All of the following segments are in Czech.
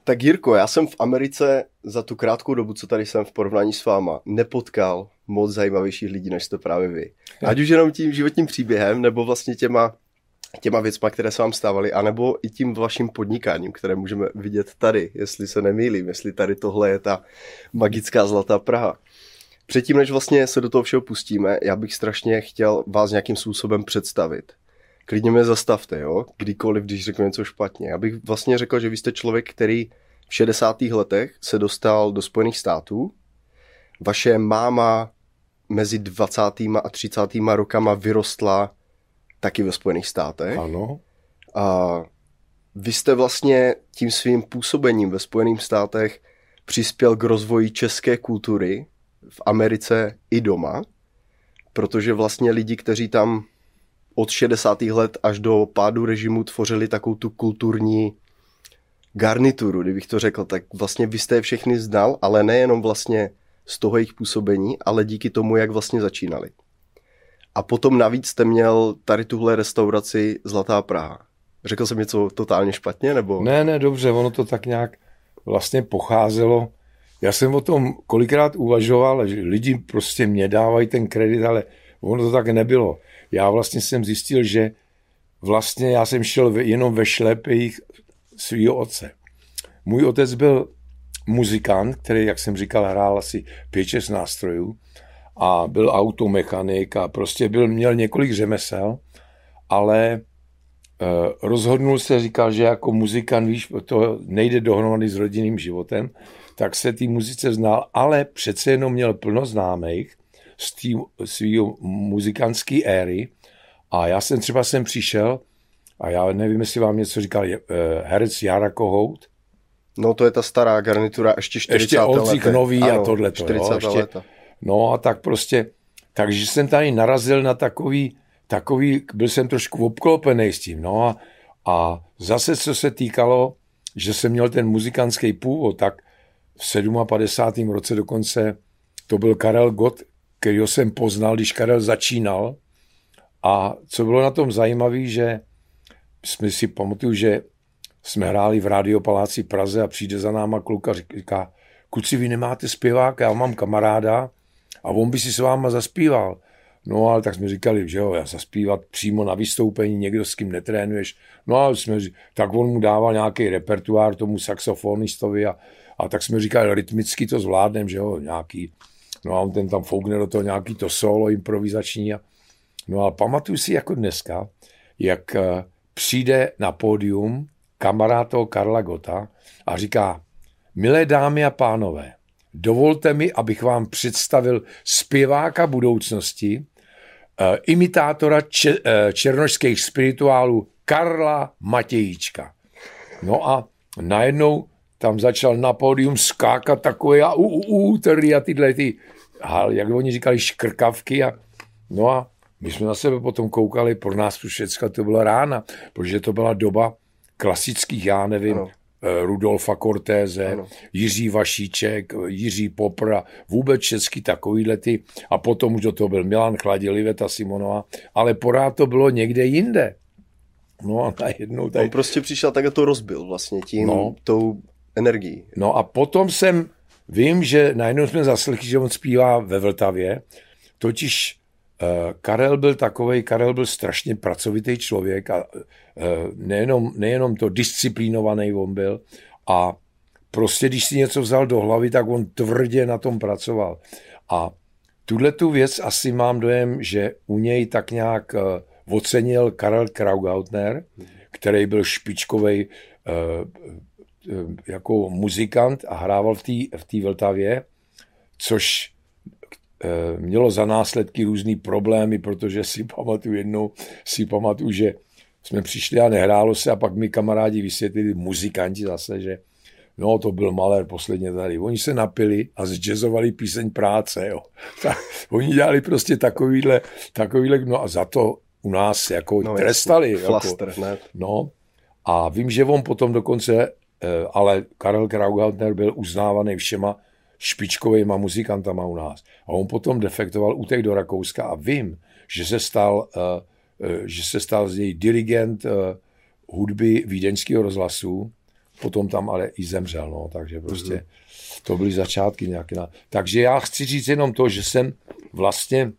Tak Jirko, já jsem v Americe za tu krátkou dobu, co tady jsem v porovnání s váma, nepotkal moc zajímavějších lidí, než jste právě vy. Ať už jenom tím životním příběhem, nebo vlastně těma věcma, které se vám stávaly, anebo i tím vaším podnikáním, které můžeme vidět tady, jestli se nemýlím, jestli tady tohle je ta magická zlatá Praha. Předtím, než vlastně se do toho všeho pustíme, já bych strašně chtěl vás nějakým způsobem představit. Klidně mě zastavte, jo? Kdykoliv, když řeknu něco špatně. Já bych vlastně řekl, že vy jste člověk, který v 60. letech se dostal do Spojených států. Vaše máma mezi 20. a 30. rokama vyrostla taky ve Spojených státech. Ano. A vy jste vlastně tím svým působením ve Spojených státech přispěl k rozvoji české kultury v Americe i doma, protože vlastně lidi, kteří tam od 60. let až do pádu režimu tvořili takovou tu kulturní garnituru, kdybych to řekl, tak vlastně vy jste je všechny znal, ale nejenom vlastně z toho jejich působení, ale díky tomu, jak vlastně začínali. A potom navíc jste měl tady tuhle restauraci Zlatá Praha. Řekl jsem něco totálně špatně, nebo? Ne, dobře, ono to tak nějak vlastně pocházelo. Já jsem o tom kolikrát uvažoval, že lidi prostě mě dávají ten kredit, ale ono to tak nebylo. Já vlastně jsem zjistil, že vlastně já jsem šel jenom ve šlepích svýho otce. Můj otec byl muzikant, který, jak jsem říkal, hrál asi 5-6 nástrojů a byl automechanik a prostě měl několik řemesel, ale rozhodnul se, říkal, že jako muzikant, víš, to nejde dohromady s rodinným životem, tak se té muzice znal, ale přece jenom měl plno známých z té svýho muzikantské éry a já jsem třeba sem přišel a já nevím, jestli vám něco říkal herec Jara Kohout. No to je ta stará garnitura, ještě 40 ještě Oldřich Nový ano, a tohleto. 40 leta. No a tak prostě, takže jsem tady narazil na takový, byl jsem trošku obklopený s tím, no a zase, co se týkalo, že jsem měl ten muzikantský původ, tak v 57. roce dokonce to byl Karel Gott, kterýho jsem poznal, když Karel začínal. A co bylo na tom zajímavé, že jsme si pamatuju, že jsme hráli v Rádiopaláci Praze a přijde za náma kluk a říká, kluci, vy nemáte zpěváka, já mám kamaráda a on by si s váma zaspíval. No ale tak jsme říkali, že jo, já zaspívat přímo na vystoupení, někdo s kým netrénuješ. No a tak on mu dával nějaký repertoár tomu saxofonistovi a tak jsme říkali, rytmicky to zvládnem, že jo, nějaký. No a on ten tam foukne do toho nějaký to solo improvizační. No a pamatuju si jako dneska, jak přijde na pódium kamarád toho Karla Gotta a říká, milé dámy a pánové, dovolte mi, abych vám představil zpěváka budoucnosti, imitátora černošských spirituálů Karla Matějíčka. No a najednou tam začal na pódium skákat takové a tyhle ty, jak oni říkali, škrkavky no a my jsme na sebe potom koukali, pro nás všecka to byla rána, protože to byla doba klasických, já nevím, ano. Rudolfa Cortéze, ano. Jiří Vašíček, Jiří Popr a vůbec český takovýhle ty. A potom už do toho byl Milan Chladil, Iveta Simonová, ale pořád to bylo někde jinde. No a najednou tady... On prostě přišel tak a to rozbil vlastně tím, tou energií. No a potom vím, že najednou jsme zaslechli, že on zpívá ve Vltavě, totiž Karel byl strašně pracovitý člověk a nejenom to disciplinovaný on byl a prostě když si něco vzal do hlavy, tak on tvrdě na tom pracoval. A tuhletu věc asi mám dojem, že u něj tak nějak ocenil Karel Kraugautner, který byl špičkovej jako muzikant a hrával v té Vltavě, což mělo za následky různý problémy, protože si pamatuju, že jsme přišli a nehrálo se a pak mi kamarádi vysvětlili, muzikanti zase, že no to byl malér posledně tady. Oni se napili a zjazzovali píseň Práce, jo. Tak, oni dělali prostě takovýhle, no a za to u nás jako trestali. Flaster, hned. No a vím, že on potom dokonce, ale Karel Kraugautner byl uznávaný všema špičkovejma muzikantama u nás. A on potom defektoval, utek do Rakouska a vím, že se stal z něj dirigent hudby Vídeňského rozhlasu potom tam ale i zemřel, no, takže prostě to byly začátky nějaké. Takže já chci říct jenom to, že jsem vlastně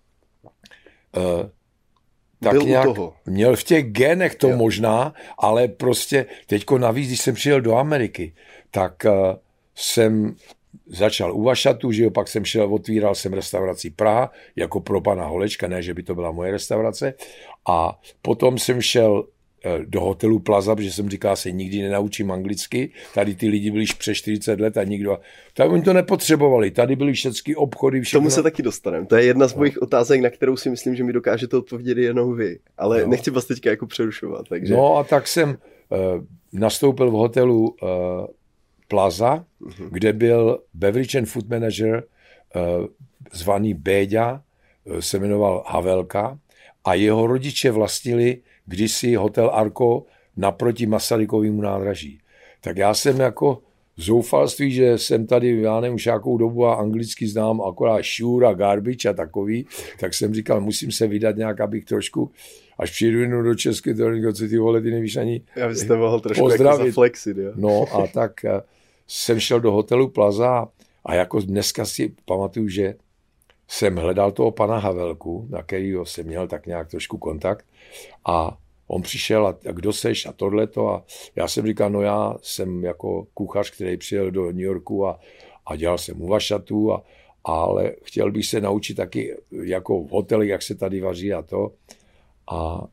tak nějak měl v těch genech to možná, ale prostě teďko navíc, když jsem přijel do Ameriky, tak jsem začal u Vašatu, že jo, pak jsem otvíral jsem restauraci Praha, jako pro pana Holečka, ne, že by to byla moje restaurace, a potom jsem šel do hotelu Plaza, protože jsem říkal, se nikdy nenaučím anglicky, tady ty lidi byli přes 40 let a nikdo, tak oni to nepotřebovali, tady byly všechny obchody, všechno. Tomu se taky dostaneme, to je jedna z mojich otázek, na kterou si myslím, že mi dokážete odpovědět jenom vy, ale nechci vás teďka jako přerušovat. Takže... No a tak jsem nastoupil v hotelu Plaza, kde byl beverage and food manager zvaný Béďa, se jmenoval Havelka, a jeho rodiče vlastnili kdysi hotel Arco naproti Masarykovému nádraží. Tak já jsem jako zoufalství, že jsem tady, já nevím, už jakou dobu a anglicky znám akorát sure a garbage a takový, tak jsem říkal, musím se vydat nějak, abych trošku, až přijdu jenom do České, to co ty vole, ty nevíš ani já byste mohl trošku jako zaflexit, jo. No a tak jsem šel do hotelu Plaza a jako dneska si pamatuju, že jsem hledal toho pana Havelku, na kterýho jsem měl tak nějak trošku kontakt, a on přišel a kdo seš a tohleto, a já jsem říkal, no já jsem jako kuchař, který přijel do New Yorku a dělal jsem u Vašatu, ale chtěl bych se naučit taky jako v hotelích, jak se tady vaří a to. A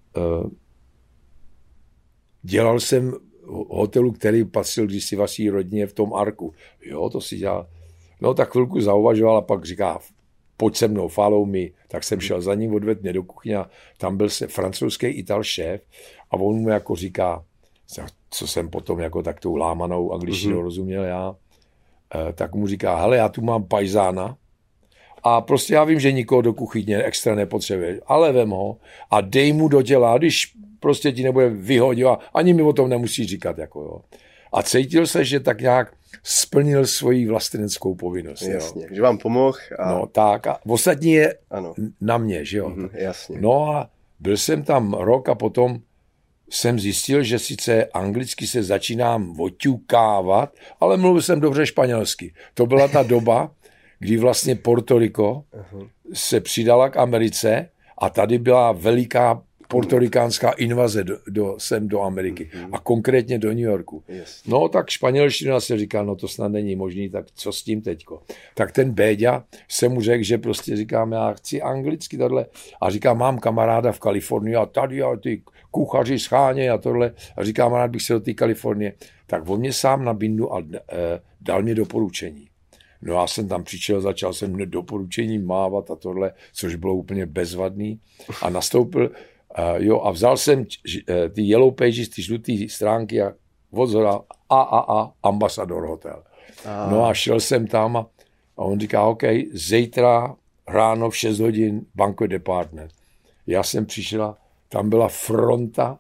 dělal jsem hotelu, který patřil kdysi vaší rodině v tom Arku. Jo, to si dělal. No tak chvilku zauvažoval a pak říká, pojď se mnou, follow me. Tak jsem šel za ním, odvedl mě do kuchyně a tam byl se francouzský Ital šéf a on mu jako říká, co jsem potom jako tak tou lámanou angličtinou rozuměl já, tak mu říká, hele, já tu mám pajzána a prostě já vím, že nikoho do kuchyně extra nepotřebuje, ale vem ho a dej mu do těla, když prostě ti nebude vyhodit a ani mi o tom nemusí říkat. Jako, jo. A cítil se, že tak nějak splnil svoji vlasteneckou povinnost. Jasně, že vám pomohl. A... No tak a ostatní je na mě, že jo. Jasně. No a byl jsem tam rok a potom jsem zjistil, že sice anglicky se začínám oťukávat, ale mluvil jsem dobře španělsky. To byla ta doba, kdy vlastně Puerto Rico se přidala k Americe a tady byla veliká portorikánská invaze sem do Ameriky a konkrétně do New Yorku. No tak španělština se říká, no to snad není možný, tak co s tím teďko? Tak ten Béďa se mu řekl, že prostě říkám, já chci anglicky tohle a říká, mám kamaráda v Kalifornii a tady a ty kuchaři scháně a tohle a říkám, rád bych se do té Kalifornie. Tak on mě sám nabídnul a dal mě doporučení. No já jsem tam přišel, začal jsem doporučení mávat a tohle, což bylo úplně bezvadný a nastoupil a vzal jsem ty Yellow Pages, ty žlutý stránky a odzora AAA Ambassador Hotel. No a šel jsem tam a on říká, OK, zítra ráno v 6 hodin banquet department. Já jsem přišel a tam byla fronta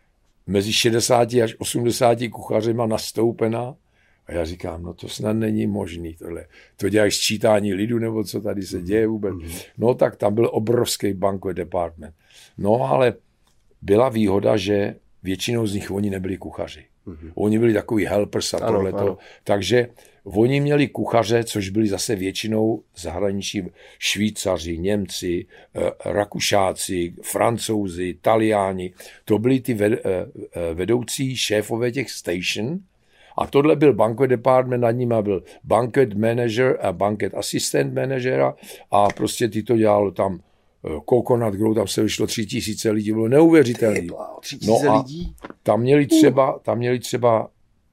mezi 60 až 80 kuchařema nastoupená a já říkám, no to snad není možný tohle. To dělají sčítání lidu, nebo co tady se děje vůbec. No tak tam byl obrovský banquet department. No ale byla výhoda, že většinou z nich oni nebyli kuchaři. Oni byli takový helpers a tohleto. Takže oni měli kuchaře, což byli zase většinou zahraničí Švýcaři, Němci, Rakušáci, Francouzi, Taliáni. To byli ty vedoucí šéfové těch station. A tohle byl banquet department, nad nimi byl banquet manager a banquet assistant manažera a prostě ty to dělalo tam Coconut Grove, tam se vyšlo 3000 lidí, bylo neuvěřitelné. No a lidí? Tam měli třeba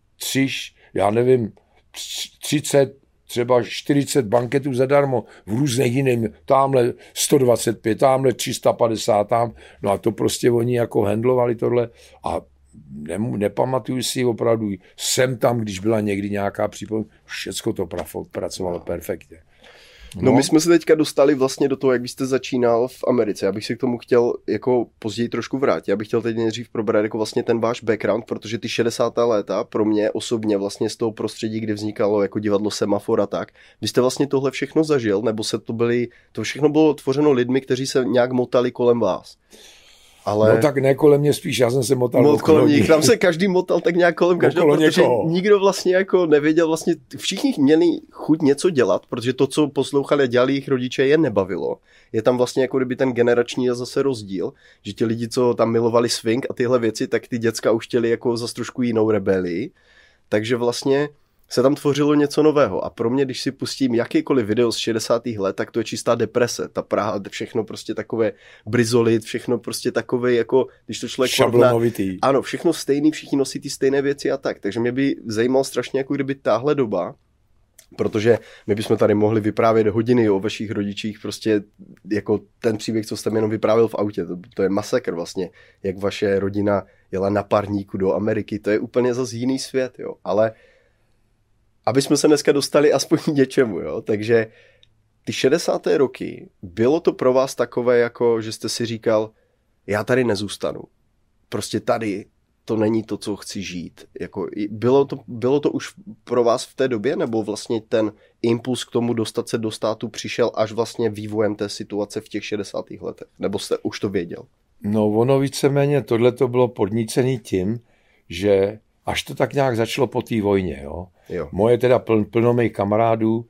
30, třeba 40 banketů zadarmo v různých jiných, tamhle 125, tamhle 350, tam, no a to prostě oni jako handlovali tohle a nepamatuju si opravdu, jsem tam, když byla někdy nějaká připomínka, všecko to pracovalo perfektně. No my jsme se teďka dostali vlastně do toho, jak byste začínal v Americe. Já bych se k tomu chtěl jako později trošku vrátit. Já bych chtěl teď nejdřív probrat jako vlastně ten váš background, protože ty 60. léta pro mě osobně vlastně z toho prostředí, kde vznikalo jako divadlo Semafor a tak. Vy jste vlastně tohle všechno zažil, nebo to všechno bylo tvořeno lidmi, kteří se nějak motali kolem vás? Ale... No tak ne kolem mě spíš, já jsem se motal kolem nich, tam se každý motal tak nějak kolem každého, protože někoho. Nikdo vlastně jako nevěděl, vlastně všichni měli chuť něco dělat, protože to, co poslouchali a dělali jejich rodiče, je nebavilo. Je tam vlastně jako kdyby ten generační zase rozdíl, že ti lidi, co tam milovali swing a tyhle věci, tak ty děcka už chtěli jako zase trošku jinou rebelii. Takže vlastně se tam tvořilo něco nového a pro mě, když si pustím jakýkoliv video z 60. let, tak to je čistá deprese. Ta Praha, všechno prostě takové brizolit, všechno prostě takové jako, když to člověk šablonovitý. Ano, všechno stejný, všichni nosí ty stejné věci a tak. Takže mě by zajímalo strašně, jako kdyby tahle doba, protože my bychom tady mohli vyprávět hodiny o vašich rodičích, prostě jako ten příběh, co jste mi jenom vyprávěl v autě, to je masakr vlastně, jak vaše rodina jela na parníku do Ameriky, to je úplně zase jiný svět, jo, ale aby jsme se dneska dostali aspoň k něčemu, jo, takže ty 60. roky, bylo to pro vás takové, jako že jste si říkal, já tady nezůstanu, prostě tady to není to, co chci žít. Jako, bylo to už pro vás v té době, nebo vlastně ten impuls k tomu dostat se do státu přišel až vlastně vývojem té situace v těch 60. letech? Nebo jste už to věděl? No ono víceméně tohle to bylo podnícený tím, že až to tak nějak začalo po té vojně. Jo? Moje teda plno mých kamarádů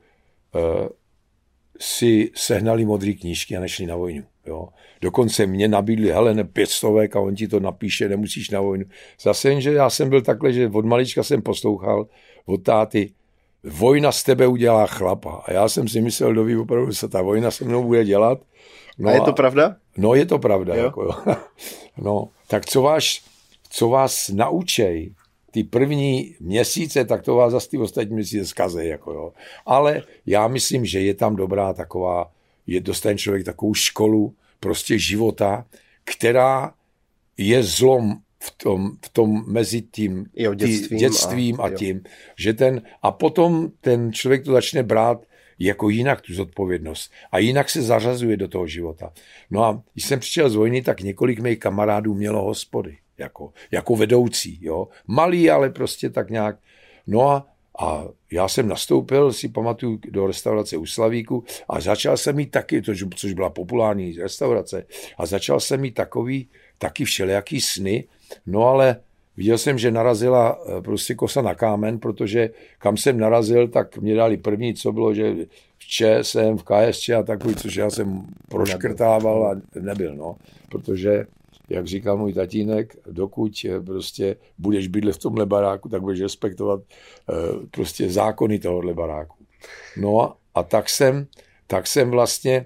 si sehnali modré knížky a nešli na vojnu. Jo. Dokonce mě nabídli, hele, 500 a on ti to napíše, nemusíš na vojnu. Zase jen, že já jsem byl takhle, že od malička jsem poslouchal od táty, vojna z tebe udělá chlapa. A já jsem si myslel, doví opravdu, se ta vojna se mnou bude dělat. No a je to pravda? No je to pravda. Jo? Jako, jo. No, tak co vás naučej ty první měsíce, tak to vás zase ty ostatní měsíce zkazej. Jako, jo. Ale já myslím, že je tam dobrá taková, dostane člověk takovou školu prostě života, která je zlom v tom mezi tím dětstvím a tím, že a potom ten člověk to začne brát jako jinak tu zodpovědnost a jinak se zařazuje do toho života. No a když jsem přišel z vojny, tak několik mých kamarádů mělo hospody, jako vedoucí, jo. Malý, ale prostě tak nějak. No a já jsem nastoupil, si pamatuju, do restaurace u Slavíku a začal jsem mít taky, což byla populární restaurace, a začal jsem mít taky všelijaký sny, no ale viděl jsem, že narazila prostě kosa na kámen, protože kam jsem narazil, tak mě dali první, co bylo, že v ČSM, v KSČ a takový, což já jsem proškrtával a nebyl, no, protože jak říkal můj tatínek, dokud prostě budeš bydlet v tomhle baráku, tak budeš respektovat prostě zákony tohohle baráku. No a tak jsem vlastně,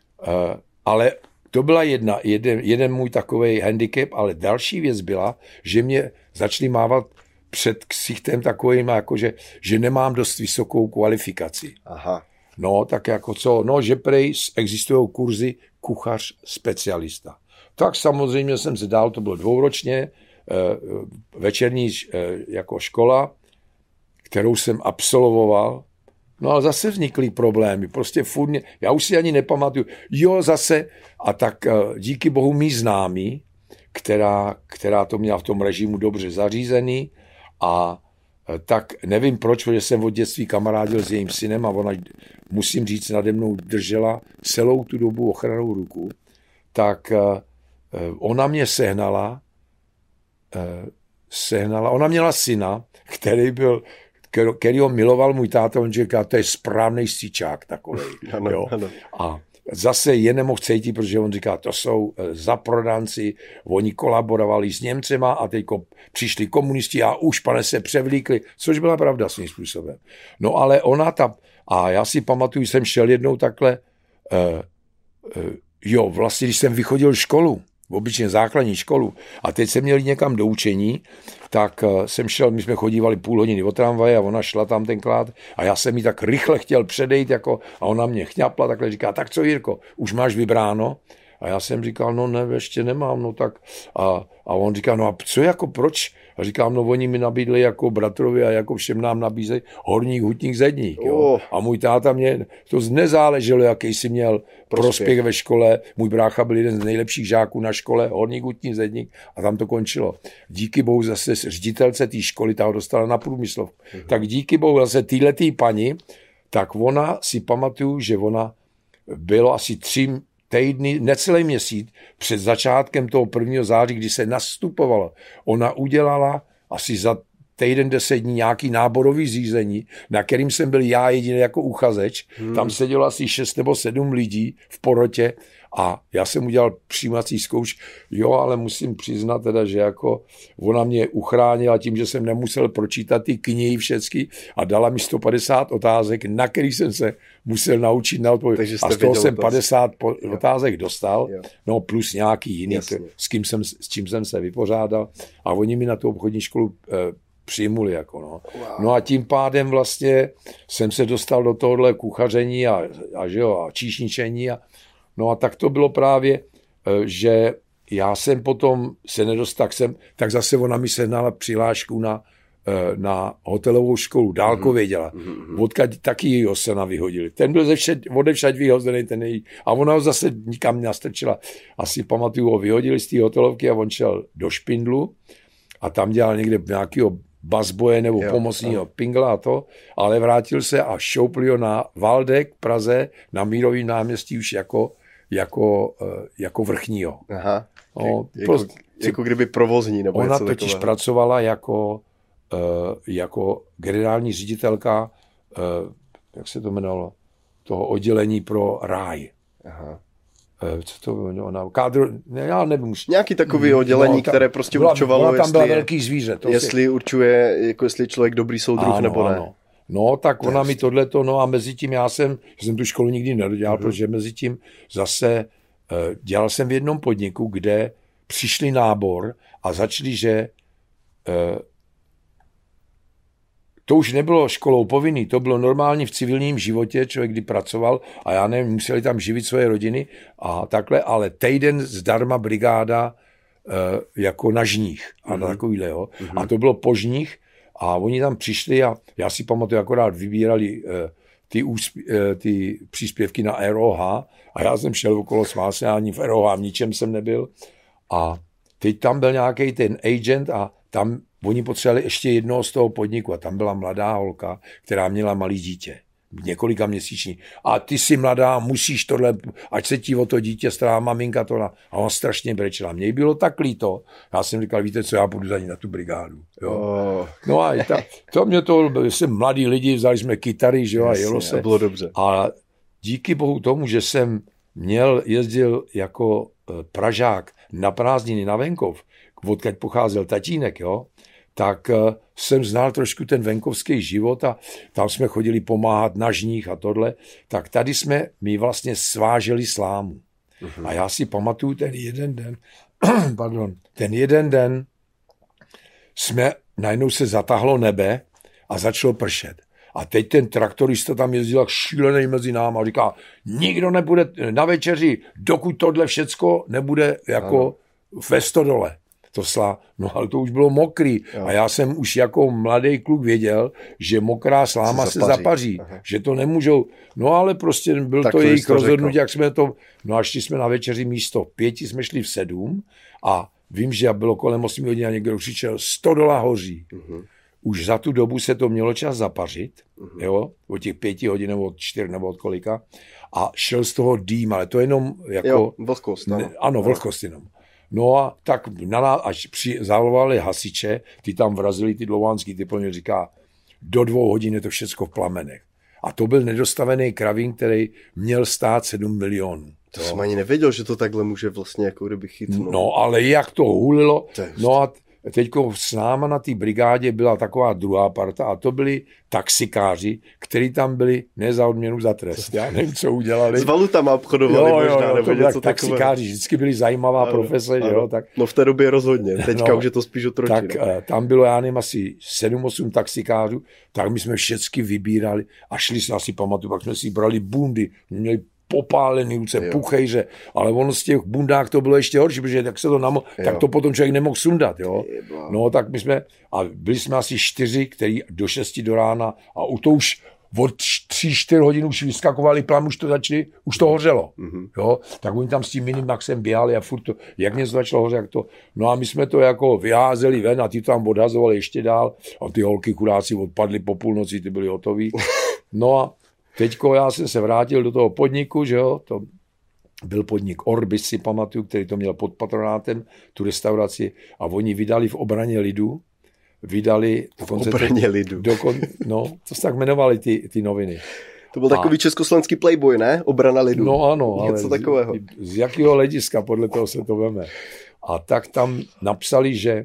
ale to byla jeden můj takovej handicap, ale další věc byla, že mě začali mávat před ksichtem takovým, jakože, že nemám dost vysokou kvalifikaci. Aha. No, tak jako co? No, že prej existují kurzy kuchař specialista. Tak samozřejmě jsem se dál, to bylo 2ročně, večerní jako škola, kterou jsem absolvoval. No ale zase vznikly problémy, prostě furt já už si ani nepamatuju. Jo, zase, a tak díky bohu mý známí, která to měla v tom režimu dobře zařízený, a tak nevím proč, protože jsem od dětství kamarádil s jejím synem a ona, musím říct, nade mnou držela celou tu dobu ochrannou ruku, tak ona mě sehnala, ona měla syna, který ho miloval můj táta, on říkal, to je správnej stříčák takovej. Ano, jo. Ano. A zase je nemohl cítit, protože on říká, to jsou zaprodanci, oni kolaborovali s Němcema a teď přišli komunisti a už, pane, se převlíkli, což byla pravda svým způsobem. No ale a já si pamatuju, jsem šel jednou takhle, vlastně, když jsem vychodil školu, obyčejně základní školu, a teď jsem měl někam do učení, tak jsem šel, my jsme chodívali půl hodiny od tramvaje a ona šla tam tenkrát a já jsem jí tak rychle chtěl předejít, a ona mě chňapla, takhle říká, tak co, Jirko, už máš vybráno? A já jsem říkal, no ne, ještě nemám, no tak. A on říká, no a co, jako proč? A říkám, no oni mi nabídli jako bratrovi a jako všem nám nabízejí horník, hutník, zedník. Jo. A můj táta mě, to nezáleželo, jaký jsi měl prospěch ve škole. Můj brácha byl jeden z nejlepších žáků na škole, horník, hutník, zedník, a tam to končilo. Díky bohu zase ředitelce té školy, ta ho dostala na průmyslov. Tak díky bohu zase týhletý paní, tak ona si pamatuju, že ona bylo asi týdny, necelý měsíc před začátkem toho 1. září, kdy se nastupovalo, ona udělala asi za týden 10 dní nějaký náborový řízení, na kterým jsem byl já jediný jako uchazeč. Tam sedělo asi 6 nebo 7 lidí v porotě a já jsem udělal přijímací zkoušky. Jo, ale musím přiznat teda, že jako ona mě uchránila tím, že jsem nemusel pročítat ty knihy všechny a dala mi 150 otázek, na který jsem se musel naučit na odpověď. A z toho jsem 50 otázek dostal, no plus nějaký jiný, s čím jsem se vypořádal a oni mi na tu obchodní školu přijmuli. Jako no. Wow. No a tím pádem vlastně jsem se dostal do tohohle kuchaření a číšničení. No a tak to bylo právě, že já jsem potom se nedostal, tak zase ona mi sehnala přihlášku na hotelovou školu, dálkově dělala. Odkud taky jeho syna vyhodili. Ten byl odevšad vyhozený, a ona ho zase nikam nastrčila. Asi pamatuju, ho vyhodili z té hotelovky a on šel do Špindlu a tam dělal někde nějakého basboje nebo pomocného pingla a to, ale vrátil se a šoupli ho na Valdek v Praze na Mírovým náměstí už jako vrchního. Aha, no, jako kdyby provozní nebo ona totiž pracovala jako generální ředitelka, jak se to jmenovalo, toho oddělení pro ráj. Aha. Co to bylo? Já nevím. Nějaký takový oddělení, které prostě určovalo, tam byla velký zvíře. Jestli určuje, jako jestli člověk dobrý soudruh nebo ne. Ano. No, tak ona mi tohleto, no a mezi tím já jsem tu školu nikdy nedodělal, protože mezi tím zase dělal jsem v jednom podniku, kde přišli nábor a začali, že to už nebylo školou povinný, to bylo normální v civilním životě, člověk kdy pracoval a já nevím, museli tam živit svoje rodiny a takhle, ale týden zdarma brigáda jako na žních a na takovýhle, jo. A to bylo po žních a oni tam přišli a já si pamatuju, akorát vybírali ty příspěvky na ROH a já jsem šel okolo smásně, ani v ROH v ničem jsem nebyl a teď tam byl nějaký ten agent a tam oni potřebovali ještě jednoho z toho podniku a tam byla mladá holka, která měla malý dítě, několika měsíční. A ty jsi mladá, musíš tohle, ať se ti o to dítě stará maminka tohle. A on strašně brečela. Mně bylo tak líto. Já jsem říkal, víte co, já půjdu za ní na tu brigádu. Jo. Oh. No a to mě to, jsem mladí lidi, vzali jsme kytary, že jo, a jelo se. Bylo dobře. A díky bohu tomu, že jsem jezdil jako Pražák na prázdniny na venkov, odkud pocházel tatínek, jo, tak jsem znal trošku ten venkovský život a tam jsme chodili pomáhat na žních a tohle, tak tady jsme mi vlastně sváželi slámu. A já si pamatuju ten jeden den najednou se zatáhlo nebe a začalo pršet. A teď ten traktorista tam jezdil jak šílený mezi náma a říká, nikdo nebude na večeři, dokud tohle všecko nebude jako ve stodole. No ale to už bylo mokrý. Jo. A já jsem už jako mladý kluk věděl, že mokrá sláma se zapaří. Že to nemůžou. No ale prostě byl tak to jejich rozhodnutí, jak jsme to. No a šli jsme na večeři místo 5, jsme šli v 7 a vím, že bylo kolem 8 hodin a někdo křičel $100 hoří. Už za tu dobu se to mělo čas zapařit, jo, od těch 5 hodin nebo od 4 nebo od kolika a šel z toho dým, ale to jenom jako. Jo, vlhkost. Ano, vlhkost jenom. No a tak až zavolali hasiče, ty tam vrazili ty dlouhánský, ty plně říká, do 2 hodin je to všecko v plamenech. A to byl nedostavený kravín, který měl stát 7 milionů. To jsem ani nevěděl, že to takhle může vlastně jako kdyby chytnout. No ale jak to hulilo, no a teďko s náma na té brigádě byla taková druhá parta a to byli taxikáři, kteří tam byli ne za odměnu, za trest. Já nevím, co udělali. S valutama obchodovali možná, nebo něco taxikáři vždycky byli zajímavá profese. Jo, tak. No v té době rozhodně, teďka už je to spíš otročí. Tak tam bylo, já nevím, asi 7-8 taxikářů, tak my jsme všechny vybírali a šli se, asi pamatuju, pak jsme si brali bundy, měli popálený ruce, puchejře, ale ono z těch bundách to bylo ještě horší, protože tak se to tak to potom člověk nemohl sundat, jo. No tak my jsme, a byli jsme asi 4, který do 6 do rána a to už od 3-4 hodin už vyskakovali plám, už to hořelo, jo. Tak oni tam s tím Minimaxem běhali a furt to, jak něco začalo hořet, jak to, no a my jsme to jako vyházeli ven a ty to tam odhazovali ještě dál a ty holky chudáci odpadly po půlnoci, ty byly hotový. No a teďko já jsem se vrátil do toho podniku, že jo, byl podnik Orbis, si pamatuju, který to měl pod patronátem, tu restauraci, a oni vydali v obraně lidu, no, to se tak jmenovali ty noviny. To byl takový československý Playboy, ne? Obrana lidu. No ano, něco ale takového. Z jakého hlediska, podle toho se to veme. A tak tam napsali, že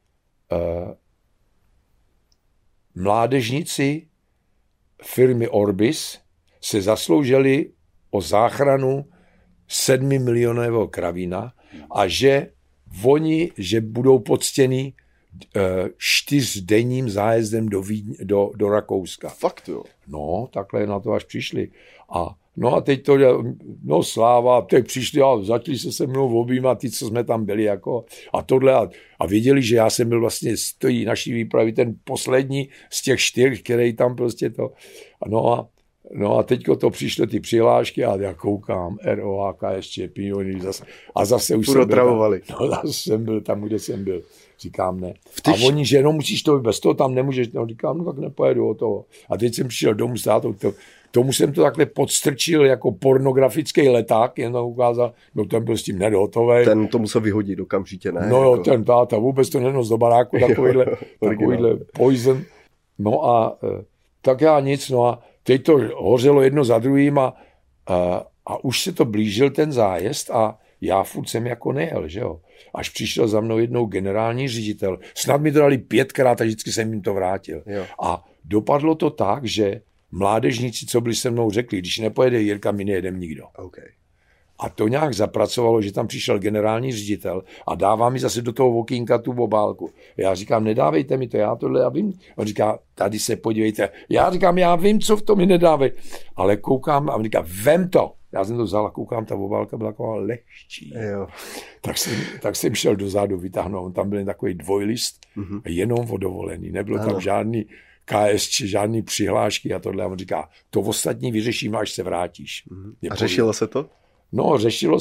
mládežníci firmy Orbis se zasloužili o záchranu 7 milionového kravína a že budou poctěni 4denním zájezdem do Rakouska. Fakt jo. No, takhle na to až přišli. A teď to, sláva, teď přišli a začali se mnou objímat ty, co jsme tam byli, jako, a tohle. A věděli, že já jsem byl vlastně z té naší výpravy ten poslední z těch 4, který tam prostě to. No a teďko to přišlo ty přihlášky a já koukám, ROA, KSČ, Piony, a zase už jsem byl tam, kde jsem byl. Říkám ne. A oni, že musíš to bez toho tam nemůžeš. No, říkám, no tak nepojedu o toho. A teď jsem přišel domů s tátou, tomu jsem to takhle podstrčil jako pornografický leták, jen tam ukázal, no ten byl s tím nedohotovej. Ten to musel vyhodit okamžitě, ne? No jo, ten táta vůbec to nenos do baráku, takovýhle poison. No a tak já nic, no a teď to hořelo jedno za druhým a už se to blížil ten zájezd a já furt jsem jako nejel, že jo. Až přišel za mnou jednou generální ředitel. Snad mi to dali 5krát a vždycky jsem jim to vrátil. Jo. A dopadlo to tak, že mládežníci, co byli se mnou, řekli, když nepojede Jirka, my nejedeme nikdo. Okay. A to nějak zapracovalo, že tam přišel generální ředitel a dává mi zase do toho okýnka tu obálku. Já říkám, nedávejte mi to, já tohle, já vím. On říká, tady se podívejte. Já říkám, já vím, co v tom mi nedávej. Ale koukám a on říká, vem to. Já jsem to vzal a koukám, ta obálka byla taková lehčí. Jo. Tak jsem šel dozadu vytáhnout. Tam byl takový dvojlist, jenom o dovolený. Nebylo tam žádný KSČ, žádný přihlášky a tohle. A on říká, to ostatní vyřeším, až se vrátíš. A řešilo se to? No, řešilo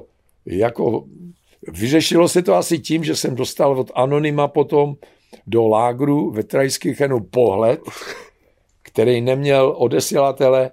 se to asi tím, že jsem dostal od Anonyma potom do lágru ve Trajskýchenu pohled, který neměl odesilatele.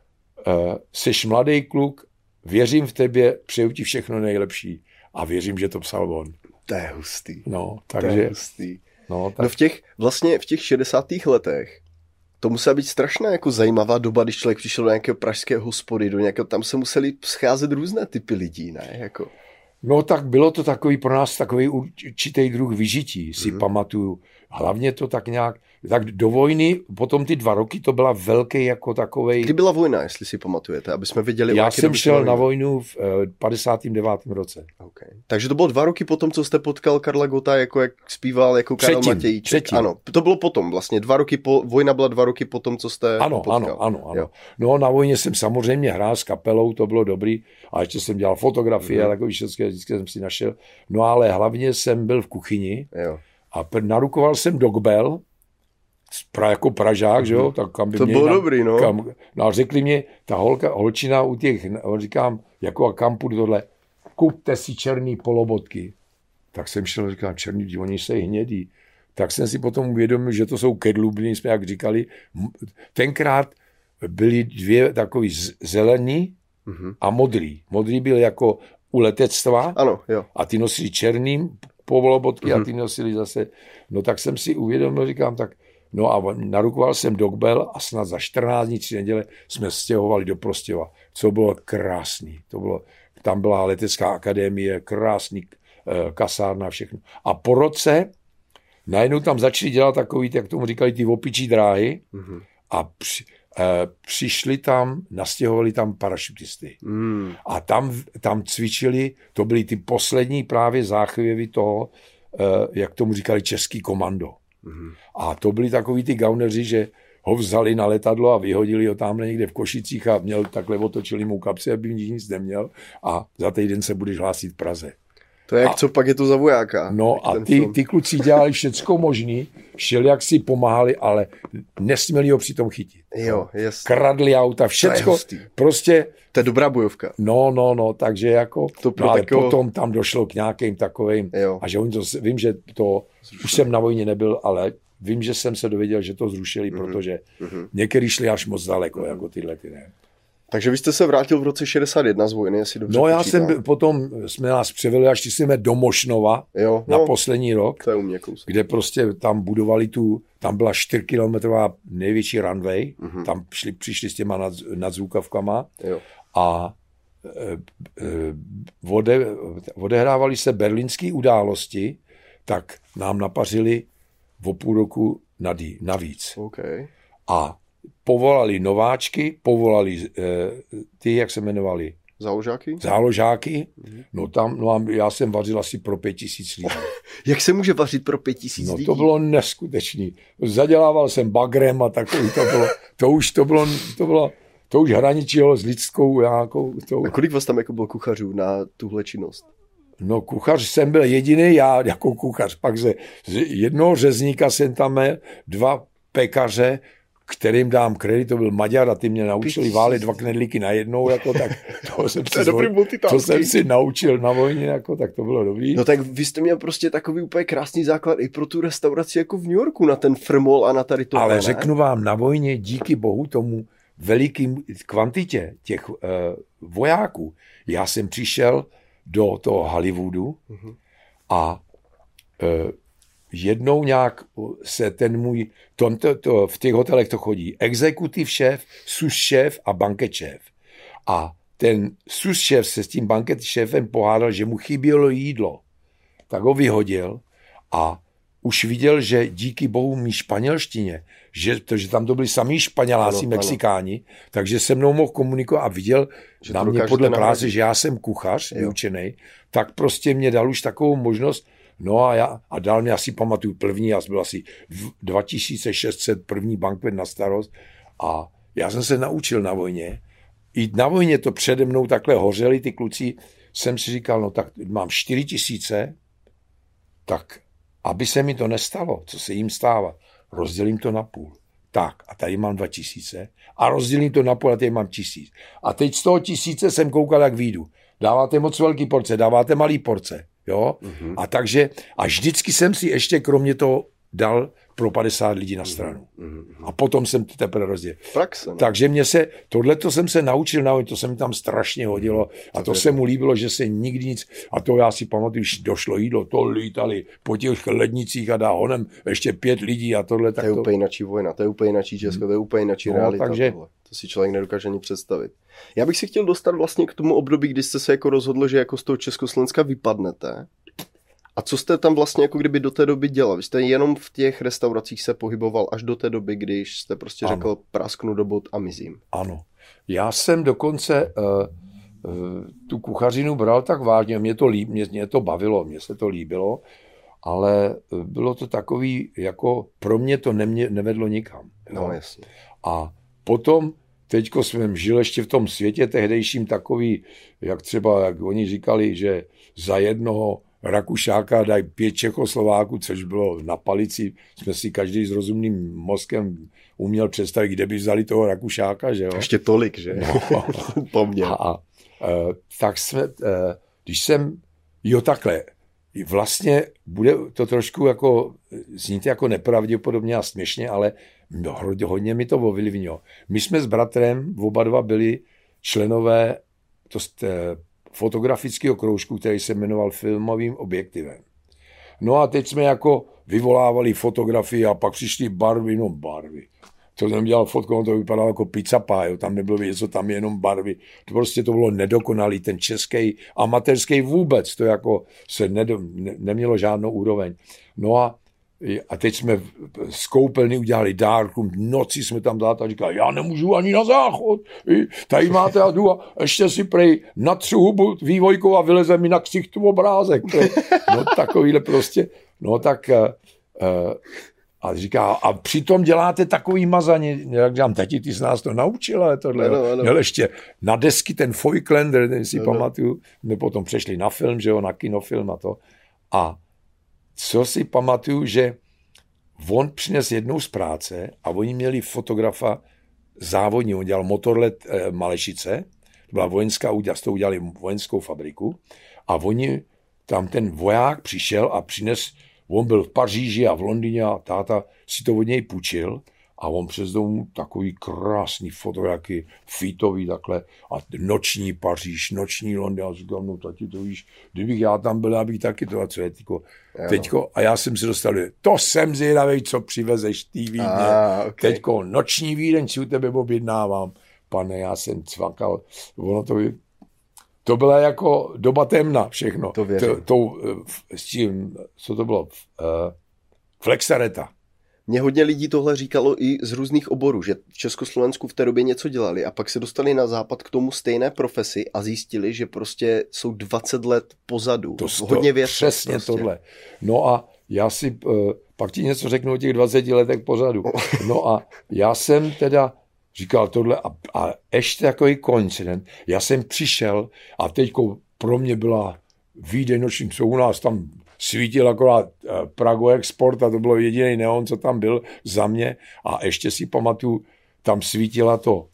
Seš mladý kluk, věřím v tebe, přeju ti všechno nejlepší. A věřím, že to psal on. To je hustý. No, takže... To je hustý. No, tak... v těch 60. letech to musela být strašná jako zajímavá doba, když člověk přišel do nějakého pražského hospody, tam se museli scházet různé typy lidí, ne? Jako... No tak bylo to takový pro nás takový určitý druh vyžití, si pamatuju. Hlavně to tak nějak, tak do vojny, potom ty 2 roky to byla velký jako takovej... Kdy byla vojna, jestli si pamatujete, aby jsme viděli... Já jsem šel na vojnu v 59. roce. Okay. Takže to bylo 2 roky potom, co jste potkal Karla Gotta, jako jak zpíval jako Karel Matějíček. Předtím. Ano, to bylo potom vlastně, 2 roky vojna byla 2 roky potom, co jste potkal. Ano. Jo. No na vojně jsem samozřejmě hrál s kapelou, to bylo dobrý, a ještě jsem dělal fotografie, takový všechno, vždycky jsem si našel. No ale hlavně jsem byl v kuchyni. Jo. A narukoval jsem Dogbel, jako Pražák, že jo? Tak kam by to bylo dobrý, no. No a řekli mě, ta holčina u těch, říkám, jako a kampu tohle, kupte si černý polobotky. Tak jsem šel, říkám, černý, oni jsou hnědý. Tak jsem si potom uvědomil, že to jsou kedlubny, jsme jak říkali. Tenkrát byly 2 takový zelený a modrý. Modrý byl jako u letectva. Ano, jo. A ty nosili černým polobotky a ty nosili zase. No tak jsem si uvědomil, říkám, tak no a narukoval jsem Dogbel a snad za 14 dní, 3 neděle jsme stěhovali do Prostějova, co bylo krásný. Tam byla letecká akademie, krásný kasárna, všechno. A po roce najednou tam začali dělat takový, jak tomu říkali, ty opičí dráhy a přišli tam, nastěhovali tam parašutisty. A tam cvičili, to byly ty poslední právě záchvěvy toho, jak tomu říkali, český komando. A to byli takový ty gauneři, že ho vzali na letadlo a vyhodili ho tamhle někde v Košicích a takhle otočili mu kapsy, aby nic neměl a za týden se budeš hlásit v Praze. To je jak co pak je to za vojáka. No a ty kluci dělali všecko možný, šeli jak si pomáhali, ale nesměli ho přitom chytit. Jo, jasně. Kradli auta, všecko. Prostě... To je dobrá bojovka. No, takže jako... Ale takového... potom tam došlo k nějakým takovým... Jo. A že oni to, vím, že to... Už jsem na vojně nebyl, ale vím, že jsem se dověděl, že to zrušili, protože některý šli až moc daleko, jako tyhle ty, ne. Takže vy jste se vrátil v roce 61 z vojny, jestli dobře No já počítám. jsem potom, jsme nás převedli, až jsme do Mošnova na poslední rok, to je u mě kousek. kde prostě tam budovali tam byla 4kilometrová největší runway, tam přišli s těma nadzvukavkama a odehrávaly se berlínské události, tak nám napařili o půl roku navíc. Okay. A povolali nováčky, povolali ty, jak se jmenovali? Záložáky. No já jsem vařil asi pro 5000 lidí. Jak se může vařit pro 5000 lidí? No to bylo neskutečný. Zadělával jsem bagrem a takový to už hraničilo s lidskou nějakou. A kolik vás tam jako bylo kuchařů na tuhle činnost? No kuchař jsem byl jediný, já jako kuchař. Pak z jednoho řezníka jsem tam měl 2 pekaře, kterým dám kredit, to byl Maďar a ty mě naučili válet 2 knedlíky najednou, jako tak to jsem si naučil na vojně, jako tak to bylo dobrý. No tak vy jste měl prostě takový úplně krásný základ i pro tu restauraci jako v New Yorku, na ten frmol a na tady to. Ale řeknu vám, na vojně díky bohu tomu velikým kvantitě těch vojáků, já jsem přišel do toho Hollywoodu a jednou nějak se ten můj, v těch hotelech to chodí exekutiv šéf, sus šéf a banket šéf. A ten sus šéf se s tím banket šéfem pohádal, že mu chybělo jídlo. Tak ho vyhodil a už viděl, že díky bohu mý španělštině, že tam to byli samý Španěláci, Mexikáni, takže se mnou mohl komunikovat a viděl že na mě podle práce, že já jsem kuchař, vyučenej, tak prostě mě dal už takovou možnost. No a dal mě asi pamatuju první, já byl asi 2600 první bankvet na starost a já jsem se naučil na vojně. I na vojně to přede mnou takhle hořeli ty kluci, jsem si říkal, no tak mám 4000, tak aby se mi to nestalo, co se jim stává, rozdělím to na půl. Tak a tady mám 2000 a rozdělím to na půl a tady mám 1000. A teď z toho 1000 jsem koukal, jak vyjdu. Dáváte moc velký porce, dáváte malý porce. Jo? A takže, a vždycky jsem si ještě kromě toho dal pro 50 lidí na stranu. A potom jsem to teprve rozdělil. Takže tohleto jsem se naučil, to se mi tam strašně hodilo a to se mu líbilo, že se nikdy nic, a to já si pamatuju, když došlo jídlo, to lítali po těch lednicích a dá honem ještě 5 lidí a tohle. To je úplně jináčí vojna, to je úplně jináčí Česko, to je úplně jináčí realita. Takže... To si člověk nedokáže ani představit. Já bych si chtěl dostat vlastně k tomu období, kdy jste se jako rozhodl, že jako z toho Československa vypadnete. A co jste tam vlastně jako kdyby do té doby dělal? Vy jste jenom v těch restauracích se pohyboval až do té doby, když jste prostě řekl prasknu do bot a mizím. Ano. Já jsem dokonce tu kuchařinu bral tak vážně, mě to bavilo, mě se to líbilo, ale bylo to takový, jako pro mě to nevedlo nikam. No jasně. A potom teďko jsem žil ještě v tom světě tehdejším takový, jak oni říkali, že za jednoho Rakušáka dají 5 Čechoslováků, což bylo na palici, jsme si každý s rozumným mozkem uměl představit, kde by vzali toho Rakušáka, že jo? Ještě tolik, že? No. Po mně. Tak když jsem, takhle, vlastně bude to trošku jako, znít jako nepravděpodobně a směšně, ale hodně mi to ovlivnilo. My jsme s bratrem, oba dva byli členové fotografického kroužku, který se jmenoval Filmovým objektivem. No a teď jsme jako vyvolávali fotografii a pak přišly barvy. Co jsem dělal fotku, to vypadalo jako pizza pie, tam nebylo vidět, co tam je jenom barvy. To bylo nedokonalý, ten český, amatérský vůbec, to jako se nemělo žádnou úroveň. No a teď jsme z koupelny udělali darkroom, noci jsme tam dát a říkali, já nemůžu ani na záchod, tady máte a jdu a ještě si prej natřu hubu vývojkou a vyleze mi na ksichtu obrázek. No takovýhle prostě, no tak a říká, a přitom děláte takový mazaně, jak říkám, tati, ty jsi nás to naučil, ale tohle, ano. Měl ještě na desky ten Voigtlander, ten si pamatuju, my potom přešli na film, že jo, na kinofilm a to. A co si pamatuju, že on přines jednou z práce a oni měli fotografa závodní, on dělal motorlet Malešice, to byla vojenská, to udělali vojenskou fabriku a oni, tam ten voják přišel a přines, on byl v Paříži a v Londýně a táta si to od něj půjčil A on přes domů takový krásný fotografiky, fitový takhle, a noční Paříž, noční Londýn. A říkám, no tati, to víš, kdybych já tam byl, abych taky to, a co je teďko. A já jsem se dostal, to jsem zvědavej, co přivezeš tý Vídně. Okay. Teďko noční Vídeň si u tebe objednávám. Pane, já jsem cvakal. Ono to byla jako doba temna všechno. To věřím. S tím, co to bylo? Flexareta. Mně hodně lidí tohle říkalo i z různých oborů, že v Československu v té době něco dělali a pak se dostali na západ k tomu stejné profesi a zjistili, že prostě jsou 20 let pozadu. Hodně věcí. Přesně prostě. Tohle. No a já si, pak ti něco řeknu o těch 20 letech pozadu. No a já jsem teda říkal tohle a ještě takový koincident. Já jsem přišel a teďko pro mě byla Vídeň noční, co u nás tam svítil akorát Prago Export a to bylo jediný neon, co tam byl za mě. A ještě si pamatuju, tam svítila to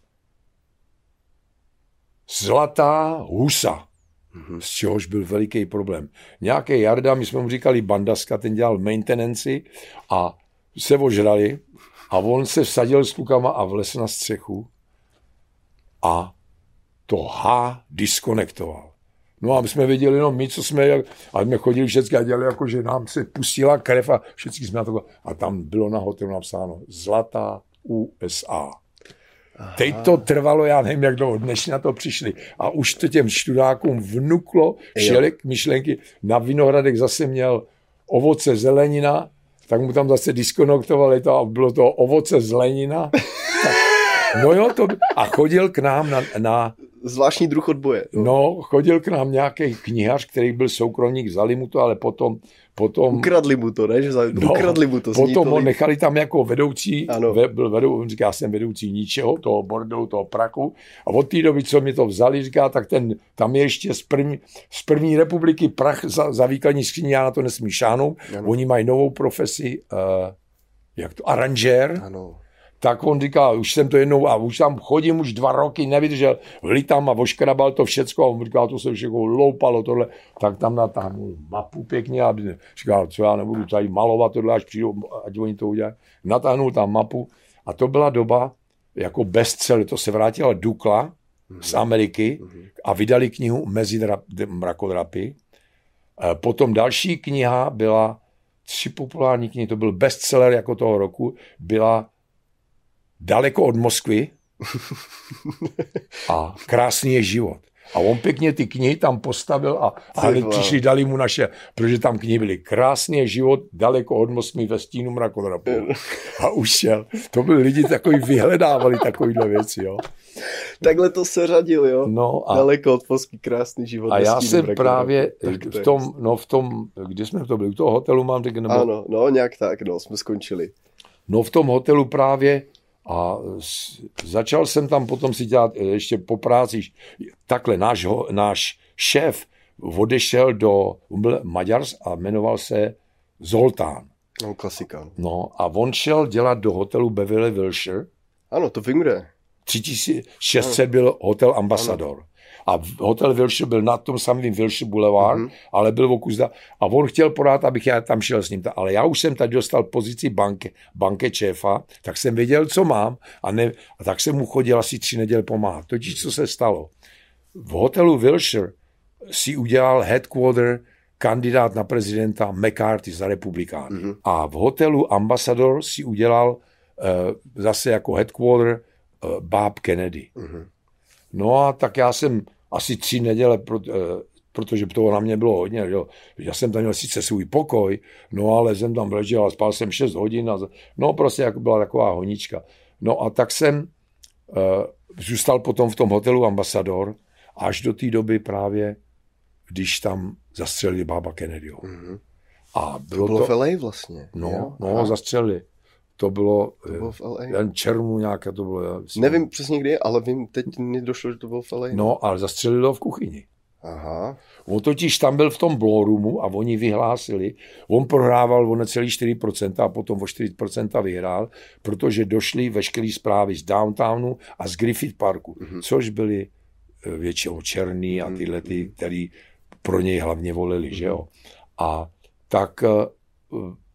zlatá husa, z čehož byl veliký problém. Nějaký Jarda, my jsme mu říkali Bandaska, ten dělal maintenanci a se ožrali a on se vsadil s klukama a vlez na střechu a to diskonektoval. No a my jsme věděli jenom my, co jsme, a jsme chodili všichni a dělali jako, že nám se pustila krev a všichni jsme na to, a tam bylo na hotelu napsáno Zlatá USA. Aha. Teď to trvalo, já nevím, jak dlouho, než na to přišli. A už to těm študákům vnuklo myšlenky. Na Vinohradech zase měl ovoce zelenina, tak mu tam zase diskonektovali to a bylo to ovoce zelenina. No jo, a chodil k nám na zvláštní druh odboje. No, chodil k nám nějaký knihař, který byl soukromník, vzali mu to, ale potom ukradli mu to, ne? Ukradli mu to. Potom ho nechali tam jako vedoucí, on říká, já jsem vedoucí ničeho, toho bordelu, toho praku. A od té doby, co mi to vzali, říká, tak tam je ještě z první republiky prach za výkladní skříně, já na to nesmí šáhnout. Oni mají novou profesi, aranžér. Ano. Tak on říká, už jsem to jednou a už tam chodím už 2 roky, nevydržel, vlítám a oškrabal to všecko a on říká, to se všechno loupalo tohle, tak tam natáhnul mapu pěkně a říká, co já nebudu tady malovat tohle, až přijdu, ať oni to udělají. Natáhnul tam mapu a to byla doba jako bestseller, to se vrátila Dukla z Ameriky a vydali knihu Mezi mrakodrapy. Potom další kniha byla 3 populární knihy, to byl bestseller jako toho roku, byla Daleko od Moskvy a Krásný je život. A on pěkně ty knihy tam postavil a přišli, dali mu naše, protože tam knihy byly Krásný je život, Daleko od Moskvy ve stínu mrakodrapu. A už šel. To byli lidi takový, vyhledávali takovýhle věci, jo. Takhle to se řadil, jo. No Daleko od Moskvy, Krásný život. A já jsem právě v tom, kdy jsme to byli, u toho hotelu mám řekl, nebo... Ano, no nějak tak, jsme skončili. No v tom hotelu právě a začal jsem tam potom si dělat ještě po práci. Takhle náš šéf odešel on byl Maďars a jmenoval se Zoltán. No, klasika. No a on šel dělat do hotelu Beverly Wilshire. Ano, to vím, kde. 3600 byl hotel Ambassador. Ano. A hotel Wilshire byl na tom samým Wilshire Boulevard, ale byl okusda. A on chtěl podat, abych já tam šel s ním. Ale já už jsem tady dostal pozici banke šéfa, tak jsem věděl, co mám. A tak jsem mu chodil asi 3 neděle pomáhat. Totiž, co se stalo. V hotelu Wilshire si udělal headquarter kandidát na prezidenta McCarthy za republikány. A v hotelu Ambassador si udělal zase jako headquarter Bob Kennedy. No a tak já jsem asi 3 neděle, protože toho na mě bylo hodně, jo. Já jsem tam měl sice svůj pokoj, no ale jsem tam ležel a spal jsem 6 hodin. No prostě jako byla taková honička. No a tak jsem zůstal potom v tom hotelu Ambassador až do té doby právě, když tam zastřelili Boba Kennedyho. A bylo to v LA vlastně. No, zastřelili. To bylo v LA. Jen červnu nějaké to bylo. Nevím přesně kdy, ale vím, teď mi došlo, že to bylo v LA. No, ale zastřelili ho v kuchyni. Aha. On totiž tam byl v tom ballroomu a oni vyhlásili, on prohrával o necelý 4% a potom o 4% vyhrál, protože došly veškeré zprávy z downtownu a z Griffith Parku, což byli většinou černý a tyhle, který pro něj hlavně volili, že jo. A tak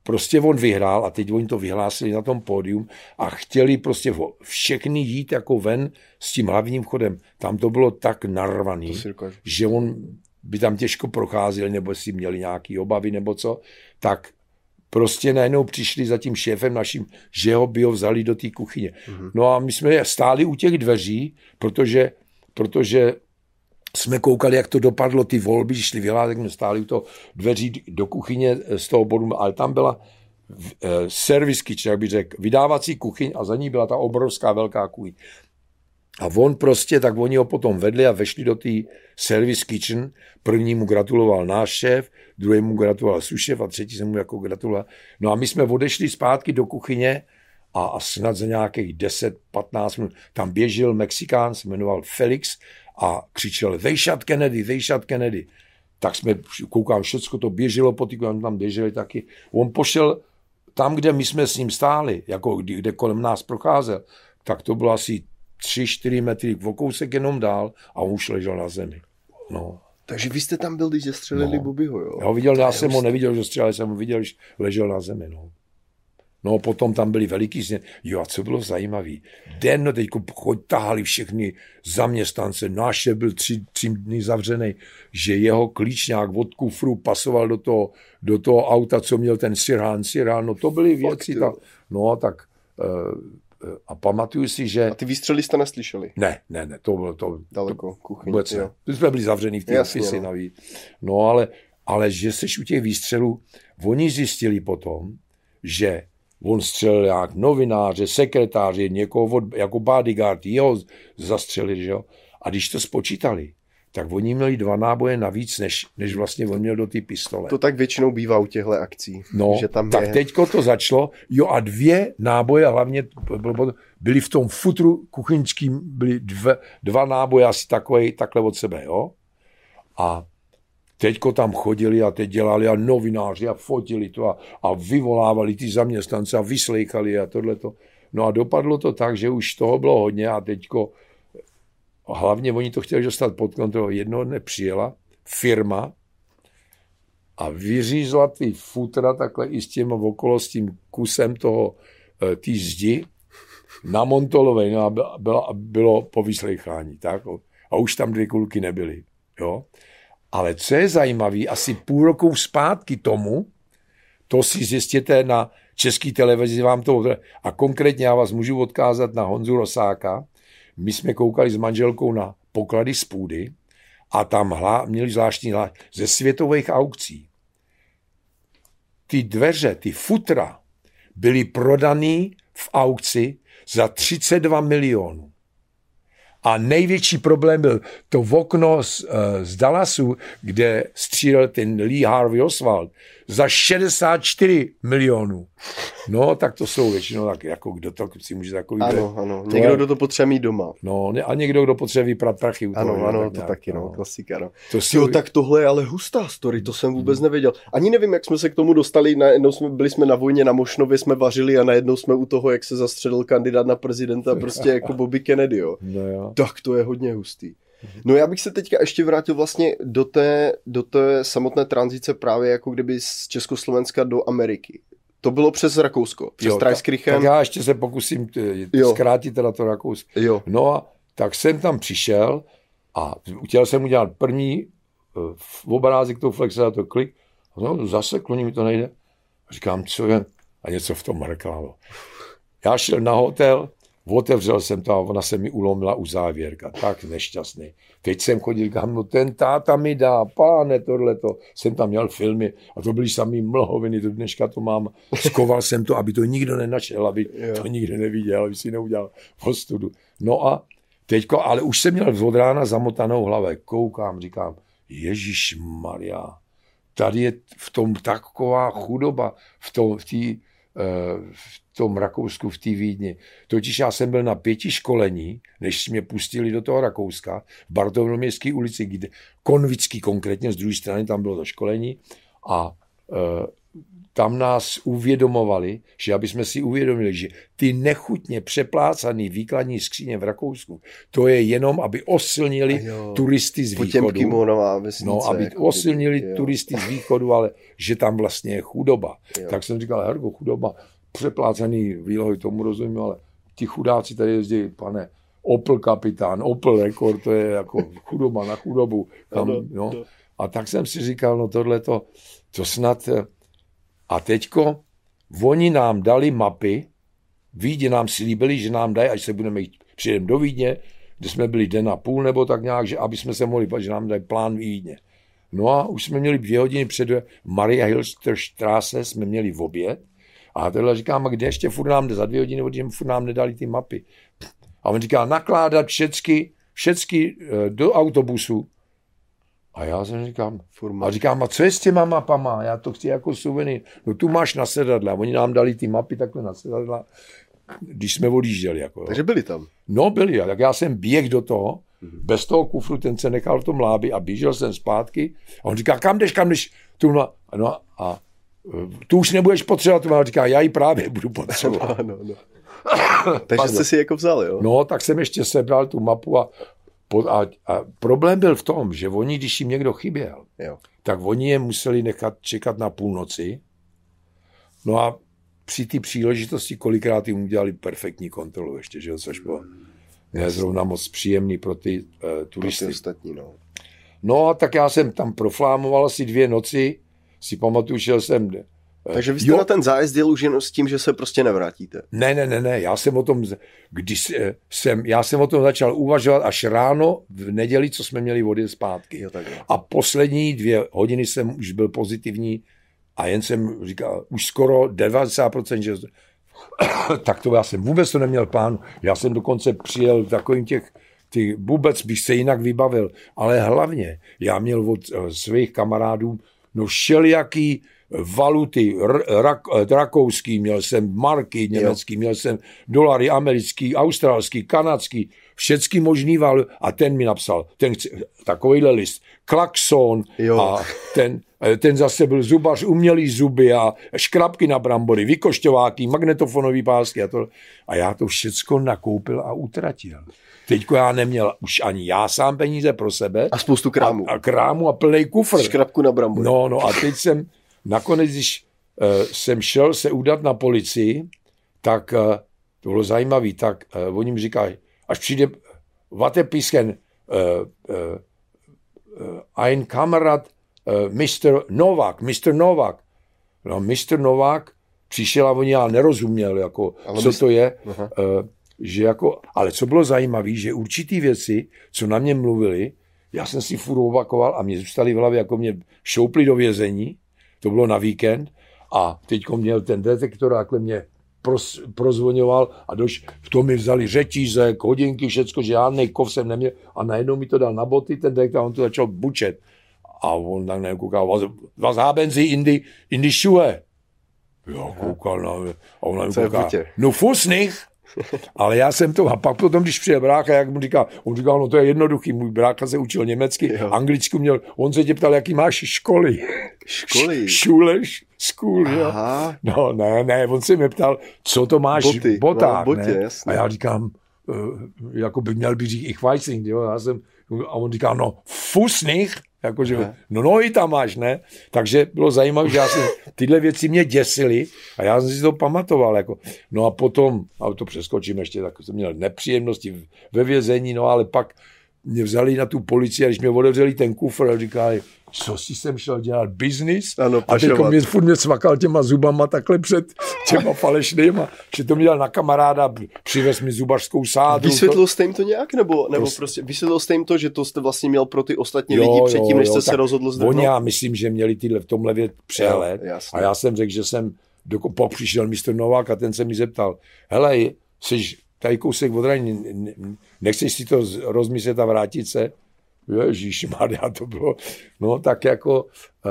prostě on vyhrál a teď oni to vyhlásili na tom pódium a chtěli prostě všechny jít jako ven s tím hlavním vchodem. Tam to bylo tak narvaný, že on by tam těžko procházel, nebo si měli nějaké obavy, nebo co, tak prostě najednou přišli za tím šéfem naším, že by ho vzali do té kuchyně. No a my jsme stáli u těch dveří, protože jsme koukali, jak to dopadlo, ty volby, šli vyhlát, tak jsme stáli u toho dveří do kuchyně z toho bodu, ale tam byla service kitchen, jak bych řekl, vydávací kuchyň a za ní byla ta obrovská velká kuchyň. A on prostě, tak oni ho potom vedli a vešli do té service kitchen. První mu gratuloval náš šéf, druhý mu gratuloval sušef a třetí se mu jako gratuloval. No a my jsme odešli zpátky do kuchyně a snad za nějakých 10-15 minut tam běžel Mexikán, se jmenoval Felix a křičel they shot Kennedy. Tak jsme, koukám, všecko to běželo, potýkám, tam běželi taky. On pošel tam, kde my jsme s ním stáli, jako kde kolem nás procházel, tak to bylo asi 3-4 metry o kousek jenom dál a on už ležel na zemi. No. Takže vy jste tam byl, když zastřelili Bobbyho, jo? Já ho viděl, já jsem ho neviděl, že střelil, jsem ho viděl, když ležel na zemi, no. No, potom tam byli veliký sněh. Jo, a co bylo zajímavý? Den, teďko tahali všechny zaměstnance, náš šéf byl 3 dny zavřený, že jeho klíčňák od kufru pasoval do toho auta, co měl ten Sirhan, no to byly věci. No, tak a pamatuju si, že... A ty výstřely jste neslyšeli? Ne, to bylo to... Daleko, kuchyň. Vůbec ne. My jsme byli zavřený v té ofisy navíc. No, ale že seš u těch výstřelů, oni zjistili potom, že on střelil jak novináře, sekretáři, někoho jako bodyguard, jeho zastřelili, že jo. A když to spočítali, tak oni měli 2 náboje navíc, než vlastně on měl do té pistole. To tak většinou bývá u těchto akcí. No, že tam tak teďko to začalo, jo a 2 náboje, hlavně byly v tom futru kuchyňským, byly 2 náboje asi takhle od sebe, jo. A teďko tam chodili a teď dělali a novináři a fotili to a vyvolávali ty zaměstnance a vyslejchali a tohleto. No a dopadlo to tak, že už toho bylo hodně a teďko hlavně oni to chtěli dostat pod kontrolu. Jednoho dne přijela firma a vyřízla ty futra takhle i s tím okolo, s tím kusem toho, té zdi na Montolové, no a bylo po vyslechání. Tak? A už tam 2 kulky nebyly. Jo? Ale co je zajímavé, asi půl roku zpátky tomu, to si zjistěte na české televizi, vám to, a konkrétně já vás můžu odkázat na Honzu Rosáka. My jsme koukali s manželkou na poklady z půdy a tam měli zvláštní ze světových aukcí. Ty dveře, ty futra byly prodaný v aukci za 32 milionů. A největší problém byl to okno z Dallasu, kde střílel ten Lee Harvey Oswald za 64 milionů. No, tak to jsou většinou tak, jako kdo to si může takový... Ano. Někdo, kdo to potřebuje mít doma. No, a někdo, kdo potřebuje vyprat prachy. Ano, to taky, klasika, no. Tak tohle je ale hustá story, to jsem vůbec nevěděl. Ani nevím, jak jsme se k tomu dostali, byli jsme na vojně na Mošnově, jsme vařili a najednou jsme u toho, jak se zastřelil kandidát na prezidenta, prostě jako Bobby Kennedy, jo. No jo. Tak to je hodně hustý. No já bych se teďka ještě vrátil vlastně do té samotné tranzice právě jako kdyby z Československa do Ameriky. To bylo přes Rakousko, přes Traiskirchen. Tak já ještě se pokusím zkrátit teda to Rakousko. Jo. No a tak jsem tam přišel a chtěl jsem udělat první obrázek toho flexa, to klik. A no, zase kloní mi to nejde. A říkám, co je? A něco v tom mrkalo. Já šel na hotel, otevřel jsem to a ona se mi ulomila u závěrka. Tak nešťastný. Teď jsem chodil, říkám, no ten táta mi dá, páne, tohleto. Jsem tam měl filmy a to byly samý mlhoviny, do dneška to mám. Skoval jsem to, aby to nikdo nenašel, aby to nikdo neviděl, aby si neudělal postudu. No a teďko, ale už jsem měl od rána zamotanou hlavu. Koukám, říkám, Ježišmarja, tady je v tom taková chudoba, v tom Rakousku, v té Vídni. Totiž já jsem byl na 5 školení, než mě pustili do toho Rakouska, v Bartolomějské ulici, kde Konvický konkrétně, z druhé strany tam bylo to školení a tam nás uvědomovali, že aby jsme si uvědomili, že ty nechutně přeplácaný výkladní skříně v Rakousku, to je jenom, aby osilnili turisty z východu. No, aby osilnili turisty z východu, ale že tam vlastně je chudoba. Jo. Tak jsem říkal, Hergo, chudoba, přeplácaný výlohy, tomu rozumím, ale ti chudáci tady jezdí, pane, Opel kapitán, Opel rekord, to je jako chudoba na chudobu. Tam, no. A tak jsem si říkal, no tohleto, to snad... A teďko oni nám dali mapy, Vídě nám slíbili, že nám dají, až se budeme jít, přijedeme do Vídně, kde jsme byli den a půl nebo tak nějak, že aby jsme se mohli, že nám dají plán Vídně. No a už jsme měli 2 hodiny před Maria Hilster Straße, jsme měli v oběd a tohle říkám, a kde ještě furt nám za 2 hodiny, protože furt nám nedali ty mapy. A on říká, nakládat všecky do autobusu. A já jsem říkám, a co je s těma mapama? Já to chci jako suvenýr. No tu máš na sedadle. A oni nám dali ty mapy takhle na sedadla, když jsme odjížděli. Jako, takže byli tam? No byli. Tak já jsem běh do toho, bez toho kufru, ten se nechal v tom lábi a běžel jsem zpátky. A on říká, kam jdeš? Tu tu už nebudeš potřebovat. A on říká, já ji právě budu potřebovat. No. Takže jste si jako vzali, jo? No, tak jsem ještě sebral tu mapu a problém byl v tom, že oni, když jim někdo chyběl, tak oni je museli nechat čekat na půlnoci. No a při té příležitosti kolikrát jim udělali perfektní kontrolu ještě, že jo, což bylo zrovna moc příjemný pro ty turisty. Pro ty ostatní, no. No a tak já jsem tam proflámoval asi 2 noci, si pamatuju, šel jsem... Takže vy jste na ten zájezd jel už jen s tím, že se prostě nevrátíte? Ne, já jsem o tom začal uvažovat až ráno v neděli, co jsme měli odjet zpátky. Jo, a poslední 2 hodiny jsem už byl pozitivní a jen jsem říkal, už skoro 90%, že tak to já jsem vůbec to neměl plánu. Já jsem dokonce přijel takovým vůbec bych se jinak vybavil, ale hlavně já měl od svých kamarádů všelijaký valuty, rakouský, měl jsem marky německý, měl jsem dolary americký, australský, kanadský, všecky možný valuty. A ten mi napsal, takovejhle list, klakson a ten zase byl zubař, umělý zuby a škrabky na brambory, vykošťováky, magnetofonový pásky a já to všecko nakoupil a utratil. Teďko já neměl už ani já sám peníze pro sebe. A spoustu krámu. A krámu a plnej kufr. Škrabku na brambory. No a teď jsem nakonec, když jsem šel se udat na policii, tak to bylo zajímavé, tak oni mi říkají, až přijde Vatepisken, ein Kamerad, Mr. Novak. No, Mr. Novak přišel a on já nerozuměl, jako, co to je, že jako, ale co bylo zajímavé, že určitý věci, co na mě mluvili, já jsem si furt opakoval a mě zůstaly v hlavě, jako mě šoupli do vězení, to bylo na víkend a teďko měl ten detektor a takhle mě prozvoňoval a v tom mi vzali řetízek, hodinky, všecko, že žádnej kov jsem neměl a najednou mi to dal na boty ten detektor a on to začal bučet. A on tak nekoukal, was haben Sie in die Schuhe? Já koukal na a on koukal, no Fuß nicht. Ale já jsem to, a pak potom, když přijel brácha, jak mu říkal, on říkal, no to je jednoduchý, můj brácha se učil německy, anglicky měl, on se tě ptal, jaký máš školy. Školy? School, jo. No ne, on se mě ptal, co to máš v botách, botě, ne? Jasně. A já říkám, jako by měl by říct ich Weissing, jo, a on říkal, no Fuß nicht, jakože, no i tam máš, ne? Takže bylo zajímavé, že tyhle věci mě děsily a já jsem si to pamatoval, jako. No a potom, a to přeskočím ještě, tak jsem měl nepříjemnosti ve vězení, no ale pak mě vzali na tu policii a když mě otevřeli ten kufr a říkali, co si jsem šel dělat, business? Ano, a teď mě svakal těma zubama takhle před těma falešnýma, že to mě dal na kamaráda, přivez mi zubařskou sádu. Vysvětlil jste jim to nějak? Nebo prostě vysvětlil jste jim to, že to jste vlastně měl pro ty ostatní lidi předtím, než jste se rozhodl zdrhnout? Já myslím, že měli v tomhle věc přehled. A já jsem řekl, že jsem přišel mistr Novák a ten se mi zeptal, hele, jsi tady kousek od Rajny, nechceš si to rozmyslet a vrátit se? Ježišmarja, to bylo, no tak jako,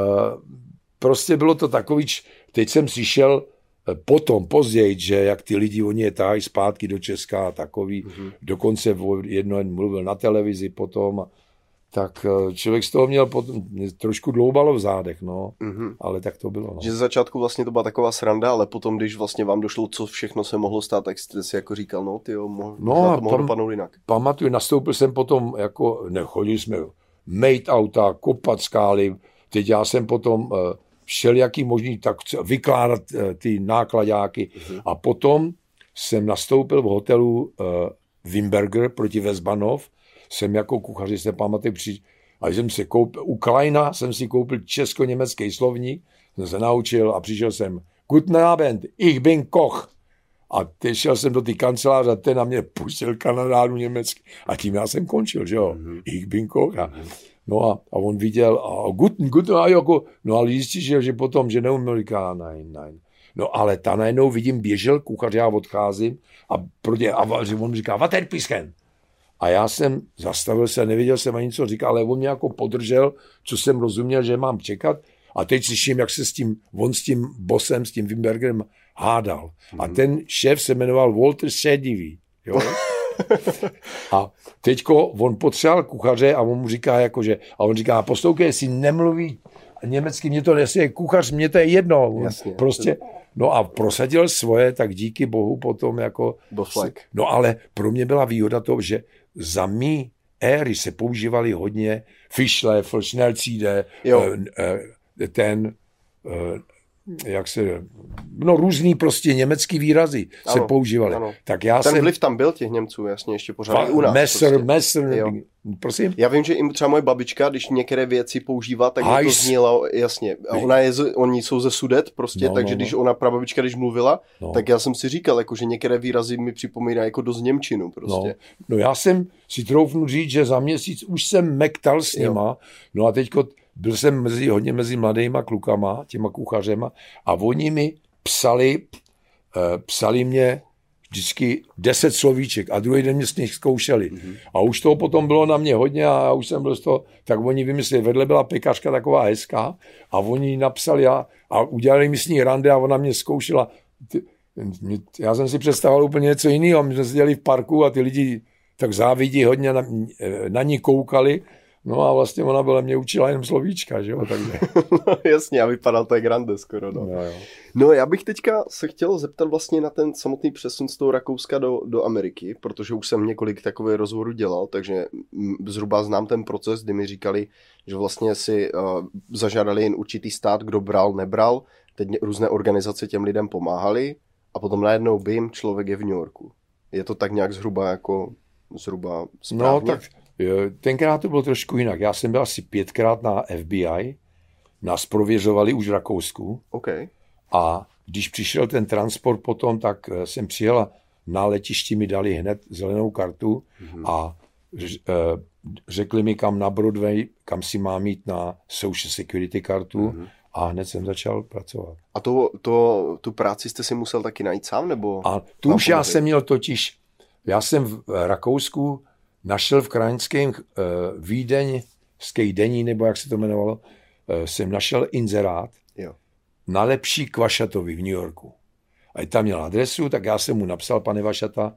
prostě bylo to takový, teď jsem slyšel později, že jak ty lidi, oni je tahají zpátky do Česka a takový, dokonce jedno mluvil na televizi potom, tak člověk z toho měl trošku dloubalo v zádech, no, ale tak to bylo. No. Že z začátku vlastně to byla taková sranda, ale potom, když vlastně vám došlo, co všechno se mohlo stát, tak jste si jako říkal, no tyjo, to mohlo dopadnout jinak. Pamatuju, nastoupil jsem potom, jako, nechodili jsme mejt auta, kopat skály, teď já jsem potom všelijaký možný, tak vykládat ty nákladáky a potom jsem nastoupil v hotelu Wimberger proti Westbahnhof, jsem jako kuchař, se pamatuju, a jsem si u Kleina jsem si koupil česko-německý slovník, jsem se naučil a přišel jsem, Guten Abend, ich bin Koch. A teď šel jsem do té kanceláře a ten na mě pustil kanadádu německy. A tím já jsem končil, že jo, ich bin Koch. No a on viděl, a guten, a jako, no ale zjistil, že potom, že neuměl, říká, nein. No ale ta najednou vidím, běžel kuchař, já odcházím a on říká, Waterpischen. A já jsem zastavil se, nevěděl jsem ani co říkal, ale on mě jako podržel, co jsem rozuměl, že mám čekat. A teď slyším, jak se s tím bosem, s tím Wimbergerem hádal. A ten šéf se jmenoval Walter Sedivý. Jo? A teďko on potřeboval kuchaře a on mu říká, jakože, a on říká, poslouchej, jestli nemluví německy, mě to je kuchař, mě to je jedno. Jasně. Prostě, no a prosadil svoje, tak díky bohu potom jako... No ale pro mě byla výhoda to, že za mý éry se používali hodně Fischlöffel, Schnellzieder, různý prostě německý výrazy se používaly. Ano. Tak já vliv tam byl těch Němců, jasně, ještě pořád i u nás. Messer, prosím. Já vím, že i třeba moje babička, když některé věci používá, tak to znělo, jasně. Oni jsou ze Sudet prostě, takže když ona prababička, když mluvila, tak já jsem si říkal, jako, že některé výrazy mi připomínají jako dost němčinu prostě. No já jsem si troufnu říct, že za měsíc už jsem mektal s nima, no a teďko byl jsem hodně mezi mladýma klukama, těma kuchařema a oni mi psali mě vždycky 10 slovíček a druhý den mě s nich zkoušeli. A už toho potom bylo na mě hodně a já už jsem byl z toho, tak oni vymysleli, vedle byla pekařka taková hezká a oni napsali a udělali mi s ní rande a ona mě zkoušela. Já jsem si představoval úplně něco jiného, my jsme seděli v parku a ty lidi tak závidí hodně na ní koukali. No a vlastně ona mě učila jenom slovíčka, že jo, takže. Jasně, a vypadal to jak rande skoro, no. No já bych teďka se chtěl zeptat vlastně na ten samotný přesun z toho Rakouska do Ameriky, protože už jsem několik takových rozhovorů dělal, takže zhruba znám ten proces, kdy mi říkali, že vlastně si zažádali jen určitý stát, kdo bral, nebral, teď různé organizace těm lidem pomáhali a potom najednou bim, člověk je v New Yorku. Je to tak nějak zhruba správně? No tak tenkrát to bylo trošku jinak. Já jsem byl asi 5krát na FBI, nás prověřovali už v Rakousku. Okay. A když přišel ten transport potom, tak jsem přijel na letišti, mi dali hned zelenou kartu a řekli mi, kam na Broadway, kam si mám mít na Social Security kartu a hned jsem začal pracovat. A tu práci jste si musel taky najít sám? Nebo a tu už já jsem měl totiž, já jsem v Rakousku našel v kraňském vídeňský denní, nebo jak se to jmenovalo, jsem našel inzerát na lepší k Vašatovi v New Yorku. A tam měl adresu, tak já jsem mu napsal, pane Vašata,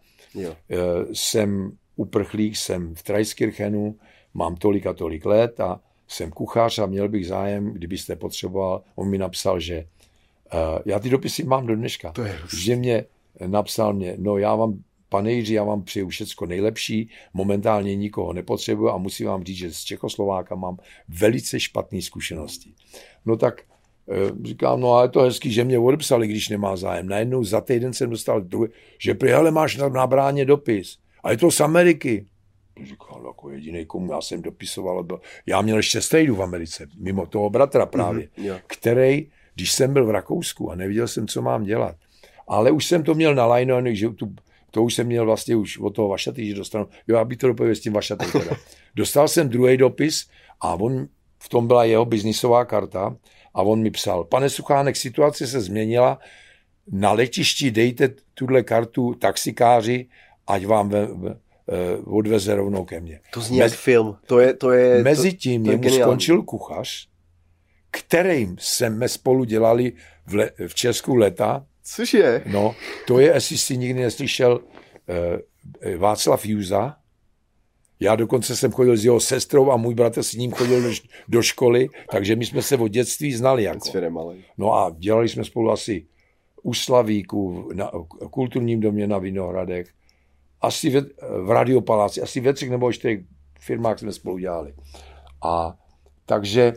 jsem uprchlík, jsem v Traiskirchenu, mám tolik a tolik let a jsem kuchař a měl bych zájem, kdybyste potřeboval. On mi napsal, že já ty dopisy mám do dneška, že mě napsal no pane Jiří, já vám přeju všecko nejlepší, momentálně nikoho nepotřebuji a musím vám říct, že z Čechoslováka mám velice špatné zkušenosti. No tak říkám, no ale je to hezký, že mě odepsali, když nemá zájem. Najednou za týden jsem dostal druhý, že ale máš na bráně dopis. A je to z Ameriky. Říkám, jako jedinej, komu já jsem dopisoval. Já měl ještě strejdu v Americe, mimo toho bratra právě, který, když jsem byl v Rakousku a nevěděl jsem, co mám dělat, ale už jsem to měl na line, že to už jsem měl vlastně už od toho Vašaty, že dostanu, já bych to dopověděl s tím Vašatem teda. Dostal jsem druhý dopis a v tom byla jeho biznisová karta a on mi psal, pane Suchánek, situace se změnila, na letišti dejte tuhle kartu taxikáři, ať vám odveze rovnou ke mně. To zní jak film. Mezitím jemu skončil kuchař, kterým jsme spolu dělali v Česku leta. Cože? No, to je, jestli jsi nikdy neslyšel, Václav Júza, Já dokonce jsem chodil s jeho sestrou a můj bratr s ním chodil do školy, takže my jsme se od dětství znali. Jako. No a dělali jsme spolu asi u Slavíku, na kulturním domě na Vinohradech, asi v Radiopaláci, asi ve 3 nebo 4 firmách jsme spolu dělali. A takže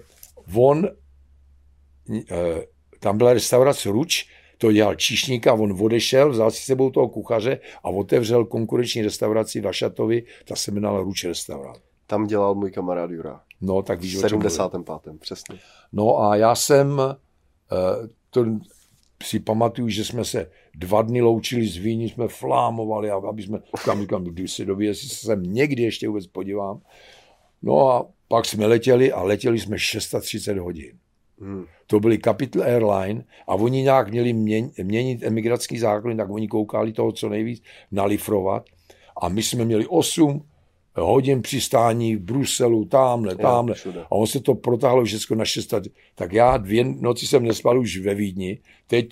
tam byla restaurace Ruč, to dělal číšník a on odešel, vzal si sebou toho kuchaře a otevřel konkurenční restauraci v Vašatovi, ta se jmenovala Ruč restaurant. Tam dělal můj kamarád Jura. No, tak víš, v 75. Přesně. No a já jsem, to si pamatuju, že jsme se 2 dny loučili z Víní, jsme flámovali, aby jsme, když se doví, jestli se sem někdy ještě vůbec podívám. No a pak jsme letěli jsme 630 hodin. To byly Capital Airline a oni nějak měli měnit emigrační zákony, tak oni koukali toho co nejvíc nalifrovat a my jsme měli 8 hodin přistání v Bruselu, tamhle. A on se to protáhlo všechno na 6. Tak já 2 noci jsem nespal už ve Vídni. Teď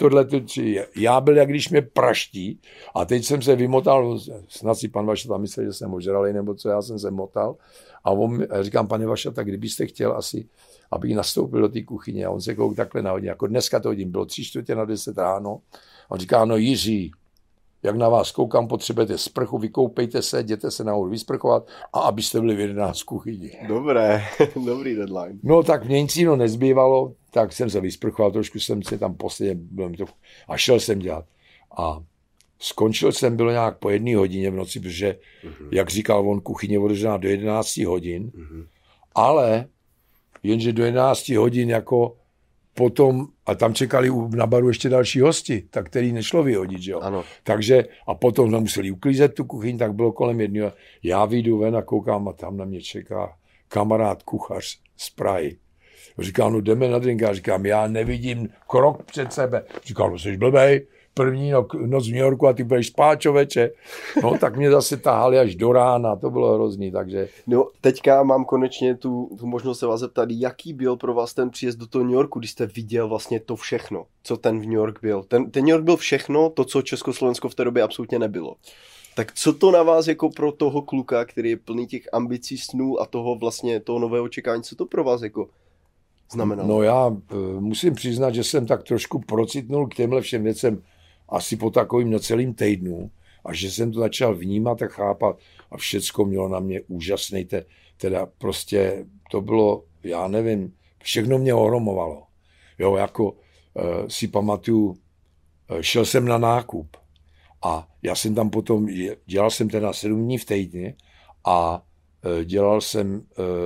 já byl, jak když mě praští a teď jsem se vymotal, snad si pan Vašata myslel, že jsem ožralej, nebo co, já jsem se motal. A říkám, pane Vašata, kdybyste chtěl asi, abych nastoupil do té kuchyně. A on se kouk takhle na hodinu, jako dneska to hodin, bylo 9:45 ráno. A on říká, no Jiří, jak na vás koukám, potřebujete sprchu, vykoupejte se, jděte se nahoru vysprchovat a abyste byli v 11 kuchyni. Dobré, dobrý deadline. No tak mě nic jiného nezbývalo, tak jsem se vysprchoval, trošku jsem se tam a šel jsem dělat. A skončil jsem, bylo nějak po 1 hodině v noci, protože, jak říkal on, kuchyně otevřená do 11 hodin, ale jenže do 11 hodin jako potom, a tam čekali na baru ještě další hosti, tak který nešlo vyhodit, že jo. Ano. Takže, a potom jsme museli uklízet tu kuchyň, tak bylo kolem 1. Já vyjdu ven a koukám a tam na mě čeká kamarád kuchař z Prahy. Říkám, no jdeme na drink, a říkám, já nevidím krok před sebe. Říkám, no jsi blbej, první noc v New Yorku a ty budeš spát, čověče. No tak mě zase tahali až do rána, to bylo hrozný, takže... No teďka mám konečně tu možnost se vás zeptat, jaký byl pro vás ten příjezd do toho New Yorku, když jste viděl vlastně to všechno, co ten v New York byl. Ten New York byl všechno, to, co Československo v té době absolutně nebylo. Tak co to na vás jako pro toho kluka, který je plný těch ambicí, snů a toho vlastně toho nového čekání, co to pro vás jako znamenalo? No já musím přiznat, že jsem tak trošku procitnul k těmhle všem věcem asi po takovým necelým týdnu a že jsem to začal vnímat a chápat a všecko mělo na mě úžasný, teda prostě to bylo, já nevím, všechno mě ohromovalo. Jo, jako si pamatuju, šel jsem na nákup a já jsem tam potom, dělal jsem teda 7 dní v týdně a dělal jsem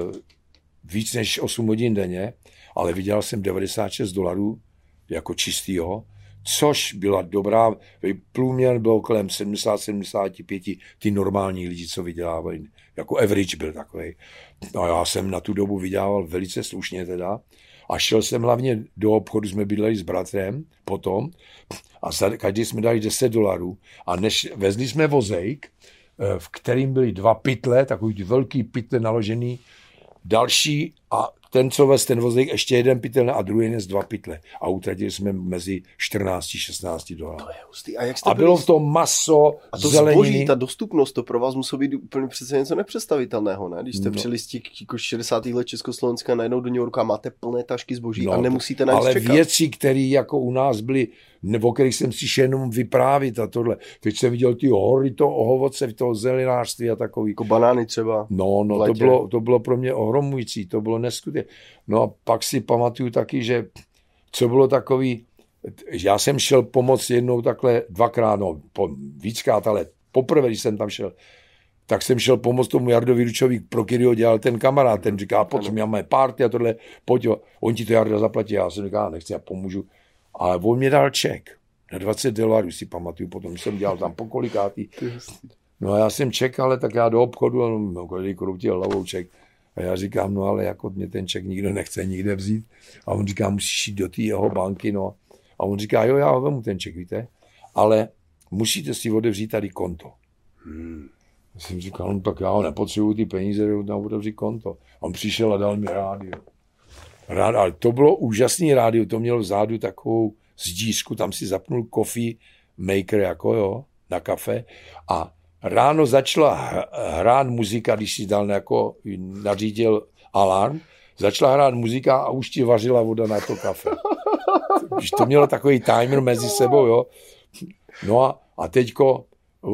víc než 8 hodin denně, ale vydělal jsem $96 jako čistýho, což byla dobrá, průměr byl kolem 70-75, ty normální lidi, co vydělávají, jako average byl takovej. A já jsem na tu dobu vydělával velice slušně teda a šel jsem hlavně do obchodu, jsme bydleli s bratrem potom a každý jsme dali $10 a vezli jsme vozejk, v kterým byly 2 pytle, takový ty velký pytle naložený, další a ten, co vez ten vozík, ještě 1 pytel a druhý nes 2 pytle. A utratili jsme mezi $14-16. To je hustý. A, jak a bylo v tom maso, a to zeleniny. Zboží, ta dostupnost, to pro vás muselo být úplně přece něco nepředstavitelného, ne? Když jste přijeli z těch jako 60. let Československa najednou do New Yorku a máte plné tašky zboží a nemusíte na nic ale čekat. Ale věci, které jako u nás byly, o kterých jsem si šel jenom vyprávět a tohle. Teď jsem viděl ty hory, to ovoce, toho zelenářství a takový. Jako banány třeba. No, to bylo pro mě ohromující, to bylo neskutečné. No a pak si pamatuju taky, že co bylo takový, já jsem šel pomoct jednou takhle 2krát, víckrát, ale poprvé, když jsem tam šel, tak jsem šel pomoct tomu Jardovi Ručovi, pro kterého dělal ten kamarád, ten říká, pojď, máme party a tohle, pojď, on ti to Jarda zaplatí, já jsem říkal, nechci, já pomůžu. Ale on mě dal ček na $20, si pamatuju, potom jsem dělal tam po kolikátý. No a já jsem čekal, ale tak já do obchodu, a každý kroutil hlavou ček. A já říkám, no ale jako mě ten ček nikdo nechce nikde vzít. A on říká, musíš jít do té jeho banky, no. A on říká, jo, já ho vemu ten ček, víte, ale musíte si otevřít tady konto. Já jsem říkal, no tak já ho nepotřebuji ty peníze, na otevřít konto. A on přišel a dal mi rádio. Ale to bylo úžasný rádio, to mělo vzadu takovou zdířku, tam si zapnul coffee maker, jako jo, na kafe a ráno začala hrát muzika, když si dal jako nařídil alarm, začala hrát muzika a už ti vařila voda na to kafe. Když to mělo takový timer mezi sebou, jo. No a teďko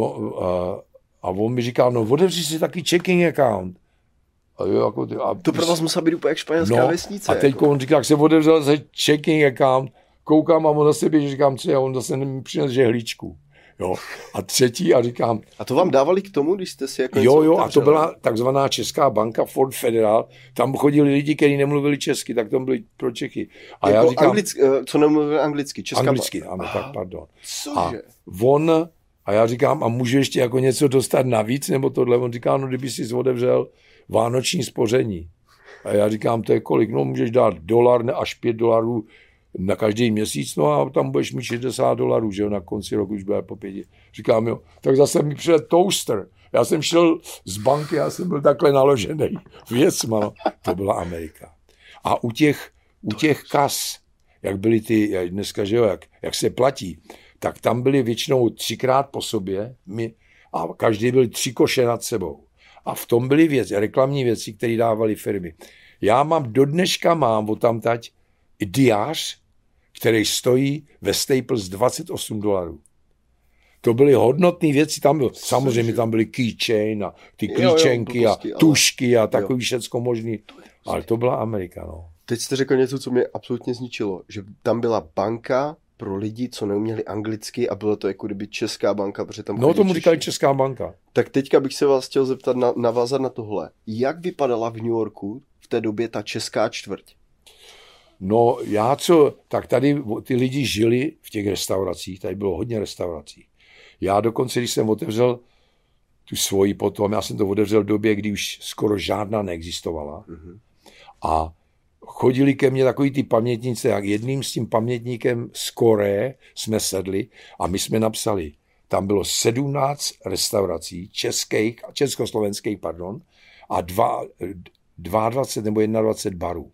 a on mi říkal, no otevři si taky checking account. A jo, jako, to pro vás musela být úplně jak španělská vesnice. A teďko on říká, jak se otevřel se checking account, koukám a on zase běží, říkám, co je, on zase mi přines žehličku. Jo. A třetí a říkám... A to vám dávali k tomu, když jste si jako Jo, otevřeli? A to byla takzvaná česká banka Ford Federal. Tam chodili lidi, kteří nemluvili česky, tak tam byli pro Čechy. A jako já říkám... co nemluvili anglicky? Anglicky, ano, tak pardon. Cože? A já říkám, a můžu ještě jako něco dostat navíc, nebo tohle? On říká, no kdyby si otevřel vánoční spoření. A já říkám, to je kolik? No můžeš dát $1 až $5 na každý měsíc, no a tam budeš mít $60, že jo, na konci roku už bude po 5. Říkám, jo, tak zase mi přijde toaster. Já jsem šel z banky, já jsem byl takhle naložený věcma, no. To byla Amerika. A u těch kas, jak byly ty, dneska, že jo, jak se platí, tak tam byly většinou 3krát po sobě a každý byl 3 koše nad sebou. A v tom byly reklamní věci, které dávaly firmy. Já do dneška mám odtamtať diář, který stojí ve Staples $28. To byly hodnotné věci, tam bylo, samozřejmě tam byly keychain a ty klíčenky a tušky a takový všecko možný. Ale to byla Amerika, no. Teď jste řekl něco, co mě absolutně zničilo, že tam byla banka pro lidi, co neuměli anglicky a bylo to jako kdyby česká banka, protože tam... No tomu říkali česká banka. Tak teďka bych se vás chtěl zeptat, navázat na tohle. Jak vypadala v New Yorku v té době ta česká čtvrť? No tak tady ty lidi žili v těch restauracích, tady bylo hodně restaurací. Já dokonce, když jsem otevřel tu svoji potom, já jsem to otevřel v době, kdy už skoro žádná neexistovala. Mm-hmm. A chodili ke mně takový ty pamětnice, jak jedním s tím pamětníkem z Koreje jsme sedli a my jsme napsali, tam bylo 17 restaurací československých, a 22 nebo 21 barů.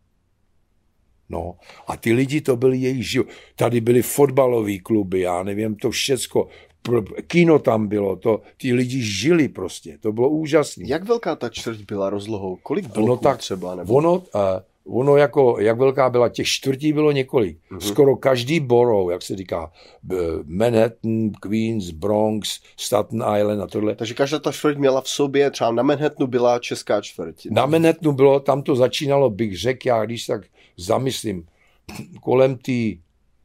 No, a ty lidi, to byli jejich život. Tady byly fotbalové kluby, já nevím, to všecko. Kino tam bylo, ty lidi žili prostě, to bylo úžasné. Jak velká ta čtvrť byla rozlohou? Kolik bloků třeba? Nebo... Ono jako, jak velká byla, těch čtvrtí bylo několik. Mm-hmm. Skoro každý borough, jak se říká, Manhattan, Queens, Bronx, Staten Island a tohle. Takže každá ta čtvrť měla v sobě, třeba na Manhattanu byla česká čtvrť. Na Manhattanu bylo, tam to začínalo, bych řekl, já když tak zamyslím, kolem té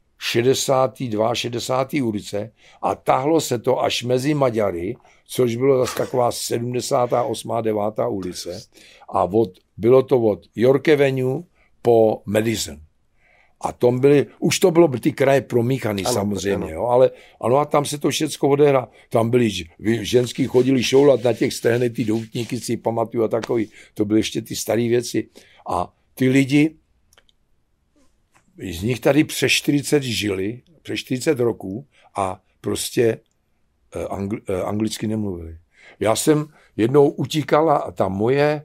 62. 60. ulice a tahlo se to až mezi Maďary, což bylo zase taková 78. 9. ulice a bylo to od York Avenue po Madison. A tom už to bylo ty kraje promíchaný samozřejmě, jo, ale ano a tam se to všecko odehrá. Tam byli ženský chodili šoulat na těch stehny, ty doutníky si pamatuju a takový, to byly ještě ty staré věci. A ty lidi, z nich tady přes 40 žili, přes 40 roků a prostě anglicky nemluvili. Já jsem jednou utíkala a ta moje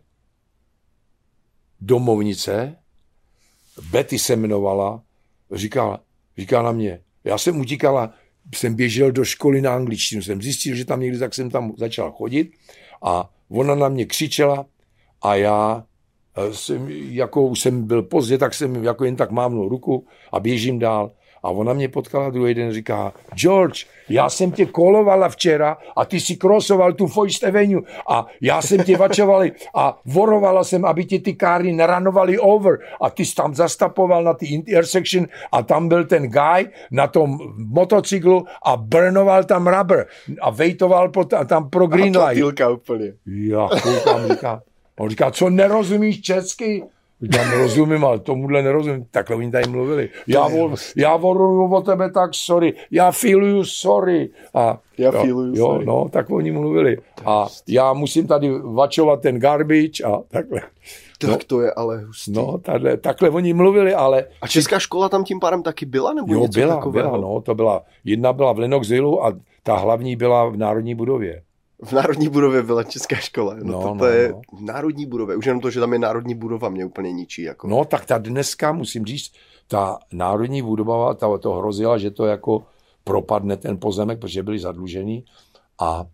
domovnice, Betty se jmenovala, říkala na mě, já jsem utíkala, jsem běžel do školy na angličtinu, jsem zjistil, že tam někdy, tak jsem tam začal chodit a ona na mě křičela a já už jsem byl pozdě, tak jsem jako jen tak mávnul ruku a běžím dál. A ona mě potkala druhý den, říká, George, já jsem tě kolovala včera a ty si krosoval tu First Avenue a já jsem tě vačoval a vorovala jsem, aby ti ty káry neranovaly over a ty jsi tam zastapoval na ty intersection a tam byl ten guy na tom motocyklu a burnoval tam rubber a vejtoval tam pro green light. A úplně. Já koukám, on říká, co nerozumíš česky? Já nerozumím, ale tomuhle nerozumím. Takhle oni tady mluvili. Já voruju o tebe, tak sorry. Já feeluju sorry. Sorry. No, tak oni mluvili. A já musím tady vačovat ten garbage a takhle. Tak to je ale hustý. No, takhle oni mluvili, ale... A česká škola tam tím pádem taky byla? Nebo jo, něco takového? byla, no. To byla, jedna byla v Lenoxvillu a ta hlavní byla v Národní budově. V Národní budově byla česká škola. To je Národní budově. Už jenom to, že tam je Národní budova, mě úplně ničí. Jako. No tak ta dneska, musím říct, ta Národní budova, to hrozila, že to jako propadne ten pozemek, protože byli zadlužení a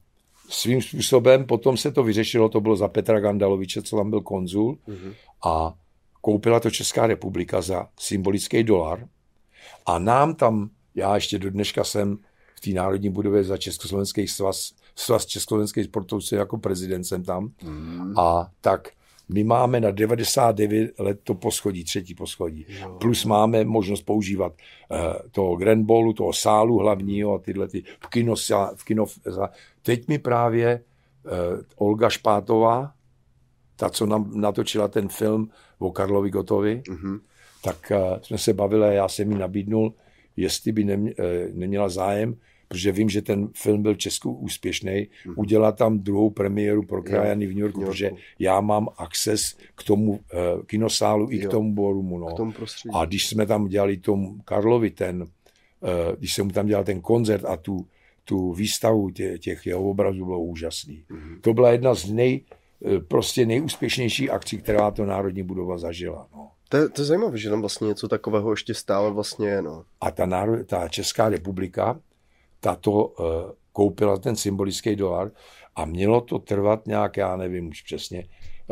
svým způsobem potom se to vyřešilo, to bylo za Petra Gandaloviče, co tam byl konzul, a koupila to Česká republika za symbolický $1 a nám tam, já ještě do dneška jsem v té národní budově za Československý svaz československých sportovců jako prezident jsem tam a tak my máme na 99 let to poschodí, 3. poschodí. Plus máme možnost používat toho Grand Ballu, toho sálu hlavního a tyhle v kino. Teď mi právě Olga Špátová, ta, co nám natočila ten film o Karlovi Gottovi, tak jsme se bavili, já jsem jí nabídnul, jestli by neměla zájem, protože vím, že ten film byl v Česku úspěšný, udělat tam druhou premiéru pro krajany v New Yorku, protože já mám access k tomu kinosálu i k tomu ballroomu. No. A když jsme tam dělali tomu Karlovi když jsem mu tam dělal ten koncert a tu výstavu těch jeho obrazů, bylo úžasný. To byla jedna z prostě nejúspěšnější akcí, která to Národní budova zažila. No. To je zajímavé, že tam vlastně něco takového ještě stále vlastně je. No. A ta Česká republika, tato koupila ten symbolický $1 a mělo to trvat nějak, já nevím už přesně,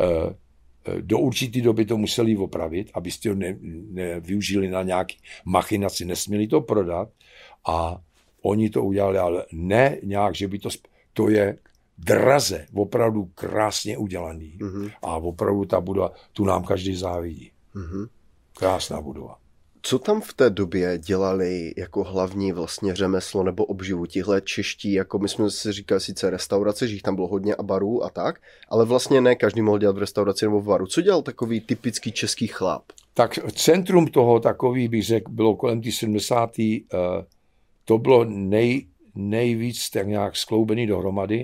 do určité doby to museli opravit, abyste ho nevyužili na nějaký machinaci, nesměli to prodat a oni to udělali, ale ne nějak, že by to je draze, opravdu krásně udělaný a opravdu ta budova, tu nám každý závidí. Krásná budova. Co tam v té době dělali jako hlavní vlastně řemeslo nebo obživu tihle čeští, jako my jsme si říkali sice restaurace, že jich tam bylo hodně a barů a tak, ale vlastně ne každý mohl dělat v restauraci nebo v baru. Co dělal takový typický český chlap? Tak centrum toho takový, bych řekl, bylo kolem té 70. To bylo nejvíc tak nějak skloubený dohromady.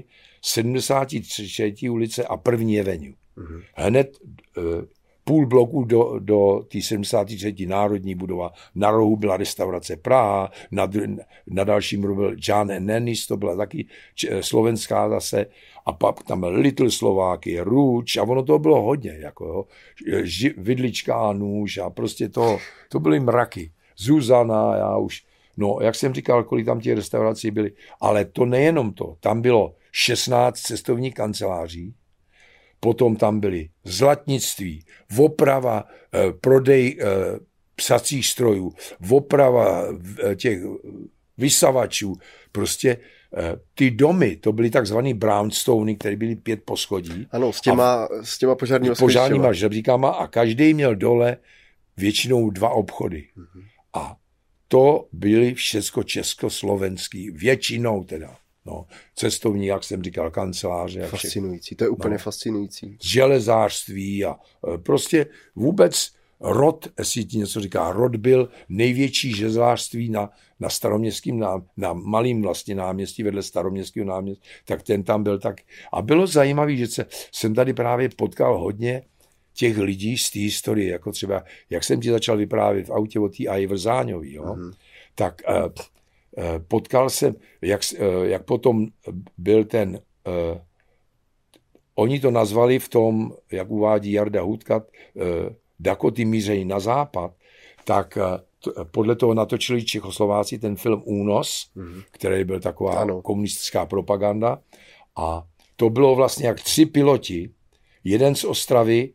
73. ulice a 1. avenue. Hned půl bloku do té 73. národní budova. Na rohu byla restaurace Praha, na dalším rohu byl John and Nennis, to byla taky slovenská zase, a pak tam byl Little Slováky, Růč, a ono to bylo hodně, jako vidlička a nůž a prostě to byly mraky. Zuzana, já už, no, jak jsem říkal, kolik tam těch restaurací byly, ale to nejenom to, tam bylo 16 cestovních kanceláří, potom tam byly zlatnictví, oprava, prodej psacích strojů, oprava těch vysavačů, prostě ty domy, to byly takzvaný brownstony, které byly 5 poschodí. Ano, s těma požárníma žebříkama a každý měl dole většinou 2 obchody. A to byly všecko československý, většinou teda. No, cestovní, jak jsem říkal, kanceláře. Fascinující, to je úplně fascinující. Železářství a prostě vůbec Rod, jestli ti něco říká, Rod byl největší železářství na Staroměstském, na malým vlastně náměstí, vedle Staroměstského náměstí, tak ten tam byl tak. A bylo zajímavé, že jsem tady právě potkal hodně těch lidí z té historie, jako třeba, jak jsem ti začal vyprávět v autě o té Aji Vrzáňový, jo? Tak potkal jsem, jak potom byl ten, oni to nazvali v tom, jak uvádí Jarda Hudka, Dakoty mířejí na západ, tak podle toho natočili Čechoslováci ten film Únos, který byl taková komunistická propaganda, a to bylo vlastně jak 3 piloti, jeden z Ostravy,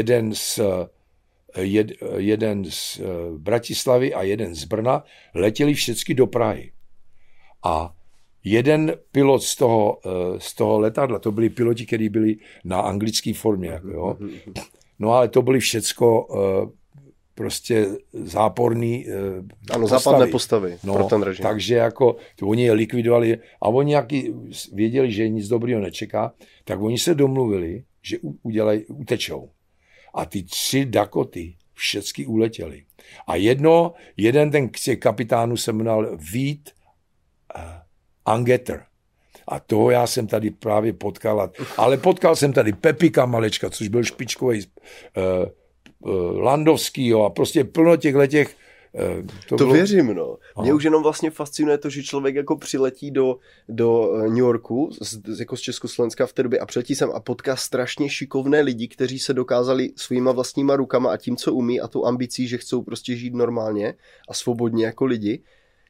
jeden z Bratislavy a jeden z Brna, letěli všechny do Prahy. A jeden pilot z toho letadla, to byli piloti, kteří byli na anglické formě. Jako, jo. No ale to byly všecko prostě záporný západné postavy pro ten režim. Takže jako oni je likvidovali a oni věděli, že nic dobrýho nečeká, tak oni se domluvili, že utečou. A ty 3 Dakoty všecky uletěli. A jeden ten z těch kapitánů se jmenoval Vít Angeter. A toho já jsem tady právě potkal. Ale potkal jsem tady Pepika Malečka, což byl špičkový Landovskýho a prostě plno těch. To věřím, no. Mě už jenom vlastně fascinuje to, že člověk jako přiletí do New Yorku, jako z Československa v té době, a přiletí sem a potká strašně šikovné lidi, kteří se dokázali svýma vlastníma rukama a tím, co umí, a tou ambicí, že chcou prostě žít normálně a svobodně jako lidi,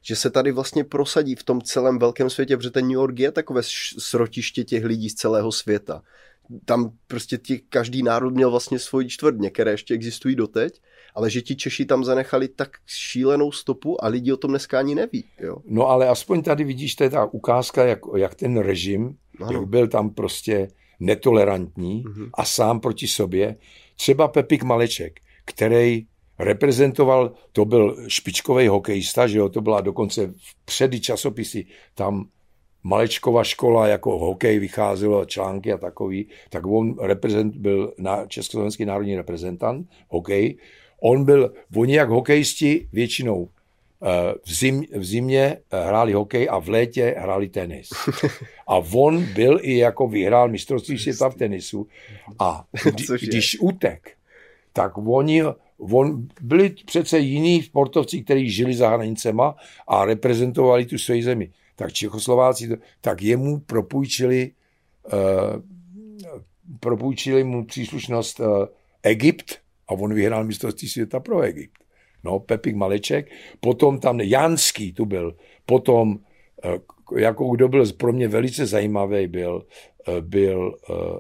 že se tady vlastně prosadí v tom celém velkém světě, protože ten New York je takové srotiště těch lidí z celého světa. Tam prostě každý národ měl vlastně svoji čtvrt, některé ještě existují doteď, ale že ti Češi tam zanechali tak šílenou stopu a lidi o tom dneska ani neví. Jo? No ale aspoň tady vidíš, to je ta ukázka, jak ten režim, jak byl tam prostě netolerantní a sám proti sobě. Třeba Pepík Maleček, který reprezentoval, to byl špičkový hokejista, že jo, to byla dokonce před časopisy, tam Malečkova škola, jako hokej vycházelo, články a takový, tak on byl československý národní reprezentant, hokej. Oni jak hokejisti většinou v zimě hráli hokej a v létě hráli tenis. A on byl i jako vyhrál mistrovství světa v tenisu a když utek, tak byli přece jiní sportovci, kteří žili za hranicema a reprezentovali tu svoji zemi. Tak Čechoslováci, tak jemu propůjčili mu příslušnost Egypt a on vyhrál mistrovství světa pro Egypt. No, Pepík Maleček, potom tam Janský tu byl, potom, jako kdo byl pro mě velice zajímavý, byl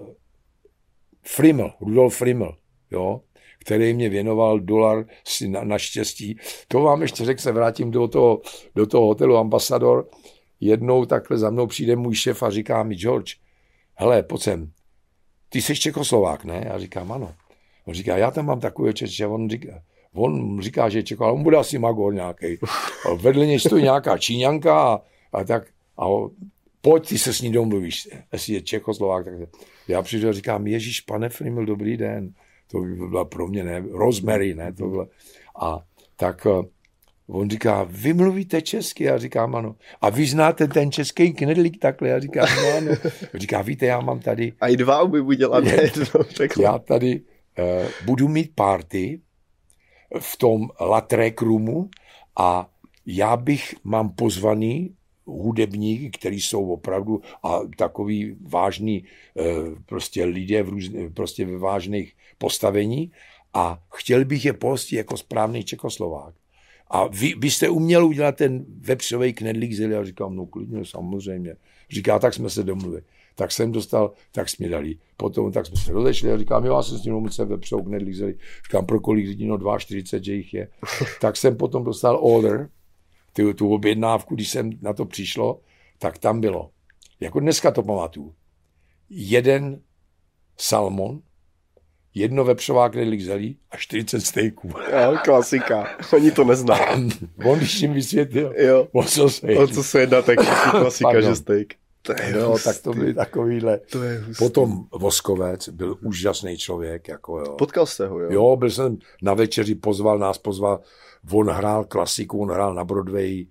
Frimmel, Rudolf Frimmel, jo, který mě věnoval $1 naštěstí. To vám ještě řekl, se vrátím do toho hotelu Ambassador. Jednou takhle za mnou přijde můj šéf a říká mi, George, hele, pojď sem, ty jsi Čechoslovák, ne? Já říkám, ano. On říká, já tam mám takový Čeče, on říká, že je Čeko, ale on bude asi Magor nějaký. Vedle něj stojí nějaká Číňanka a pojď, ty se s ní domluvíš, jestli je Čechoslovák. Tak já přijdu a říkám, Ježíš, pane Frimmel, dobrý den. To by byla pro mě, ne, Rosemary, ne, tohle. A tak on říká, vy mluvíte česky? Já říkám, ano. A vy znáte ten český knedlík takhle? Já říkám, no, ano. Říká, víte, já mám tady... A i dva by udělat jedno. Já tady budu mít party v tom Latrek Roomu a mám pozvaný hudebníky, který jsou opravdu a takový vážný prostě lidé prostě ve vážných postavení a chtěl bych je pohostit jako správný Čekoslovák. A vy byste uměl udělat ten vepřovej knedlík zelí? A říkám, no klidně, samozřejmě. Říká, tak jsme se domluvili. Tak jsem dostal, tak jsme dali. Potom tak jsme se rozešli a říkám, jo, já jsem s ním musel vepřovou knedlík zelí. Říkám, pro kolik lidí, no 2,40, že jich je. Tak jsem potom dostal order, tu objednávku, když jsem na to přišlo, tak tam bylo, jako dneska to pamatuju, 1 salmon, 1 vepřová knedlík zelí a 40 steaků. Jo, klasika. Oni to nezná. On když jim vysvětlil, o co se jedná, tak klasika, že steak. No, tak to byly takovýhle. Potom Voskovec byl úžasný člověk. Jako, jo. Potkal jste ho, jo? Jo, byl jsem na večeři, nás pozval. On hrál klasiku, on hrál na Broadway.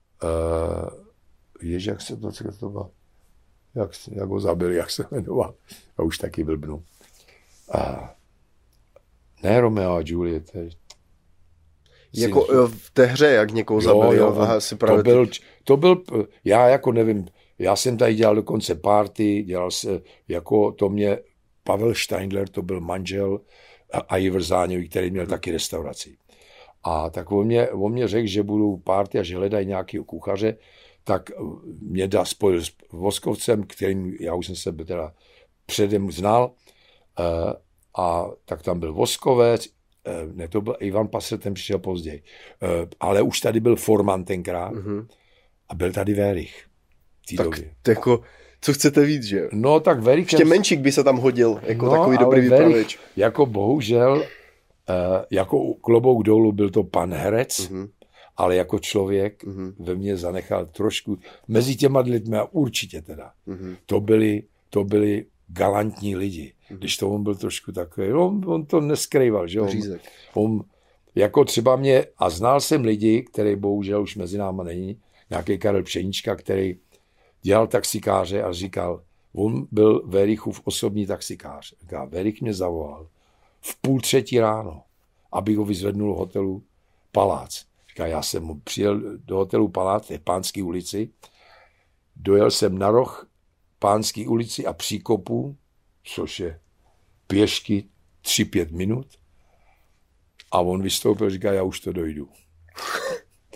Jak se to bylo? Jak ho zabili, jak se jmenoval. A už taky blbnu. Ne Romeo a Juliet. Jako v té hře, jak někoho zabili. Jo, to byl, já jako nevím, já jsem tady dělal dokonce party, dělal se, jako to mě, Pavel Steindler, to byl manžel Ivor Záňový, který měl taky restauraci. A tak on mě řekl, že budou party a že hledají nějakého kuchaře, tak mě spojil s Voskovcem, kterým já už jsem se teda předem znal, a tak tam byl Voskovec, ne, to byl Ivan Passer, ten přišel později, ale už tady byl Forman tenkrát a byl tady Werich. Tak jako, co chcete víc, že? No tak Werich... Ještě Menšík by se tam hodil, jako takový dobrý vypravěč. Jako bohužel, jako klobouk dolů byl to pan herec, ale jako člověk ve mně zanechal trošku, mezi těma lidmi, určitě teda, to byli galantní lidi. Když to on byl trošku takový, on to neskrýval, že on jako třeba a znal jsem lidi, který bohužel už mezi náma není, nějaký Karel Pšenička, který dělal taxikáře a říkal, on byl Werichův osobní taxikář. Říkal, Werich mě zavolal v 2:30 ráno, abych ho vyzvednul v hotelu Palác. Říkal, já jsem přijel do hotelu Palác, v Pánské ulici, dojel jsem na roh Pánské ulici a Příkopu, což je pěšky 3-5 minut, a on vystoupil, říká, já už to dojdu.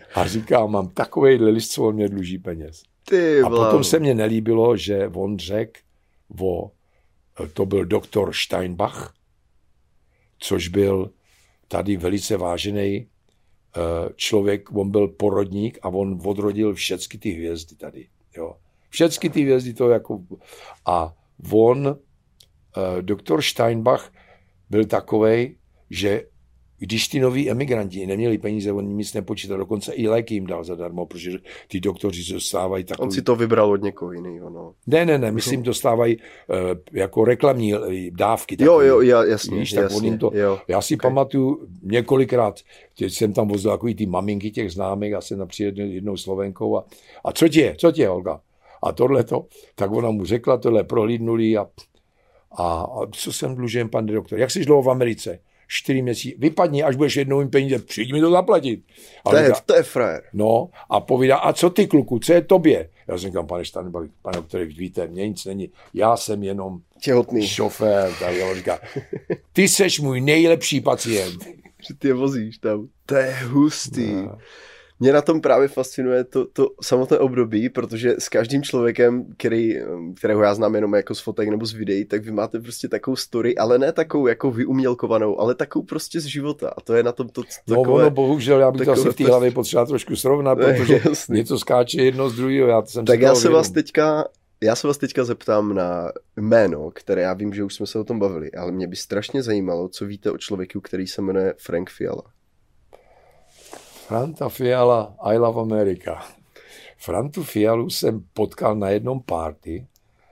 A říkám, mám takovejhle list, co on mě dluží peněz. A potom se mně nelíbilo, že on řekl, to byl doktor Steinbach, což byl tady velice vážený člověk, on byl porodník a on odrodil všechny ty hvězdy tady. Jo. Všechny ty hvězdy to jako... A on, doktor Steinbach, byl takovej, že když ty noví emigranti neměli peníze, on nic nepočítal, dokonce i léky jim dal zadarmo, protože ty doktoři dostávají takový... On si to vybral od někoho jiného, no. Ne, myslím, dostávají jako reklamní dávky. Takový, jo, jasně, víš, jasně. Tak on jim to, jo, já si pamatuju několikrát, jsem tam vozil takový ty maminky těch známých, já jsem napřijel jednou Slovenkou a co ti je, Olga? A tohleto, tak ona mu řekla, tohle prohlídnuli a co jsem dlužen, pan doktor, jak jsi dlouho v Americe? 4 měsíce, vypadni, až budeš jednou mít peníze, přijď mi to zaplatit. To je frajer. No a povídá, a co ty kluku, co je tobě? Já jsem říkal, pane Steinbach, pane doktore, víte, mně nic není, já jsem jenom těhotný šofér. Tak on říká, ty seš můj nejlepší pacient. Že ty je vozíš tam. To je hustý. No. Mě na tom právě fascinuje to samotné období, protože s každým člověkem, kterého já znám jenom jako z fotek nebo z videí, tak vy máte prostě takovou story, ale ne takovou jako vyumělkovanou, ale takovou prostě z života. A to je na tom to takové... No bohužel, já bych to asi v té hlavě potřeboval trošku srovnat, protože něco skáče jedno z druhého. Tak já se vás teďka zeptám na jméno, které já vím, že už jsme se o tom bavili, ale mě by strašně zajímalo, co víte o člověku, který se jmenuje Frank Fiala. Franta Fiala, I love America. Frantu Fialu jsem potkal na jednom party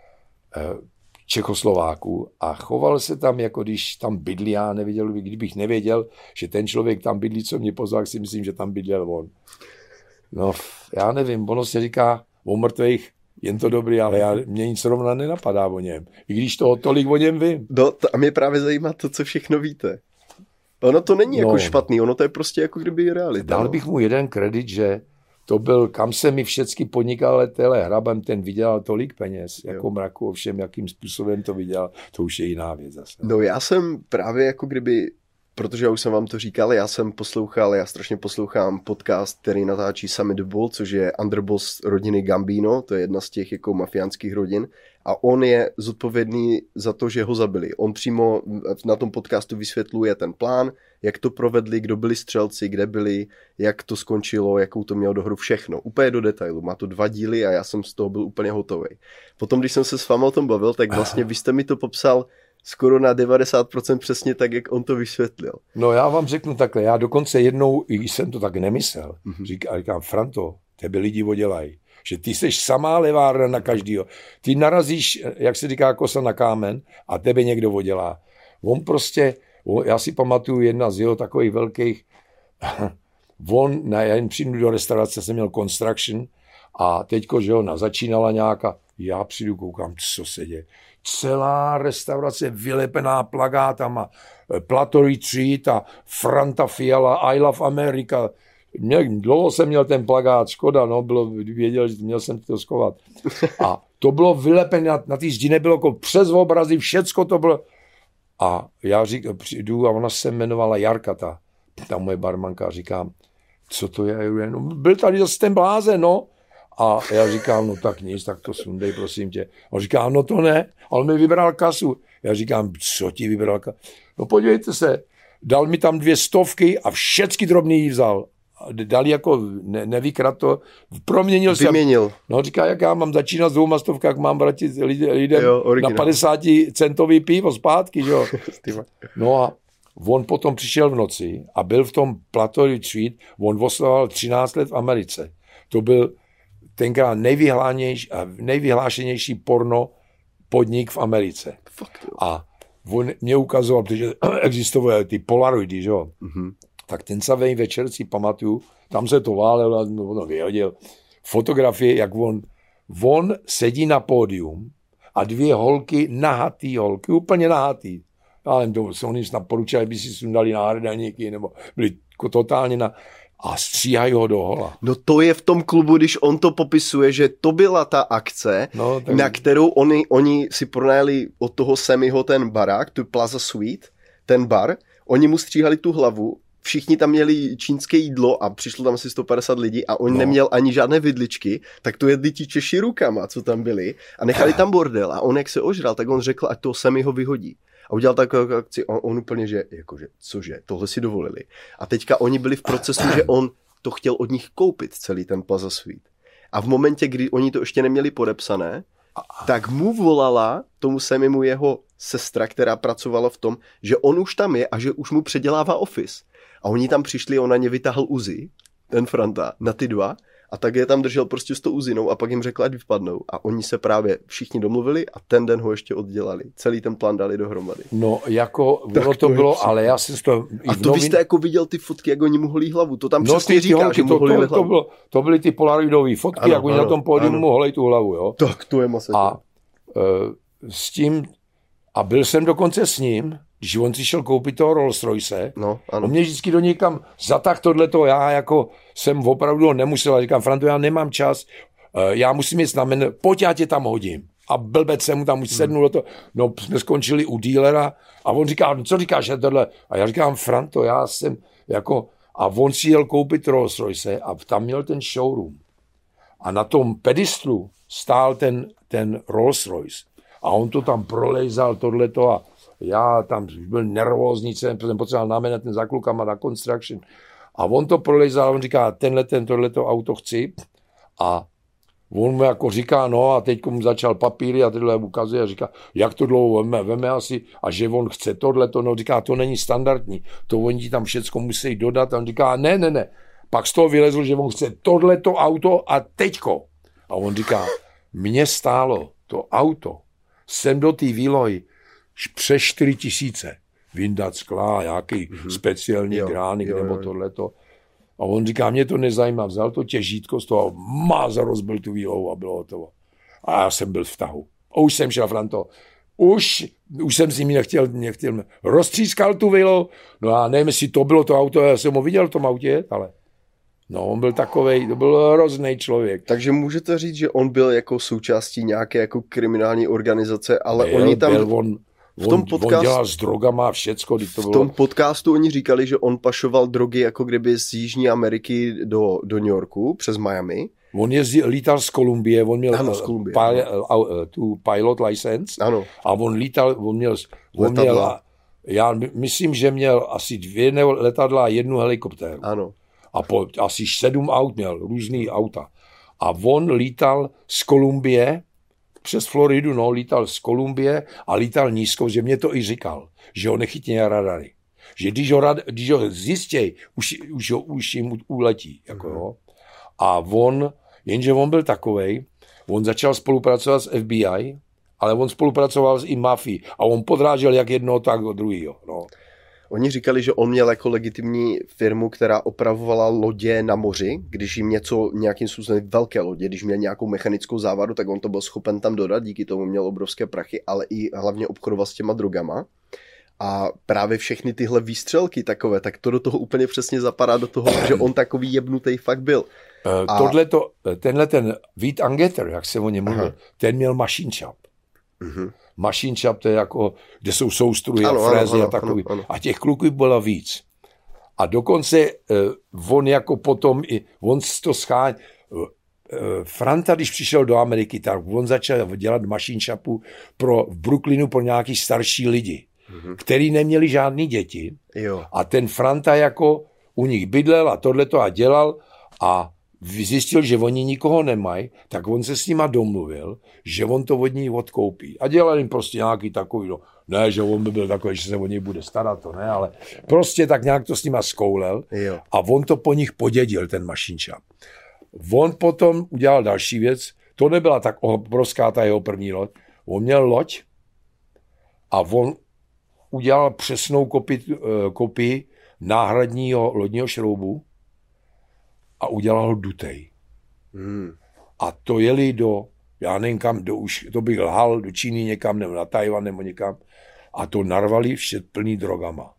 Čechoslováků a choval se tam, jako když tam bydlí, já nevěděl, kdybych nevěděl, že ten člověk tam bydlí, co mě pozval, si myslím, že tam bydlel on. No, já nevím, ono se říká o mrtvých, jen to dobrý, ale mě nic rovna nenapadá o něm. I když toho tolik o něm vím. A mě právě zajímá to, co všechno víte. Ono to není jako špatný, ono to je prostě jako kdyby realita. Dal bych mu jeden kredit, že to byl, kam se mi všechny podnikatelé Hrabem, ten vydělal tolik peněz, jako mraku, ovšem jakým způsobem to vydělal, to už je jiná věc zase. No já jsem právě jako kdyby, protože já už jsem vám to říkal, já strašně poslouchám podcast, který natáčí Sammy the Bull, což je underboss rodiny Gambino, to je jedna z těch jako mafiánských rodin a on je zodpovědný za to, že ho zabili. On přímo na tom podcastu vysvětluje ten plán, jak to provedli, kdo byli střelci, kde byli, jak to skončilo, jakou to mělo dohru, všechno. Úplně do detailu. Má to 2 díly a já jsem z toho byl úplně hotový. Potom, když jsem se s vámi o tom bavil, tak vlastně vy jste mi to popsal skoro na 90% přesně tak, jak on to vysvětlil. No já vám řeknu takhle, já dokonce jednou, i jsem to tak nemyslel, říkám, Franto, tebe lidi odělají, že ty seš samá levárna na každýho. Ty narazíš, jak se říká, kosa na kámen a tebe někdo odělá. On prostě, já si pamatuju jedna z jeho takových velkých, já jen přijdu do restaurace, jsem měl construction a teďko, že ona začínala nějaká, já přijdu, koukám, co se děje. Celá restaurace vylepená plakátama, Plato Retreat a Franta Fiala, I love America. Dlouho jsem měl ten plakát, škoda, věděl, že měl jsem to schovat. A to bylo vylepené, na té zdi nebylo jako přes obrazy, všecko to bylo. A já přijdu a ona se jmenovala Jarka, ta moje barmanka, a říkám, co to je? No, byl tady zase ten blázen, no. A já říkám, no tak nic, tak to sundej, prosím tě. On říká, no to ne, ale mi vybral kasu. Já říkám, co ti vybral kasu? No podívejte se, dal mi tam 200 a všechny drobný jí vzal. Dal jako, nevykrat to, proměnil se. Vyměnil. No říká, jak já mám začínat s 200, jak mám vrátit lidem na 50 centový pivo zpátky, že jo. No a on potom přišel v noci a byl v tom Plato Retreat, on oslavoval 13 let v Americe. To byl tenkrát nejvyhlášenější porno podnik v Americe. A on mě ukazoval, protože existovaly ty polaroidy, že jo. Tak ten samý večer si pamatuju, tam se to válel, on vyhodil fotografie, jak on sedí na pódium a 2 holky, nahatý holky, úplně nahatý. Ale to se oni snad poručili, aby si sundali náhrdelníky, nebo byli totálně a stříhají ho do hola. No to je v tom klubu, když on to popisuje, že to byla ta akce, na kterou oni si pronajali od toho Sammyho ten barák, tu Plaza Suite, ten bar, oni mu stříhali tu hlavu, všichni tam měli čínské jídlo a přišlo tam asi 150 lidí a on neměl ani žádné vidličky, tak to jedli ti Češi rukama, co tam byli a nechali tam bordel a on jak se ožral, tak on řekl, ať to sami ho vyhodí. A udělal takovou akci, on úplně, že jakože, cože, tohle si dovolili. A teďka oni byli v procesu, že on to chtěl od nich koupit, celý ten Plaza Suite. A v momentě, kdy oni to ještě neměli podepsané, tak mu volala tomu Samimu jeho sestra, která pracovala v tom, že on už tam je a že už mu předělává office. A oni tam přišli, on na ně vytáhl Uzi, ten Franta, na ty dva, a tak je tam držel prostě s tou Uzinou a pak jim řekl, ať vypadnou. A oni se právě všichni domluvili a ten den ho ještě oddělali. Celý ten plán dali dohromady. No, jako bylo to bylo, ale já jsem to... A to vy jste jako viděl ty fotky, jak oni mu holí hlavu. To tam přesně říká, že mu holí hlavu. To byly ty polaroidové fotky, ano, jak oni na tom pódiu mu holej tu hlavu, jo. Tak to je masakr. A s tím, a byl jsem dokonce s ním, když on si šel koupit toho Rolls Royce, no, ano. On mě vždycky do někam zatáhl tohleto, já jako jsem opravdu nemusel, a říkám, Franto, já nemám čas, já musím jít znamenat, pojď, já tě tam hodím. A blbec jsem mu tam už sednul do toho, no jsme skončili u dílera a on říká, no, co říkáš na tohle? A já říkám, Franto, já jsem jako, a on si jel koupit Rolls Royce a tam měl ten showroom. A na tom pedestlu stál ten Rolls Royce. A on to tam prolejzal tohleto a já tam byl nervózní, jsem potřeboval námět ten za klukama na construction. A on to prolejzal, on říká, tohleto auto chci. A on mu jako říká, no a teď mu začal papíry a tyhle ukazuje a říká, jak to dlouho veme asi a že on chce tohleto, no říká, to není standardní, to oni ti tam všecko musí dodat a on říká, ne. Pak z toho vylezl, že on chce tohleto auto a teďko. A on říká, mně stálo to auto sem do té výlohy přes 4 000 vyndat skla, nějaký speciální gránik nebo tohleto. A on říká, mě to nezajímá, vzal to těžítko z toho, rozbil tu výlohu a bylo hotovo. A já jsem byl v tahu. A už jsem šel, Franto, už jsem s nimi nechtěl, roztřískal tu výlohu, no a nevím, jestli to bylo to auto, já jsem ho viděl v tom autě, ale no, on byl takovej, to byl hrozný člověk. Takže můžete říct, že on byl jako součástí nějaké jako kriminální organizace, ale oni tam... On dělal s drogama a všecko. V tom podcastu oni říkali, že on pašoval drogy jako kdyby z Jižní Ameriky do New Yorku přes Miami. On lítal z Kolumbie, on měl tu pilot license. Ano. A on měl, já myslím, že měl asi 2 letadla a 1 helikoptéru. Ano. A asi 7 aut měl, různý auta. A on lítal z Kolumbie přes Floridu, lítal z Kolumbie a lítal nízko, že mě to i říkal, že ho nechytí na radary. Že když ho zjistěj, už jim uletí. Jako, jo. A jenže on byl takovej, on začal spolupracovat s FBI, ale on spolupracoval s i mafií a on podrážel jak jednoho, tak druhýho. No. Oni říkali, že on měl jako legitimní firmu, která opravovala lodě na moři, když jim nějakým způsobem velké lodě, když měl nějakou mechanickou závadu, tak on to byl schopen tam dodat, díky tomu měl obrovské prachy, ale i hlavně obchodoval s těma drogama. A právě všechny tyhle výstřelky takové, tak to do toho úplně přesně zapadá do toho, že on takový jebnutej fakt byl. Tenhle Vít Angeter, jak se o něm mluvil, ten měl machine shop. Machine shop, to je jako, kde jsou soustruhy a frézy a takový. Ano. A těch kluků bylo víc. A dokonce on jako potom, on to schání, Franta, když přišel do Ameriky, tak on začal dělat machine shopu v Brooklynu pro nějaký starší lidi, který neměli žádný děti. Jo. A ten Franta jako u nich bydlel a tohleto a dělal a zjistil, že oni nikoho nemají, tak on se s nima domluvil, že on to od ní odkoupí. A dělal jim prostě nějaký takový, ne, že on by byl takový, že se o něj bude starat, to ne, ale prostě tak nějak to s nima zkoulel a on to po nich podědil, ten machine shop. On potom udělal další věc, to nebyla tak obrovská ta jeho první loď, on měl loď a on udělal přesnou kopii náhradního lodního šroubu a udělal ho dutej. A to jeli já nevím kam, to bych lhal, do Číny někam, nebo na Tajvan, nebo někam. A to narvali vše plný drogama.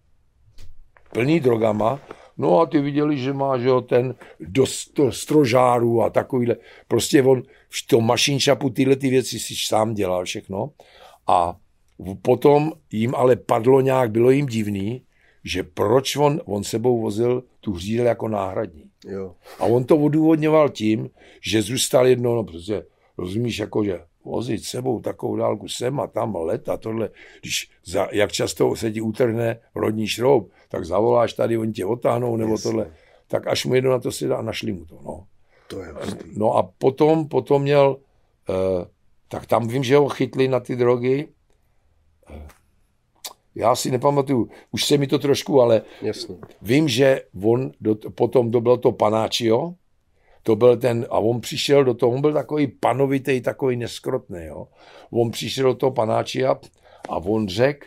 No a ty viděli, že má, že ten do strožáru a takovýhle. Prostě on v tom machine shopu tyhle ty věci si sám dělal všechno. A potom jim ale padlo nějak, bylo jim divný, že proč on sebou vozil tu hřídel jako náhradní. Jo. A on to odůvodňoval tím, že zůstal jednou, no prostě, rozumíš, jako že vozit sebou takovou dálku sem a tam a let a tohle, když jak často se ti utrhne lodní šroub, tak zavoláš tady, oni tě otáhnou nebo Jasně. tohle, tak až mu jedno na to si dá a našli mu to, no. To je No a potom měl, tak tam vím, že ho chytli na ty drogy, já si nepamatuju, už se mi to trošku, ale jasně. vím, že potom to bylo to Panáčio, to byl ten, a on přišel do toho, on byl takový panovitý, takový neskrotný, jo. On přišel do toho Panáčia a on řekl,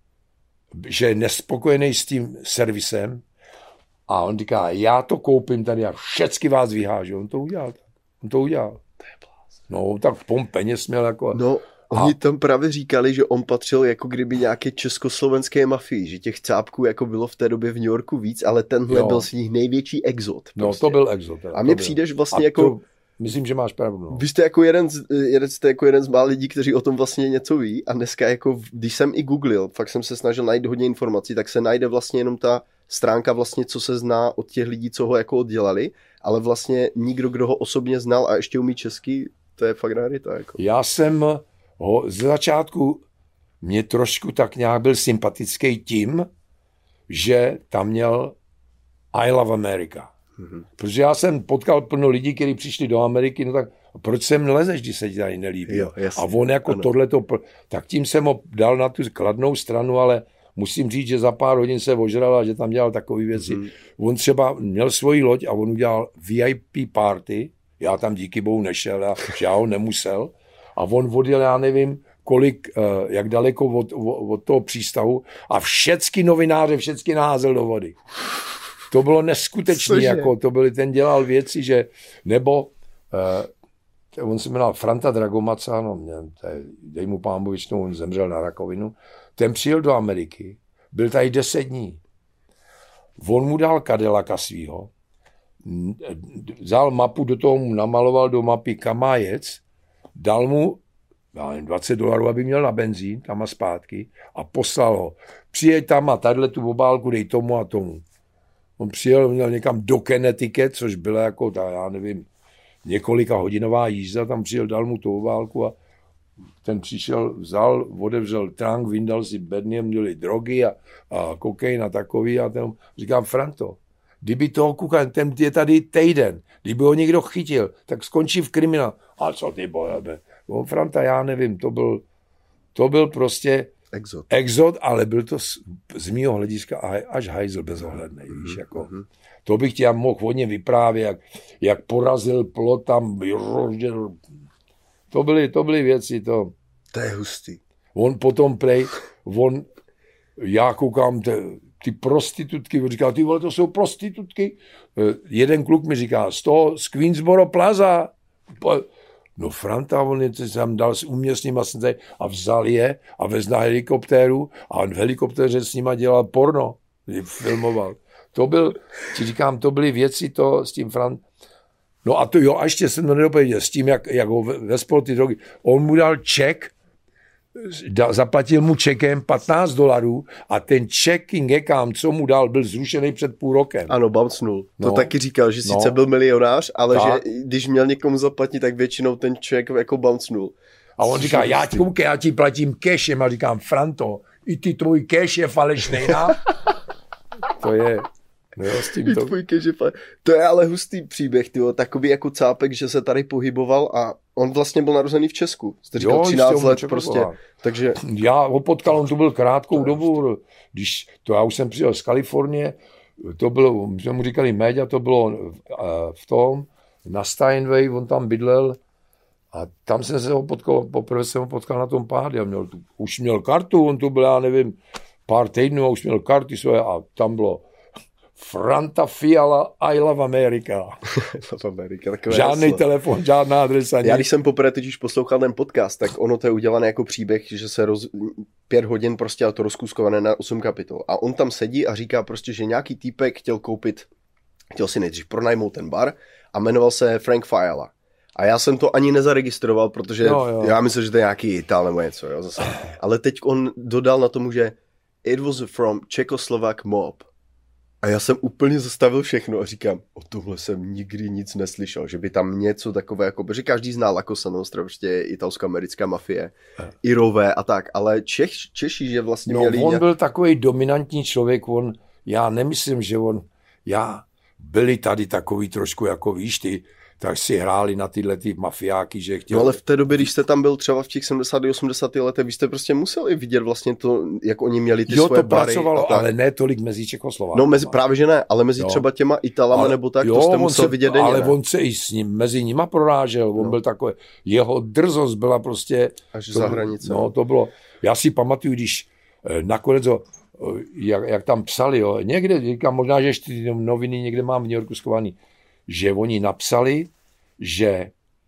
že je nespokojený s tím servisem a on říká, já to koupím tady a všecky vás vyhážu. On to udělal. No, tak peněz měl jako... No, oni tam právě říkali, že on patřil jako kdyby nějaké československé mafii, že těch cápků jako bylo v té době v New Yorku víc, ale tenhle byl z nich největší exot. No, prostě. To byl exot. A mně přijdeš vlastně jako... Myslím, že máš pravdu. No. Vy jste jako jeden z mála lidí, kteří o tom vlastně něco ví a dneska jako, když jsem i googlil, fakt jsem se snažil najít hodně informací, tak se najde vlastně jenom ta stránka vlastně, co se zná od těch lidí, co ho jako oddělali, ale vlastně nikdo, kdo ho osobně znal a ještě umí česky, to je fakt rarita. Jako. Já jsem ho z začátku, mě trošku tak nějak byl sympatický tím, že tam měl I Love America. Mm-hmm. Protože já jsem potkal plno lidí, kteří přišli do Ameriky, no tak proč sem nelezeš, když se ti tady nelíbí? Jo, jasně, a on jako tohleto, tak tím jsem ho dal na tu kladnou stranu, ale musím říct, že za pár hodin se ožral a že tam dělal takové věci. Mm-hmm. On třeba měl svoji loď a on udělal VIP party, já tam díky bohu nešel, já ho nemusel, a on odjel, já nevím, kolik, jak daleko od toho přístavu a všecky novináře, všecky naházel do vody. To bylo neskutečné, jako to byly, ten dělal věci, že, nebo on se jmenoval Franta Dragomaca, no, dej mu pámbu, většinou on zemřel na rakovinu, ten přijel do Ameriky, byl tady 10 dní. On mu dal Cadillaca svýho, vzal mapu, do toho mu namaloval do mapy, kam má jec, dal mu $20, aby měl na benzín, tam a zpátky, a poslal ho. Přijeď tam a tadyhle tu obálku dej tomu a tomu. On přijel, měl někam do Connecticut, což byla jako, já nevím, několika hodinová jízda, tam přijel, dal mu tu obálku a ten přišel, vzal, odevřel trunk, vyndal si bedny, měli drogy a kokain a takový a ten říkám, Franto, kdyby toho kuka, ten je tady týden, kdyby ho někdo chytil, tak skončí v kriminálu. A co ty bojebe? On Franta, já nevím, to byl prostě exot, ale byl to z mýho hlediska až hajzl bezohlednej, víš, jako. To bych ti mohl hodně vyprávět, jak porazil plot tam, to byly věci, to je hustý. On potom já koukám, ty prostitutky, on říká, ty vole, to jsou prostitutky. Jeden kluk mi říká, z Queensboro Plaza. No Franta, on je tam dal s úměstním a vzal je a vez na helikoptéru a on v helikoptéře s nima dělal porno, filmoval. To byly věci to s tím No a to jo, a ještě jsem to nedopověděl, s tím, jak ho vespol ty drogy. On mu dal ček, zaplatil mu čekem $15 a ten checking account, co mu dal, byl zrušený před půl rokem. Ano, bouncnul. To taky říkal, že sice byl milionář, ale tak. Že když měl někomu zaplatit, tak většinou ten ček jako bouncnul. A on říká, já ti platím cashem a říkám, Franto, i ty tvůj cash je falešný, no? To je... No jo, s tím to je ale hustý příběh, tyjo, takový jako cápek, že se tady pohyboval a on vlastně byl narozený v Česku. Jste říkal 13 let prostě. Takže... Já ho potkal, on tu byl krátkou dobu, já už jsem přijel z Kalifornie, to bylo, my jsme mu říkali Méďa, to bylo v tom, na Steinway, on tam bydlel a tam jsem se ho potkal, poprvé jsem ho potkal na tom pádě a už měl kartu, on tu byl, já nevím, pár týdnů a už měl karty svoje a tam bylo Franta Fiala, I Love America. Žádný telefon, žádná adresa. Já když jsem poprvé totiž poslouchal ten podcast, tak ono to je udělané jako příběh, že se 5 hodin prostě to rozkuskované na 8 kapitol. A on tam sedí a říká prostě, že nějaký týpek chtěl si nejdřív pronajmout ten bar a jmenoval se Frank Fiala. A já jsem to ani nezaregistroval, protože já myslím, že to je nějaký Ital nebo něco. Jo, zase. Ale teď on dodal na tomu, že it was from Czechoslovak mob. A já jsem úplně zastavil všechno a říkám, o tomhle jsem nikdy nic neslyšel, že by tam něco takové, jako, protože každý zná La Cosa Nostra, prostě italsko-americká mafie, Irové a tak, ale Češi, že vlastně měli... on byl takový dominantní člověk, já nemyslím, že byli tady takový trošku, jako víš ty, tak si hráli na tyhle ty mafiáky, že chtěli... No ale v té době, když jste tam byl třeba v těch 70. 80. letech, vy jste prostě museli vidět vlastně to, jak oni měli ty svoje bary. Jo, to pracovalo, ale ne tolik mezi Čechoslováky. No právě že ne, ale mezi třeba těma Italama nebo tak, to jste musel vidět denně. Ale on se i s ním, mezi nima prorážel, on byl takový, jeho drzost byla prostě... Až za hranice. No to bylo, já si pamatuju, když nakonec jak tam psali, jo, někde, říkám, možná, že ještě noviny někde mám v New Yorku schovaný, že oni napsali, že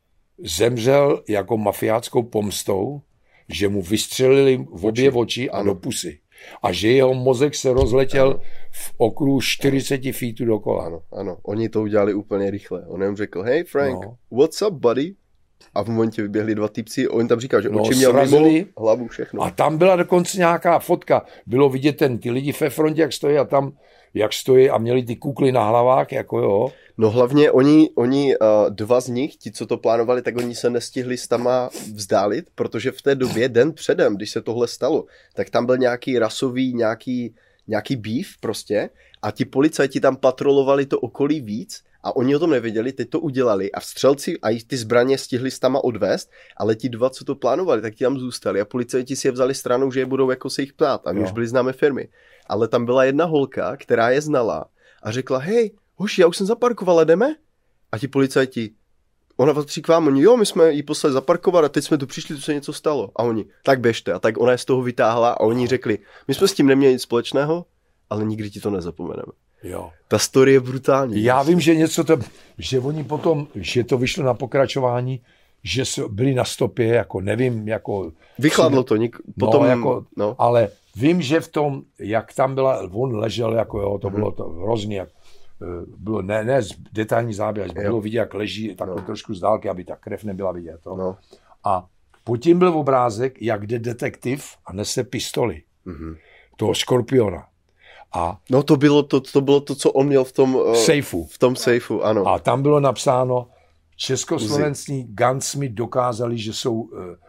zemřel jako mafiáckou pomstou, že mu vystřelili v obě oči a do pusy. A že jeho mozek se rozletěl v okruhu 40 feetů dokola. Ano, oni to udělali úplně rychle. On jim řekl, hey Frank, what's up buddy? A v momentě vyběhli dva týpci, on tam říkal, že oči měl mimo hlavu, všechno. A tam byla dokonce nějaká fotka, bylo vidět ty lidi ve frontě, jak stojí a tam, jak stojí a měli ty kukly na hlavách, jako jo. No hlavně oni dva z nich, ti, co to plánovali, tak oni se nestihli s tama vzdálit, protože v té době, den předem, když se tohle stalo, tak tam byl nějaký rasový, nějaký beef prostě a ti policajti tam patrolovali to okolí víc a oni o tom nevěděli, teď to udělali a střelci a i ty zbraně stihli s tama odvést, ale ti dva, co to plánovali, tak ti tam zůstali a policajti si je vzali stranou, že je budou jako se jich ptát a my už byli známé firmy. Ale tam byla jedna holka, která je znala a řekla, hej, hoši, já už jsem zaparkovala, jdeme? A ti policajti, ona patří k vám, oni, jo, my jsme jí poslali zaparkovat a teď jsme tu přišli, tu se něco stalo. A oni, tak běžte. A tak ona je z toho vytáhla a oni řekli, my jsme s tím neměli nic společného, ale nikdy ti to nezapomeneme. Jo. Ta story je brutální. Já vím, že že oni potom, že to vyšlo na pokračování, že byli na stopě, jako nevím, jako... Vychladlo to potom... No. Ale vím, že v tom, jak tam byla, on ležel, jako jo, to bylo to hrozně, jak, bylo ne detailní záběr, bylo vidět, jak leží takhle trošku z dálky, aby ta krev nebyla vidět. To. No. A potom byl obrázek, jak jde detektiv a nese pistoli toho Skorpiona. No to bylo to, co on měl v tom sejfu. V tom sejfu, ano. A tam bylo napsáno, československý gunsmith dokázali, že jsou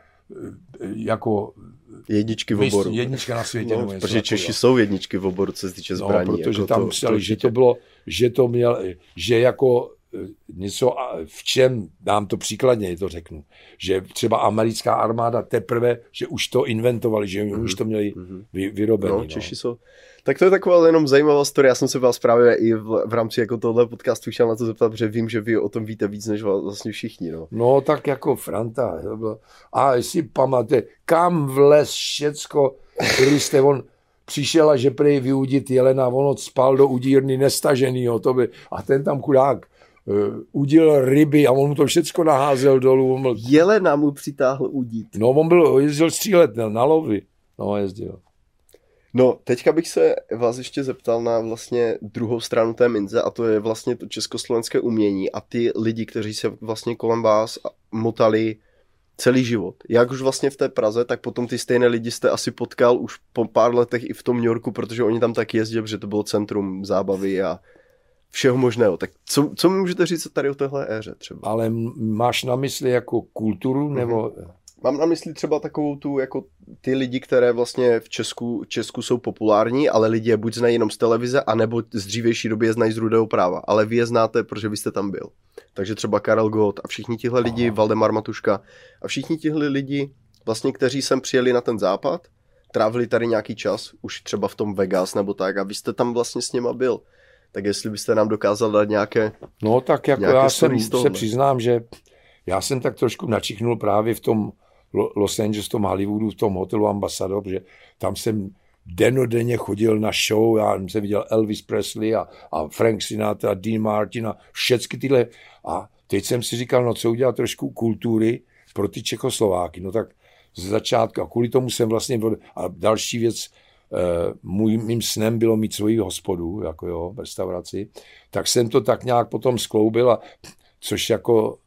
jako jedničky v oboru. Jednička na světě. No, protože Češi jsou jedničky v oboru, co se týče zbraní. No, protože jako tam psali, že to bylo, že jako něco, v čem, dám to příkladně, to řeknu, že třeba americká armáda teprve, že už to inventovali, že už to měli vyrobené. No, Češi jsou. Tak to je taková jenom zajímavá story. Já jsem se vás právě i v rámci jako tohle podcastu chtěl na to zeptat, protože vím, že vy o tom víte víc než vlastně všichni. No tak jako Franta. A jestli pamatujete, kam vlez všecko, který jste on přišel a že prej vyudit jelena, on spal do udírny nestaženýho. A ten tam chudák udil ryby a on mu to všecko naházel dolů. Jelena mu přitáhl udít. No on jezdil střílet na lovy. No jezdil. No, teďka bych se vás ještě zeptal na vlastně druhou stranu té mince a to je vlastně to československé umění a ty lidi, kteří se vlastně kolem vás motali celý život. Jak už vlastně v té Praze, tak potom ty stejné lidi jste asi potkal už po pár letech i v tom New Yorku, protože oni tam tak jezdili, protože to bylo centrum zábavy a všeho možného. Tak co můžete říct tady o téhle éře třeba? Ale máš na mysli jako kulturu nebo... Mám na mysli třeba takovou tu, jako ty lidi, které vlastně v Česku jsou populární, ale lidi je buď znají jenom z televize, anebo z dřívější doby je znají z Rudého práva. Ale vy je znáte, protože vy jste tam byl. Takže třeba Karel Gott a všichni tihle lidi, Valdemar Matuška a všichni tihle lidi, vlastně, kteří sem přijeli na ten západ, trávili tady nějaký čas, už třeba v tom Vegas nebo tak, a vy jste tam vlastně s nima byl. Tak jestli byste nám dokázal dát nějaké... No tak jako já se přiznám, že já jsem tak trošku načichnul právě v tom Los Angeles, v tom Hollywoodu, v tom hotelu Ambassador, protože tam jsem dennodenně chodil na show, já jsem viděl Elvis Presley a Frank Sinatra, Dean Martin a všechny tyhle. A teď jsem si říkal, no co udělat trošku kultury pro ty Čechoslováky. No tak ze začátku, a kvůli tomu jsem vlastně, a další věc, mým snem bylo mít svoji hospodu, jako jo, v restauraci, tak jsem to tak nějak potom skloubil, a což jako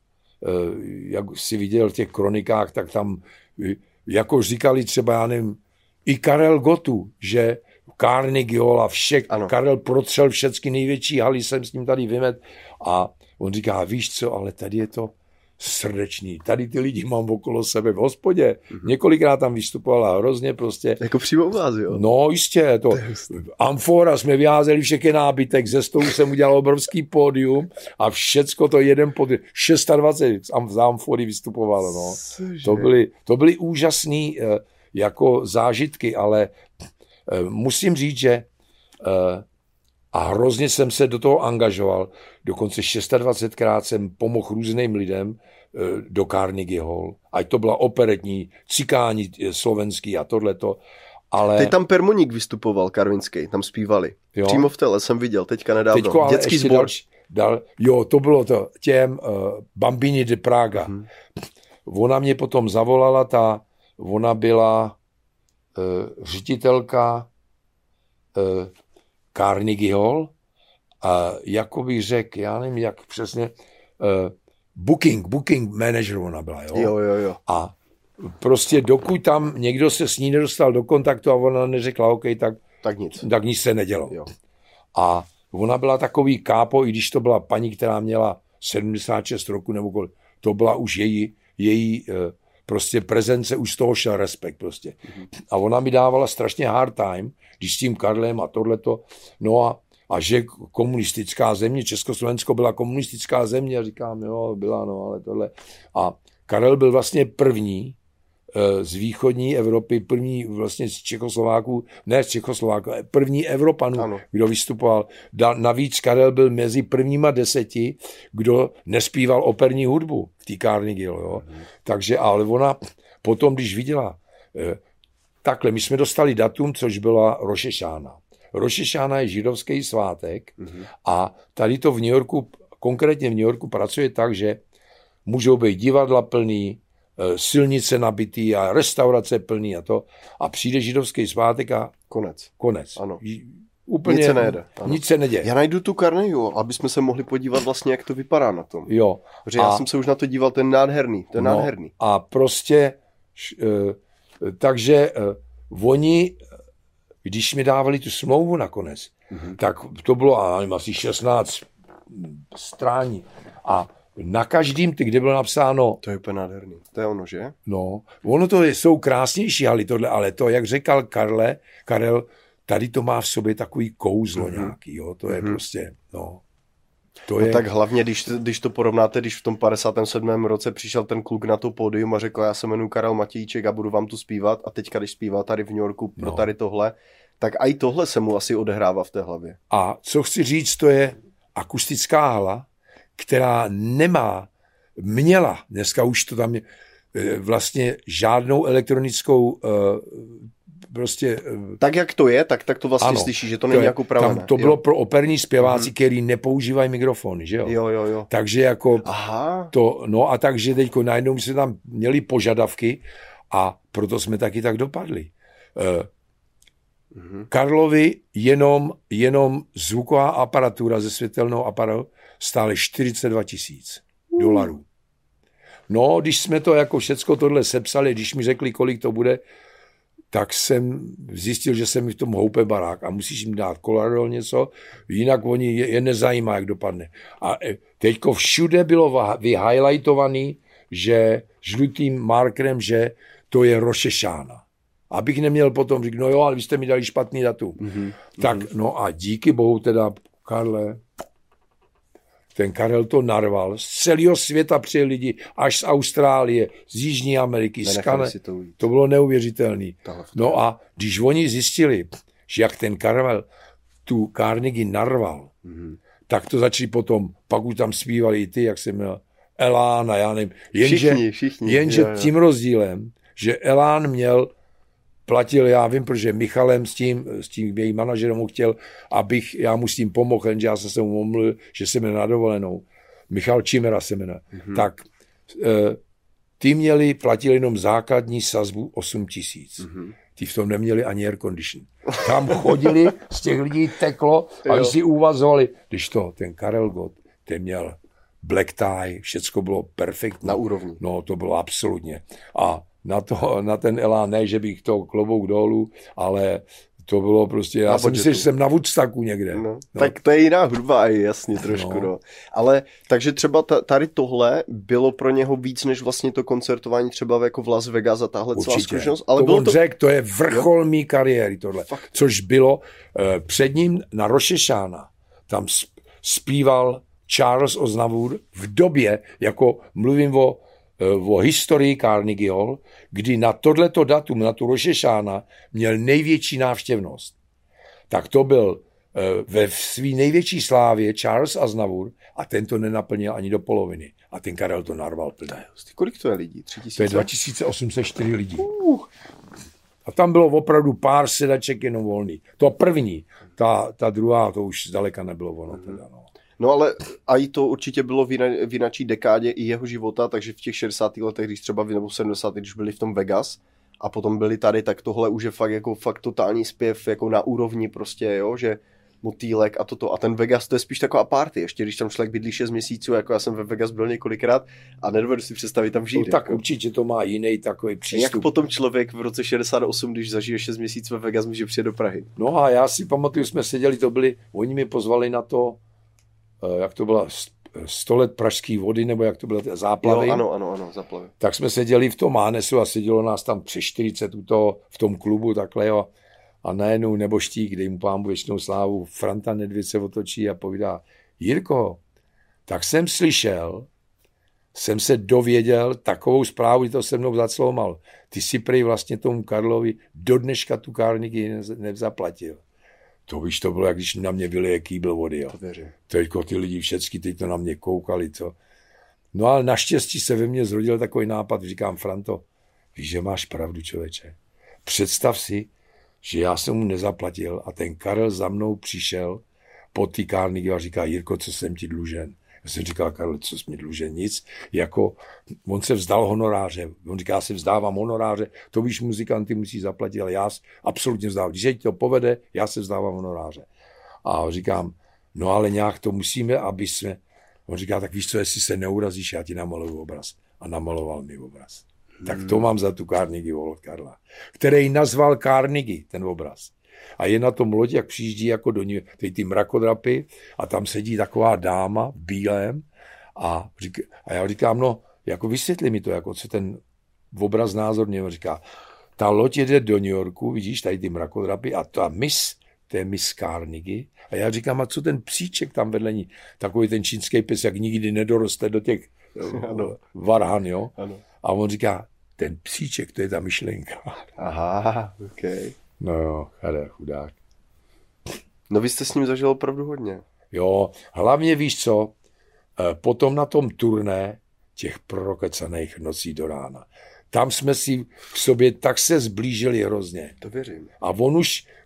jak si viděl v těch kronikách, tak tam jako říkali třeba, já nevím, i Karel Gottu, že Carnegie Hall a vše. Ano. Karel protřel všechny největší haly, jsem s ním tady vymet a on říká, víš co, ale tady je to srdečný. Tady ty lidi mám okolo sebe v hospodě. Několikrát tam vystupovala hrozně prostě. Jako přímo u vás, jo? No jistě, to amfora jsme vyházeli všechny nábytek, ze stolu jsem udělal obrovský pódium a všecko to jeden pod 26 z amfory vystupovalo. No. To byly úžasný jako zážitky, ale musím říct, že a hrozně jsem se do toho angažoval. Dokonce 26krát jsem pomohl různým lidem do Carnegie Hall. Ať to byla operetní, cikáni slovenský a tohleto. Ale... Teď tam Permoník vystupoval, Karvinský, tam zpívali. Jo. Přímo v tele jsem viděl, teďka nedávno. Teďko, dětský sbor. Jo, to bylo to, těm Bambini de Praga. Ona mě potom zavolala, ona byla ředitelka Carnegie Hall a jako bych řekl, já nevím, jak přesně, booking manager ona byla, jo? Jo. A prostě dokud tam někdo se s ní nedostal do kontaktu a ona neřekla, OK, tak nic se nedělo. Jo. A ona byla takový kápo, i když to byla paní, která měla 76 roku nebo kolik, to byla už její prostě prezence, už z toho šel respekt prostě. A ona mi dávala strašně hard time, když s tím Karlem a tohleto, no a že komunistická země, Československo byla komunistická země, a říkám, jo, byla, no, ale tohle. A Karel byl vlastně první z východní Evropy, první vlastně z Čechoslováků, první Evropanů, ano. Kdo vystupoval. Navíc Karel byl mezi prvníma 10, kdo nespíval operní hudbu v té Carnegie, jo. Takže, ale ona potom, když viděla, takhle, my jsme dostali datum, což byla Roš Hašána. Roš Hašána je židovský svátek a tady to v New Yorku, konkrétně v New Yorku pracuje tak, že můžou být divadla plný, silnice nabitý a restaurace plný a to. A přijde židovský svátek a konec. Ano. Úplně nic se nejde. Ano. Nic se neděje. Já najdu tu Carnegie, aby jsme se mohli podívat vlastně, jak to vypadá na tom. Jo. Protože já jsem se už na to díval, ten nádherný. Nádherný. A prostě takže oni, když mi dávali tu smlouvu nakonec, tak to bylo asi 16 strání. A na každým, kde bylo napsáno... To je úplně nádherný. To je ono, že? No, ono to jsou krásnější haly tohle, ale to, jak řekl Karel, tady to má v sobě takový kouzlo nějaký, jo, to je prostě, no. To je... tak hlavně, když to porovnáte, když v tom 57. roce přišel ten kluk na to pódium a řekl, já se jmenuji Karel Matějček a budu vám tu zpívat a teďka, když zpívá tady v New Yorku pro tady tohle, tak i tohle se mu asi odehrává v té hlavě. A co chci říct, to je akustická hala, která měla, dneska už to tam je, vlastně žádnou elektronickou prostě... Tak jak to je, tak to vlastně ano, slyší, že to není jako upravené. Tam to bylo pro operní zpěváci, který nepoužívají mikrofony, že jo? Jo. Takže jako aha. To, no a takže teďko najednou jsme tam měli požadavky a proto jsme taky tak dopadli. Karlovi jenom zvuková aparatura ze světelnou aparatu stále $42,000. No, když jsme to jako všecko tohle sepsali, když mi řekli, kolik to bude, tak jsem zjistil, že se mi v tom houpe barák a musíš jim dát kolarodol něco, jinak oni je nezajímá, jak dopadne. A teďko všude bylo vyhighlightovaný, že žlutým markerem, že to je Roš Hašána. Abych neměl potom říct, no jo, ale vy jste mi dali špatný datum. Tak, no a díky bohu teda, Karle, ten Karel to narval. Z celého světa přijeli lidi, až z Austrálie, z Jižní Ameriky, z Kanady. To bylo neuvěřitelné. No a když oni zjistili, že jak ten Karel tu Carnegie narval, tak to začali potom, pak už tam zpívali i ty, jak jsem měl, Elán a já nevím. Jenže tím rozdílem, že Elán platil, já vím, protože Michalem s tím jejím manažerem chtěl, já mu s tím pomohl, jenže já jsem se mu omluvil, že se jmenuje na dovolenou. Michal Čimera se jmenuje. Tak ty platili jenom základní sazbu 8,000. Ty v tom neměli ani air condition. Tam chodili, z těch lidí teklo a když si uvazovali, když ten Karel Gott, ten měl black tie, všecko bylo perfektní. Na úrovni. No, to bylo absolutně. A na ten Elán, ne, že bych to klobouk dolů, ale To bylo prostě, já jsem myslel, že jsem na Woodstocku někde. No. Tak to je jiná hudba, jasně trošku, no. Ale takže třeba tady tohle bylo pro něho víc, než vlastně to koncertování třeba jako v Las Vegas a tahle celá zkušenost. Ale to on řekl, to je vrchol mý kariéry tohle. Fakt. Což bylo před ním na Rosh Hashanah. Tam zpíval Charles Aznavour v době, jako mluvím o historii Carnegie Hall, kdy na tohleto datum, na tu Rosh Hashanah, měl největší návštěvnost. Tak to byl ve své největší slávě Charles Aznavour a ten to nenaplnil ani do poloviny. A ten Karel to narval plně. Kolik to je lidí? 3000? To je 2804 lidí. A tam bylo opravdu pár sedaček jenom volný. To první, ta druhá, to už zdaleka nebylo ono. Teda, no. No ale a i to určitě bylo v jináčí dekádě i jeho života, takže v těch 60. letech, když třeba nebo 70. když byli v tom Vegas a potom byli tady, tak tohle už je fakt totální zpěv jako na úrovni prostě, jo, že Motýlek a toto. A ten Vegas, to je spíš taková party, ještě když tam člověk bydlí 6 měsíců, jako já jsem ve Vegas byl několikrát a nedovedu si představit tam žít. No, tak jako. Určitě to má jiný takový přístup. Jak potom člověk v roce 68, když zažije 6 měsíců ve Vegas, může přijet do Prahy? No a já si pamatuju, jsme seděli, oni mi pozvali na to, jak to byla 100 let pražský vody, nebo jak to bylo záplavy. Jo, ano, záplavy. Tak jsme seděli v tom Mánesu a sedělo nás tam přes 40 v tom klubu takhle, jo. A najednou neboštík, kde mu pámu věčnou slávu, Franta Nedvěd se otočí a povídá: Jirko, tak jsem se dověděl takovou zprávu, že to se mnou zacloumal. Ty si prej vlastně tomu Karlovi do dneška tu Carnegie nezaplatil. To víš, to bylo, jak když na mě vylije kýbl vody. Jo. Teďko ty lidi všecky teď to na mě koukali. Co? No ale naštěstí se ve mně zrodil takový nápad. Říkám: Franto, víš, že máš pravdu, člověče. Představ si, že já jsem mu nezaplatil a ten Karel za mnou přišel po té Carnegie a říká: Jirko, co jsem ti dlužen? Já jsem říkal: Karel, co jsi mi dlužen? Nic. Jako, on se vzdal honoráře. On říká: já si vzdávám honoráře, to víš, muzikanty musí zaplatit, ale já absolutně vzdávám. Když se ti to povede, já se vzdávám honoráře. A říkám: no ale nějak to musíme, aby jsme... On říká: tak víš co, jestli se neurazíš, já ti namaluju obraz. A namaloval mi obraz. Tak to mám za tu Carnegie od Karla, který nazval Carnegie, ten obraz. A je na tom loď, jak přijíždí jako do ní ty mrakodrapy a tam sedí taková dáma v bílém a já říkám: no, jako vysvětli mi to, jako co ten obraz názorně. On říká: ta loď jede do New Yorku, vidíš, tady ty mrakodrapy a to je Miss Carnegie. A já říkám: a co ten psíček tam vedle ní? Takový ten čínský pes, jak nikdy nedoroste do těch varhan, jo? Ano. A on říká: ten psíček, to je ta myšlenka. Aha, okej. No jo, chudák. No vy jste s ním zažil opravdu hodně. Jo, hlavně víš co, potom na tom turné těch prokecaných nocí do rána. Tam jsme si k sobě tak se zblížili hrozně. To věřím. A on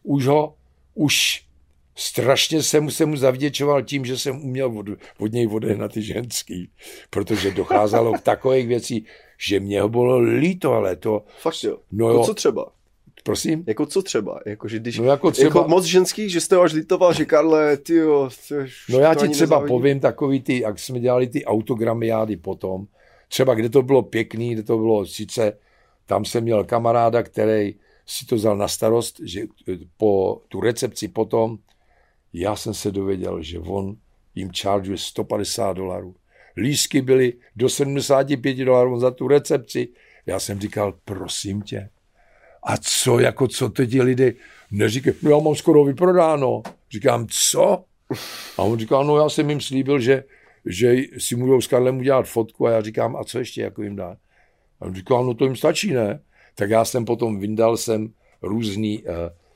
už strašně jsem se mu zavděčoval tím, že jsem uměl od něj odehnat ty ženský, protože docházelo k takových věcí, že mě ho bylo líto, ale to... Fakt jo? No jo. Co třeba? Prosím? Jako co třeba? Jako, že když, no jako třeba... jako moc ženských, že jste ho až litoval, že Karle, tyjo... No já ti třeba povím takový ty, jak jsme dělali ty autogramiády potom, třeba kde to bylo pěkný, kde to bylo sice, tam jsem měl kamaráda, který si to vzal na starost, že po tu recepci potom, já jsem se dověděl, že on jim chargeuje $150. Lístky byly do $75 za tu recepci. Já jsem říkal: prosím tě, a co teď ti lidé neříkají? No já mám skoro vyprodáno. Říkám: co? A on říkal: no já jsem jim slíbil, že si můžou s Karlem udělat fotku. A já říkám: a co ještě jako jim dá? A on říkal: no to jim stačí, ne? Tak já jsem potom vyndal různý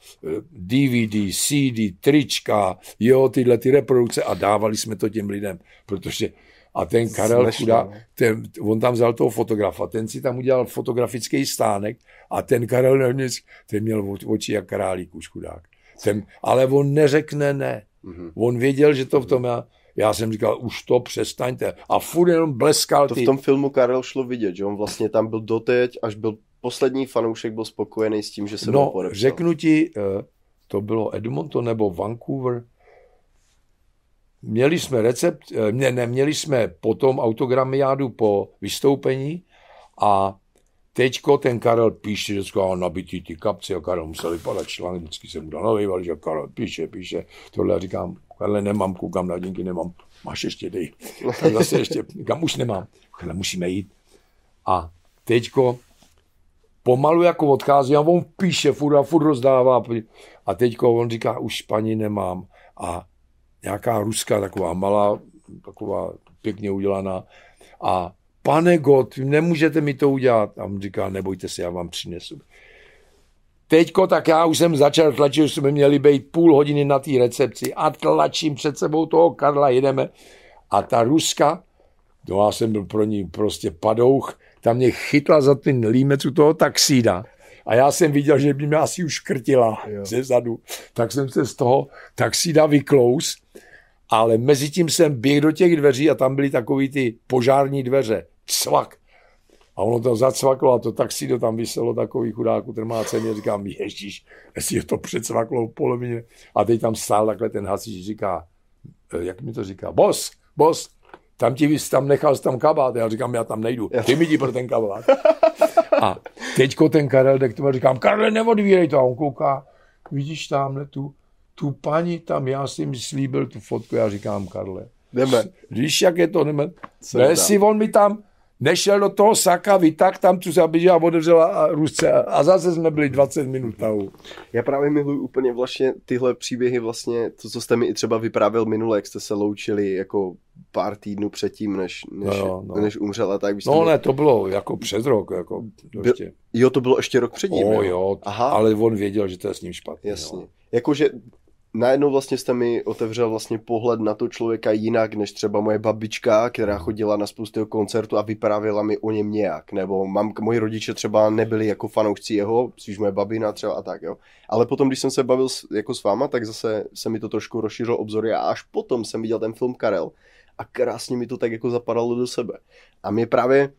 DVD, CD, trička, jo, tyhle ty reprodukce a dávali jsme to těm lidem, protože a ten Karel chudá, on tam vzal toho fotografa, ten si tam udělal fotografický stánek a ten Karel ten měl oči jak králík už chudák. Ale on neřekne ne. Mm-hmm. On věděl, že to v tom já jsem říkal: už to přestaňte. A furt jenom bleskal. To v tom filmu Karel šlo vidět, že on vlastně tam byl doteď, až byl poslední fanoušek, byl spokojený s tím, že se mnou podepsal. Řeknu ti, to bylo Edmonton nebo Vancouver. Měli jsme měli jsme potom autogramiádu po vystoupení a teďko ten Karel píše, že jsou nabitý ty kapci a Karel musel vypadat článek, vždycky jsem mu dal nalejval, že Karel píše, tohle já říkám, Karle nemám, koukám na hodinky, nemám, máš ještě, dej. Tak zase ještě, říkám, už nemám, Karle musíme jít. A teďko pomalu jako odchází a on píše, furt rozdává a teďko on říká, už paní nemám a nějaká ruská taková malá, taková pěkně udělaná a pane God, nemůžete mi to udělat. A on říká, nebojte se, já vám přinesu. Teďko tak já už jsem začal tlačit, že jsme měli být půl hodiny na té recepci a tlačím před sebou toho Karla, jedeme. A ta Ruska, no já jsem byl pro ní prostě padouch, ta mě chytla za ten límec u toho taxída. A já jsem viděl, že by mě asi už krtila ze zadu. Tak jsem se z toho taxída vyklous, ale mezi tím jsem běhl do těch dveří a tam byly takový ty požární dveře. Cvak. A ono to zacvaklo a to taxído tam vyselo takový chudáku trmáceně. Říkám, ježíš, jestli to přecvaklo v polovině. A teď tam stál takhle ten hasič, říká, jak mi to říká, boss, tam nechal jsi tam kabát. Já říkám, já tam nejdu, ty mi jdi pro ten kabát. A teďko ten Karel, tak tomu říkám, Karle, neodvírej to. A on kouká, vidíš tamhle tu paní tam, já jsem mi slíbil tu fotku, já říkám, Karle, jdeme. Víš, jak je to, jdeme. Jestli on mi tam nešel do toho saka, vytak tam tu zabíže a otevřela Rusce a zase jsme byli 20 minut tahu. Já právě miluji úplně vlastně tyhle příběhy vlastně, to, co jste mi i třeba vyprávěl minule, jak jste se loučili jako pár týdnů předtím, než umřela. Tak ne, to bylo jako přes rok. Jako ještě. Jo, to bylo ještě rok předtím. Jo, aha. Ale on věděl, že to je s ním špatně. Jasně. Jakože najednou vlastně jste mi otevřel vlastně pohled na to člověka jinak, než třeba moje babička, která chodila na spoustu koncertů a vyprávěla mi o něm nějak. Nebo moji rodiče třeba nebyli jako fanoušci jeho, spíš moje babina třeba a tak, jo. Ale potom, když jsem se bavil jako s váma, tak zase se mi to trošku rozšířilo obzory a až potom jsem viděl ten film Karel a krásně mi to tak jako zapadalo do sebe. A mě právě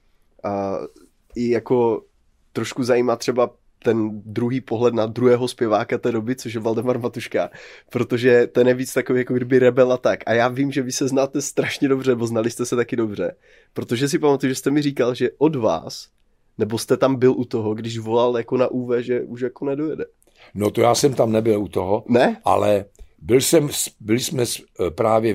i jako trošku zajímá třeba ten druhý pohled na druhého zpěváka té doby, což je Valdemar Matuška, protože ten je víc takový jako kdyby rebel a tak. A já vím, že vy se znáte strašně dobře, bo znali jste se taky dobře, protože si pamatuju, že jste mi říkal, že od vás, nebo jste tam byl u toho, když volal jako na UV, že už jako nedojede. No to já jsem tam nebyl u toho, ne? Ale byli jsme právě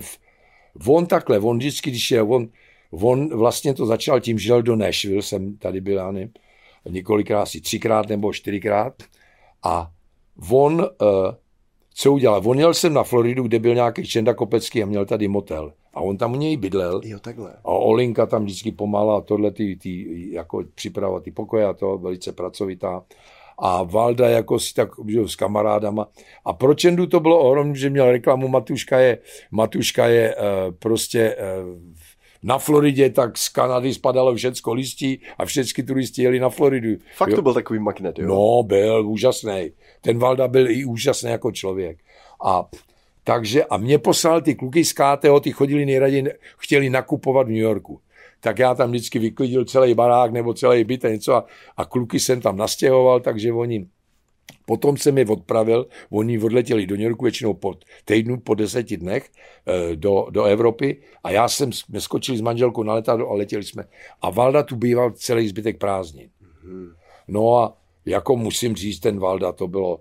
on vždycky, když je on vlastně to začal tím, že jel do Nashville, jsem tady byl, já nevím, několikrát, asi 3krát nebo 4krát. A on, co udělal? On jel jsem na Floridu, kde byl nějaký Čenda Kopecký a měl tady motel. A on tam u něj bydlel. Jo, takhle. A Olinka tam vždycky pomáhala tohle jako připravovat ty pokoje a to velice pracovitá. A Valda jako si tak s kamarádama. A pro Čendu to bylo ohromné, že měl reklamu Matuška je prostě na Floridě, tak z Kanady spadalo všecko listí a všechny turisti jeli na Floridu. Fakt jo? To byl takový magnet, jo? No, byl úžasný. Ten Valda byl i úžasný jako člověk. A mě poslal ty kluky z KTO, ty chodili nejraději, chtěli nakupovat v New Yorku. Tak já tam vždycky vyklidil celý barák nebo celý byt a něco a kluky jsem tam nastěhoval, takže oni potom jsem je odpravil, oni odletěli do New Yorku většinou po týdnu, po 10 dnech do Evropy a já jsem skočili s manželkou na letadlo a letěli jsme. A Valda tu býval celý zbytek prázdnin. No a jako musím říct, ten Valda, to bylo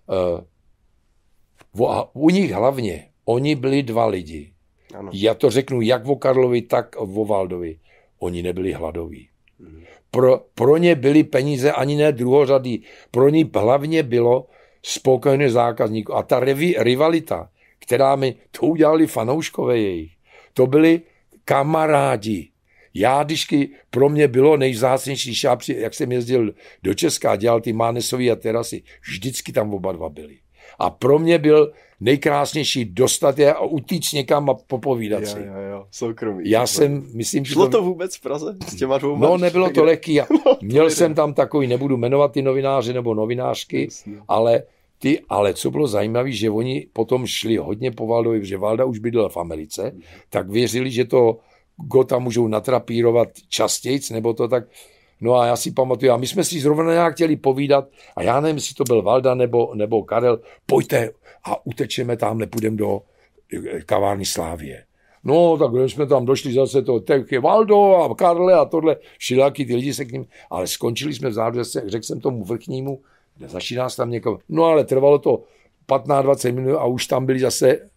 u nich hlavně, oni byli dva lidi. Ano. Já to řeknu jak o Karlovi, tak o Valdovi. Oni nebyli hladoví. Pro ně byly peníze ani ne druhořadý. Pro ně hlavně bylo spokojený zákazník. A ta rivalita, která mi to udělali fanouškové jejich, to byli kamarádi. Pro mě bylo nejvzácnější, jak jsem jezdil do Česka a dělal ty Mánesový a terasy, vždycky tam oba dva byli. A pro mě byl nejkrásnější dostat je a utíct někam a popovídat si. Jo, soukromí. Já jsem, myslím, šlo to vůbec v Praze s těma dvou? No, nebylo to lehký. Měl jsem tam takový, nebudu jmenovat ty novináře nebo novinářky, ale co bylo zajímavé, že oni potom šli hodně po Valdovi, protože Valda už bydlel v Americe, tak věřili, že to tam můžou natrapírovat častějc, nebo to tak. No a já si pamatuju, a my jsme si zrovna nějak chtěli povídat, a já nevím, jestli to byl Valda nebo Karel, pojďte a utečeme tam, nepůjdeme do kavárny Slávie. No, tak když jsme tam došli zase to Techy Valdo a Karle a tohle, všelijaký ty lidi se k ním, ale skončili jsme vzadu, řekl jsem tomu vrchnímu, začíná se tam někoho, no ale trvalo to 15-20 minut a už tam byli zase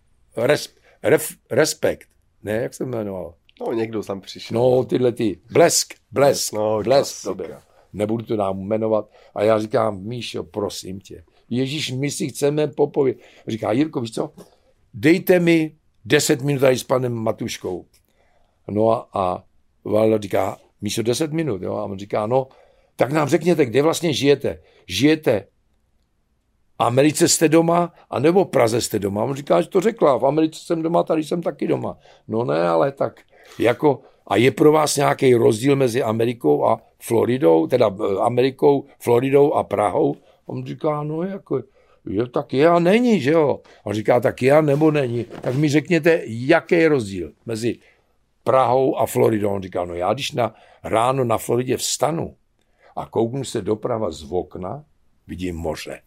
Respekt, ne, jak se jmenoval? No, někdo tam přišel. No, tyhle ty, Blesk, to byl. Nebudu to nám jmenovat. A já říkám, Míšo, prosím tě, Ježíš, my si chceme popovědět. Říká, Jirko, víš co, dejte mi 10 minut tady s panem Matuškou. No a Valda říká, Míšo, 10 minut, jo? A on říká, no, tak nám řekněte, kde vlastně žijete. Žijete v Americe jste doma, anebo v Praze jste doma. On říká, že to řekla, v Americe jsem doma, tady jsem taky doma. No ne, ale tak jako, a je pro vás nějaký rozdíl mezi Amerikou a Floridou, teda Amerikou, Floridou a Prahou? On říká, no jako, tak je a není, že jo? On říká, tak je a nebo není. Tak mi řekněte, jaký je rozdíl mezi Prahou a Floridou. On říká, no já když ráno na Floridě vstanu a kouknu se doprava z okna, vidím moře.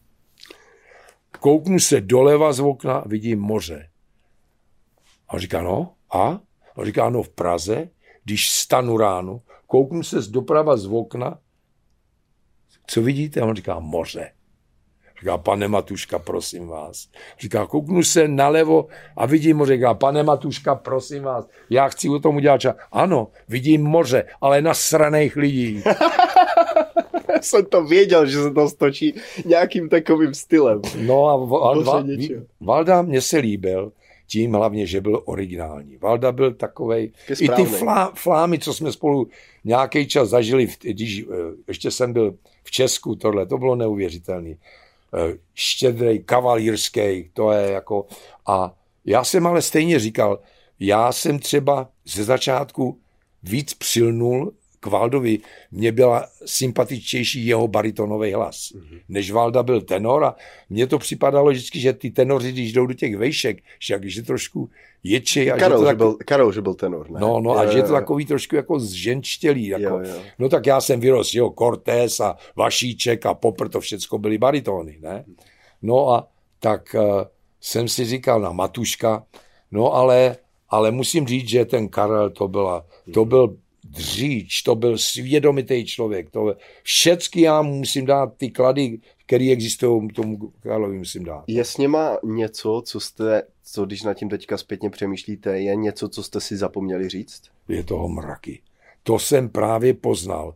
Kouknu se doleva z okna, vidím moře. A on říká, no a? On říká, no v Praze, když vstanu ráno, kouknu se doprava z okna, co vidíte? A on říká, moře. Říká, pane Matuška, prosím vás. Říká, kouknu se nalevo a vidím moře. Říká, pane Matuška, prosím vás, já chci o tom udělat čas. Ano, vidím moře, ale nasraných lidí. Jsem to věděl, že se to stočí nějakým takovým stylem. No a Valda mě se líbil tím hlavně, že byl originální. Valda byl takovej, i ty flámy, co jsme spolu nějaký čas zažili, když ještě jsem byl v Česku, tohle, to bylo neuvěřitelné. Štědrej, kavalírský, to je jako, a já jsem ale stejně říkal, já jsem třeba ze začátku víc přilnul k Valdovi, mně byla sympatičtější jeho baritonový hlas, než Valda byl tenor a mně to připadalo vždycky, že ty tenoři, když jdou do těch vejšek, že je trošku ječej. Karol, že byl tenor, ne? No, a že je to takový trošku jako zženčtělý. Jako. Jo. No tak já jsem vyrost, jo, Cortés a Vašíček a Popr, to všecko byly baritony, ne? No a tak jsem si říkal na Matuška, no ale musím říct, že ten Karel to byl dříč, to byl svědomitý člověk. Všecky já musím dát ty klady, které existují, tomu Karlovi musím dát. Je s něma něco, co když nad tím teďka zpětně přemýšlíte, je něco, co jste si zapomněli říct? Je toho mraky. To jsem právě poznal.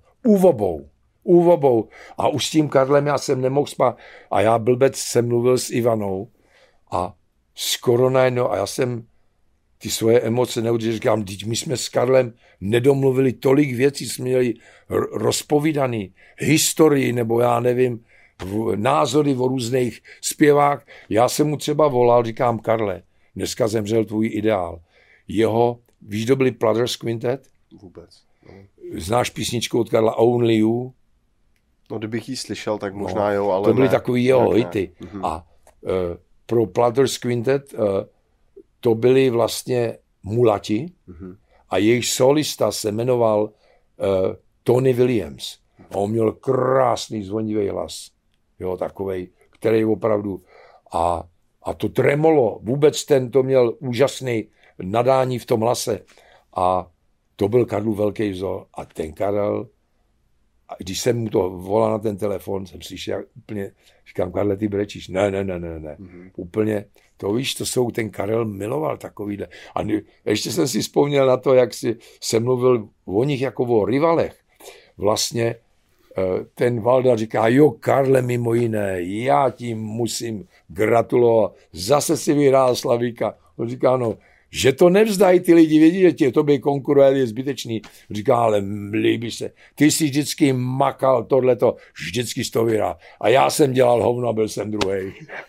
Úvobou. A už s tím Karlem já jsem nemohl spát. A já blbec jsem mluvil s Ivanou a skoro najednou, a já jsem ty svoje emoce neudržel, říkám, my jsme s Karlem nedomluvili tolik věcí, jsme měli rozpovídaný historii, nebo já nevím, názory o různých zpěvách. Já jsem mu třeba volal, říkám, Karle, dneska zemřel tvůj ideál. Víš, kdo byli Platters Quintet? Vůbec. No. Znáš písničku od Karla Only You? No, kdybych ji slyšel, tak možná jo, ale to byly takový jeho hity. A pro Platters Quintet to byli vlastně mulati a jejich solista se jmenoval Tony Williams. A on měl krásný zvonivý hlas. Jo, takovej, který opravdu a to tremolo, vůbec to měl úžasný nadání v tom hlase. A to byl Karlův velký vzor. A ten Karel, a když jsem mu to volal na ten telefon, jsem slyšel úplně, říkám, Karle, ty brečíš. Ne. Úplně, to víš, to jsou, ten Karel miloval takovýhle. A ještě jsem si vzpomněl na to, jak jsem mluvil o nich jako o rivalech. Vlastně ten Valda říká, jo, Karle, mimo jiné, já ti musím gratulovat, zase si vyhrál Slavíka. On říká, no, že to nevzdají ty lidi, vědí, že tě tobě konkuruje, je zbytečný. Říká, ale líbíš se, ty jsi vždycky makal tohleto, vždycky jsi to vyhrál. A já jsem dělal hovno, byl jsem druhej.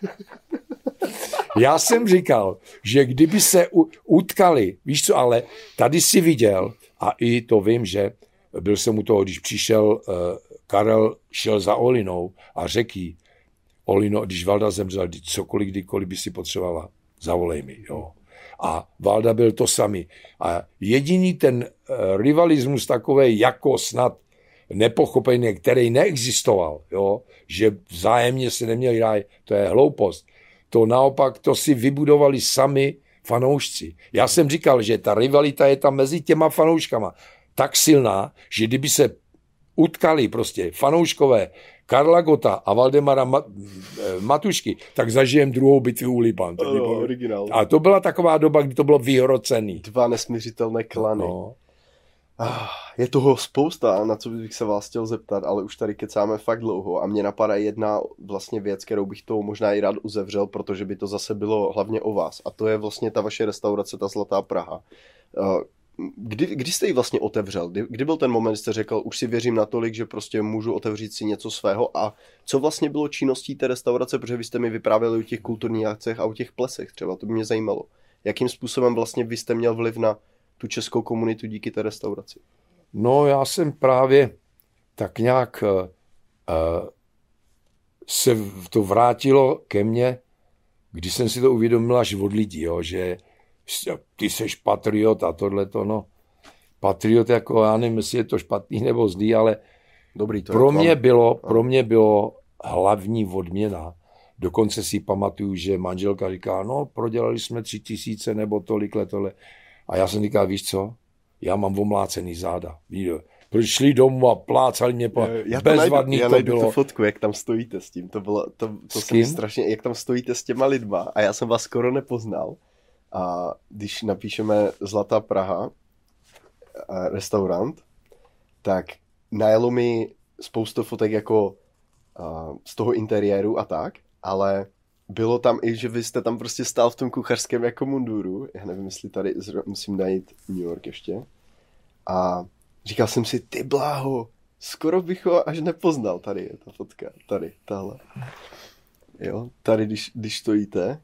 Já jsem říkal, že kdyby se utkali, víš co, ale tady si viděl, a i to vím, že byl jsem u toho, když přišel, Karel šel za Olinou a řekl jí, Olino, když Valda zemřel, cokoliv, kdykoliv by si potřebovala, zavolej mi, jo. A Valda byl to samý. A jediný ten rivalismus takovej jako snad nepochopený, který neexistoval, jo, že vzájemně se neměli rád, to je hloupost. To naopak, to si vybudovali sami fanoušci. Já jsem říkal, že ta rivalita je tam mezi těma fanouškama tak silná, že kdyby se utkali prostě fanouškové Karla Gotta a Valdemara Matušky, tak zažijem druhou bitvu u Lipan. A to byla taková doba, kdy to bylo vyhrocený. Dva nesmířitelné klany. No. Je toho spousta, na co bych se vás chtěl zeptat, ale už tady kecáme fakt dlouho a mě napadá jedna vlastně věc, kterou bych to možná i rád uzavřel, protože by to zase bylo hlavně o vás. A to je vlastně ta vaše restaurace, ta Zlatá Praha. Kdy jste ji vlastně otevřel? Kdy byl ten moment, kdy jste řekl, už si věřím natolik, že prostě můžu otevřít si něco svého? A co vlastně bylo činností té restaurace, protože vy jste mi vyprávěli o těch kulturních akcích a o těch plesech třeba, to by mě zajímalo. Jakým způsobem vlastně vy jste měl vliv na tu českou komunitu díky té restauraci? No, já jsem právě tak nějak se to vrátilo ke mně, když jsem si to uvědomil až od lidí, jo, že ty seš patriot a tohleto, no. Patriot, jako já nevím, jestli je to špatný nebo zlý, ale dobrý, to pro mě bylo hlavní odměna. Dokonce si pamatuju, že manželka říká, no, prodělali jsme 3000 nebo tolik letole. A já jsem říkal, víš co, já mám omlácený záda. Protože šli domů a plácali mě bezvadný to bylo. Já najdu tu fotku, jak tam stojíte s tím. To jsem strašně, jak tam stojíte s těma lidma a já jsem vás skoro nepoznal. A když napíšeme Zlatá Praha restaurant, tak najelo mi spoustu fotek jako z toho interiéru a tak, ale bylo tam i, že vy jste tam prostě stál v tom kuchařském jako munduru. Já nevím, jestli tady musím najít New York ještě. A říkal jsem si, ty bláho, skoro bych ho až nepoznal. Tady je ta fotka, tady, tahle. Jo, tady, když stojíte,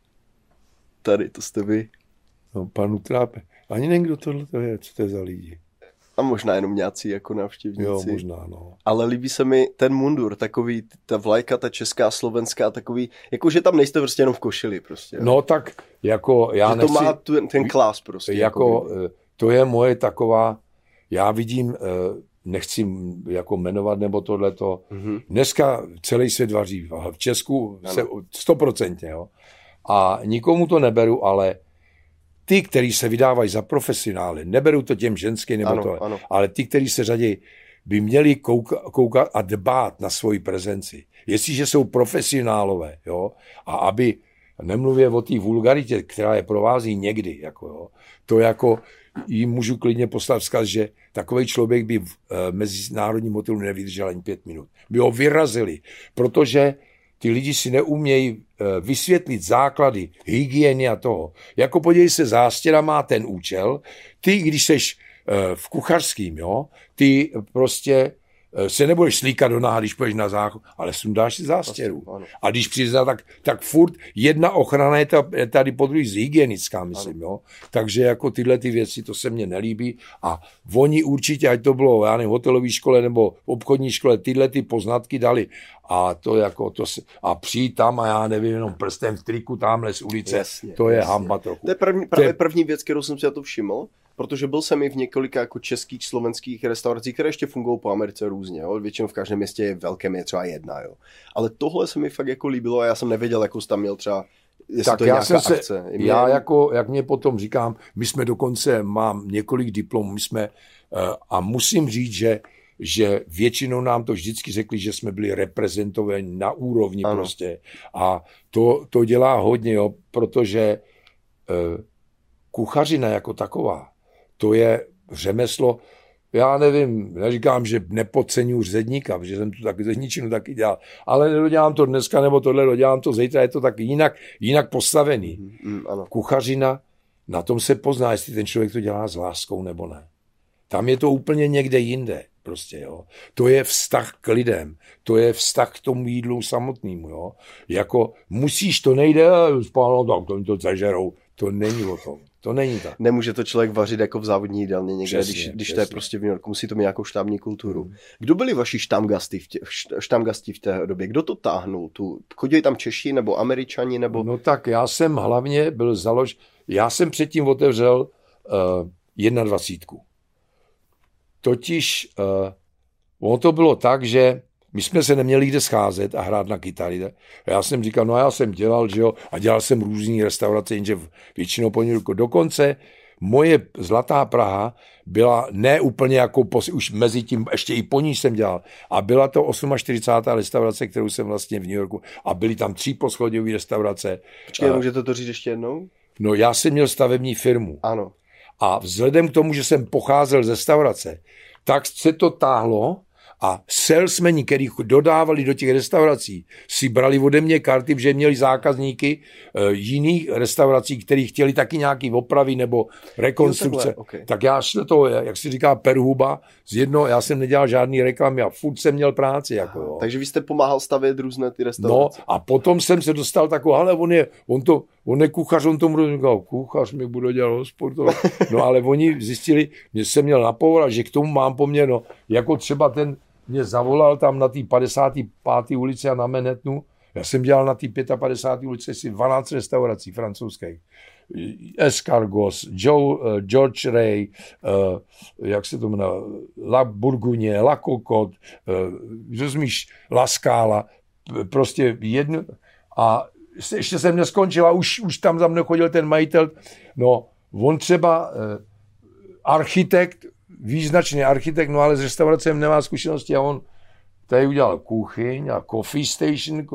tady, to jste vy. No, panu Trápe. Ani nevím, kdo tohle je, co to je za lidi. A možná jenom nějací jako návštěvníci. Jo, možná, no. Ale líbí se mi ten mundur, takový, ta vlajka, ta česká, slovenská, takový, jakože tam nejste prostě jenom v košili prostě. No tak, jako já že nechci... to má ten klás prostě. Jako to je moje taková, já vidím, nechci jako jmenovat nebo tohleto. Mm-hmm. Dneska celý svět vaří. V Česku se 100%, jo. A nikomu to neberu, ale ty, kteří se vydávají za profesionály, neberu to těm ženským nebo tohle, ale ty, kteří se řadí, by měli koukat a dbát na svoji prezenci. Jestliže jsou profesionálové, jo, a aby, nemluvě o té vulgaritě, která je provází někdy, jako jo, to jako jim můžu klidně poslat vzkaz, že takový člověk by v mezinárodním hotelu nevydržel ani 5 minut. By ho vyrazili, protože ty lidi si neumějí vysvětlit základy hygieny a toho. Jako podívej se, zástěra má ten účel. Ty, když seš v kuchařským, jo, ty prostě se nebudeš slíkat do náha, když půjdeš na záchod, ale sundáš si zástěru. A když přijde, tak furt jedna ochrana je tady po druhý hygienická, myslím. Jo. Takže jako tyhle ty věci, to se mně nelíbí. A oni určitě, ať to bylo, já nevím, hotelové škole nebo v obchodní škole, tyhle ty poznatky dali. A to jako to se, a přijít tam a já nevím, jenom prstem v triku tamhle z ulice, jasně, to je hamba trochu. To je právě první věc, kterou jsem si na to všiml. Protože byl jsem i v několika jako českých, slovenských restauracích, které ještě fungují po Americe různě. Jo? Většinou v každém městě je velkém je třeba jedna. Jo? Ale tohle se mi fakt jako líbilo a já jsem nevěděl, jakou jsi tam měl třeba, tak to je nějaká akce. Já jako, jak mě potom říkám, my jsme dokonce, mám několik diplomů, my jsme, a musím říct, že většinou nám to vždycky řekli, že jsme byli reprezentováni na úrovni prostě. A to dělá hodně, jo? Protože kuchařina jako taková, to je řemeslo, já nevím, neříkám, že nepodceňuji řezníka, protože jsem tu taky řezničinu taky dělal, ale nedodělám to dneska nebo tohle, dodělám to zítra, je to tak jinak postavený. Ano. Kuchařina, na tom se pozná, jestli ten člověk to dělá s láskou nebo ne. Tam je to úplně někde jinde, prostě, jo. To je vztah k lidem, to je vztah k tomu jídlu samotnému, jo. Jako musíš, to nejde, tak to mi to zažerou, to není o tom. To není tak. Nemůže to člověk vařit jako v závodní jídelně někde, když to je prostě v New Yorku, musí to mít nějakou štábní kulturu. Kdo byli vaši štámgasti v té době? Kdo to táhnul? Chodili tam Češi nebo Američani? Nebo... No tak já jsem hlavně byl já jsem předtím otevřel 21. Totiž ono to bylo tak, že my jsme se neměli kde scházet a hrát na kytary. Já jsem říkal, no já jsem dělal, že jo, a dělal jsem různý restaurace, jenže většinou pondělku. Dokonce moje Zlatá Praha byla ne úplně jako, už mezi tím, ještě i po ní jsem dělal. A byla to 48. restaurace, kterou jsem vlastně v New Yorku. A byly tam 3 poschodové restaurace. Počkej, můžete to říct ještě jednou? No já jsem měl stavební firmu. Ano. A vzhledem k tomu, že jsem pocházel z restaurace, tak se to táhlo a salesmeni, který dodávali do těch restaurací, si brali ode mě karty, že měli zákazníky jiných restaurací, kteří chtěli taky nějaký opravy nebo rekonstrukce. Okay. Tak já šel to, jak si říká, perhuba, já jsem nedělal žádný reklamy a furt jsem měl práci. Jako, jo. Takže vy jste pomáhal stavět různé ty restaurace. No a potom jsem se dostal takový, ale on je kuchař, on tomu říkal, kuchař mi bude dělat hospodu. No ale oni zjistili, že jsem měl napovolat, že k tomu mám poměr, no, jako třeba ten mě zavolal tam na té 55. ulici a na Manhattanu. Já jsem dělal na té 55. ulici asi 12 restaurací francouzských. Escargos, George Ray, jak se to jmenuje, La Bourgogne, La Cocotte, rozumíš, La Scala, prostě jedno. A ještě jsem neskončil a už tam za mnou chodil ten majitel. No, on třeba architekt, význačný architekt, no ale s restauracem nemá zkušenosti a on tady udělal kuchyň a coffee station,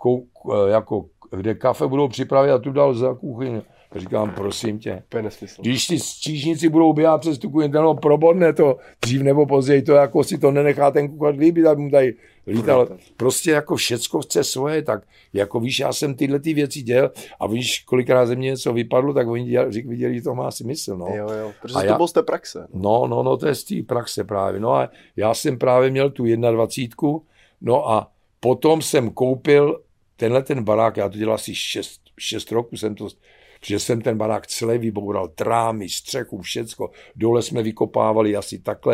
jako kde kafe budou připravit a tu dal za kuchyň. Říkám, prosím tě, když ty číšníci budou běhat přes tu kuchyň, no probodne to dřív nebo později, to jako si to nenechá ten kuchař líbit, aby mu tady lítal. Prostě jako všecko chce svoje, tak jako víš, já jsem tyhle ty věci dělal a víš, kolikrát ze mě něco vypadlo, tak oni viděli, že to má smysl. No. Jo, protože to bylo z té praxe. No, to je z té praxe právě. No a já jsem právě měl tu 21, no a potom jsem koupil ten barák, já to dělal asi 6 roků, protože jsem ten barák celý vyboural, trámy, střechu, všecko. Dole jsme vykopávali asi takhle,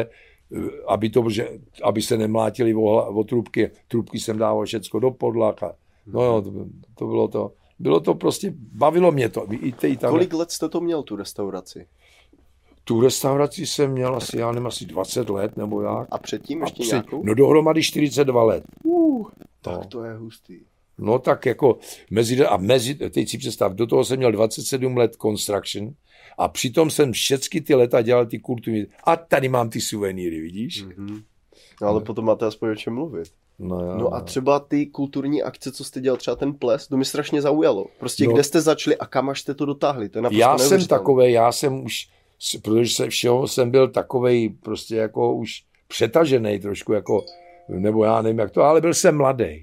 aby se nemlátili o trubky. Trubky jsem dával všecko do podlah. No, to bylo to. Bylo to prostě, bavilo mě to. Kolik let jste to měl, tu restauraci? Tu restauraci jsem měl asi 20 let, nebo jak. A předtím ještě nějakou? No dohromady 42 let. Tak to je hustý. No tak jako teď si představ, do toho jsem měl 27 let construction a přitom jsem všechny ty leta dělal ty kulturní. A tady mám ty suvenýry, vidíš? Mm-hmm. No, ale potom máte aspoň o čem mluvit. No a třeba ty kulturní akce, co jste dělal, třeba ten ples, to mi strašně zaujalo. Prostě kde jste začali a kam až jste to dotáhli? To je já jsem už, protože všeho jsem byl takovej prostě jako už přetažený trošku, jako, nebo já nevím jak to, ale byl jsem mladý.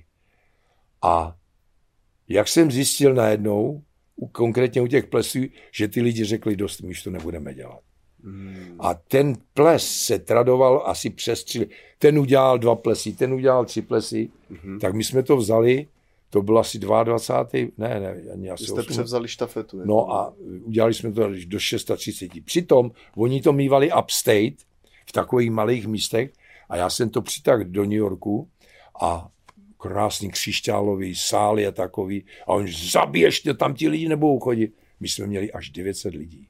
A jak jsem zjistil najednou, konkrétně u těch plesů, že ty lidi řekli, dost, my už to nebudeme dělat. A ten ples se tradoval asi přes 3. Ten udělal 2 plesy, ten udělal 3 plesy, tak my jsme to vzali, to bylo asi 22. Ne, ani asi 8. Jste převzali štafetu. No a udělali jsme to do 630. Přitom oni to mívali upstate, v takových malých místech, a já jsem to přitáhl do New Yorku a krásný křišťálový sály a takový. A on zabiješ, tam ti lidi nebudou chodit. My jsme měli až 900 lidí.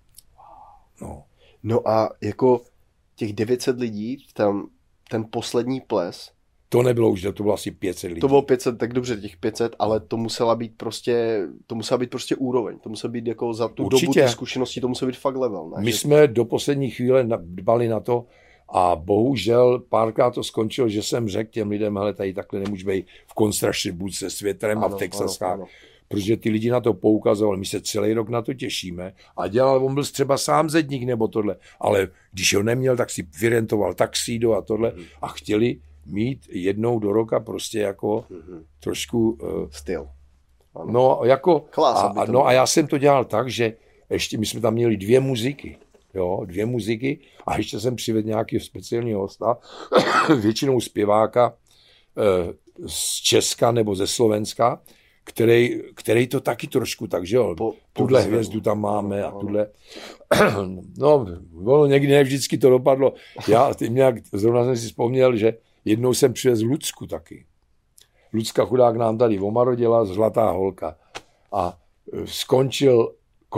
No a jako těch 900 lidí, tam ten poslední ples. To nebylo už, to bylo asi 500 lidí. To bylo 500, tak dobře, těch 500, ale to musela být prostě úroveň. To muselo být jako za tu dobu těch zkušeností, to muselo být fakt level. Ne? My jsme do poslední chvíle dbali na to, a bohužel párkrát to skončilo, že jsem řekl těm lidem, hele, tady takhle nemůže být v construction booth se světrem a v Texaskách, protože ty lidi na to poukazovali, my se celý rok na to těšíme a on byl třeba sám zedník nebo tohle, ale když ho neměl, tak si vyrentoval taxído a tohle a chtěli mít jednou do roka prostě jako trošku styl. No, jako a já jsem to dělal tak, že ještě my jsme tam měli 2 muziky. Jo, 2 muziky a ještě jsem přivedl nějaký speciální hosta, většinou zpěváka z Česka nebo ze Slovenska, který to taky trošku tak, že jo, tuhle hvězdu tam máme a tuhle. No, někdy ne vždycky to dopadlo. Zrovna jsem si vzpomněl, že jednou jsem přivezl Lucku taky. Lucka chudák nám tady omarodila, zlatá holka. A skončil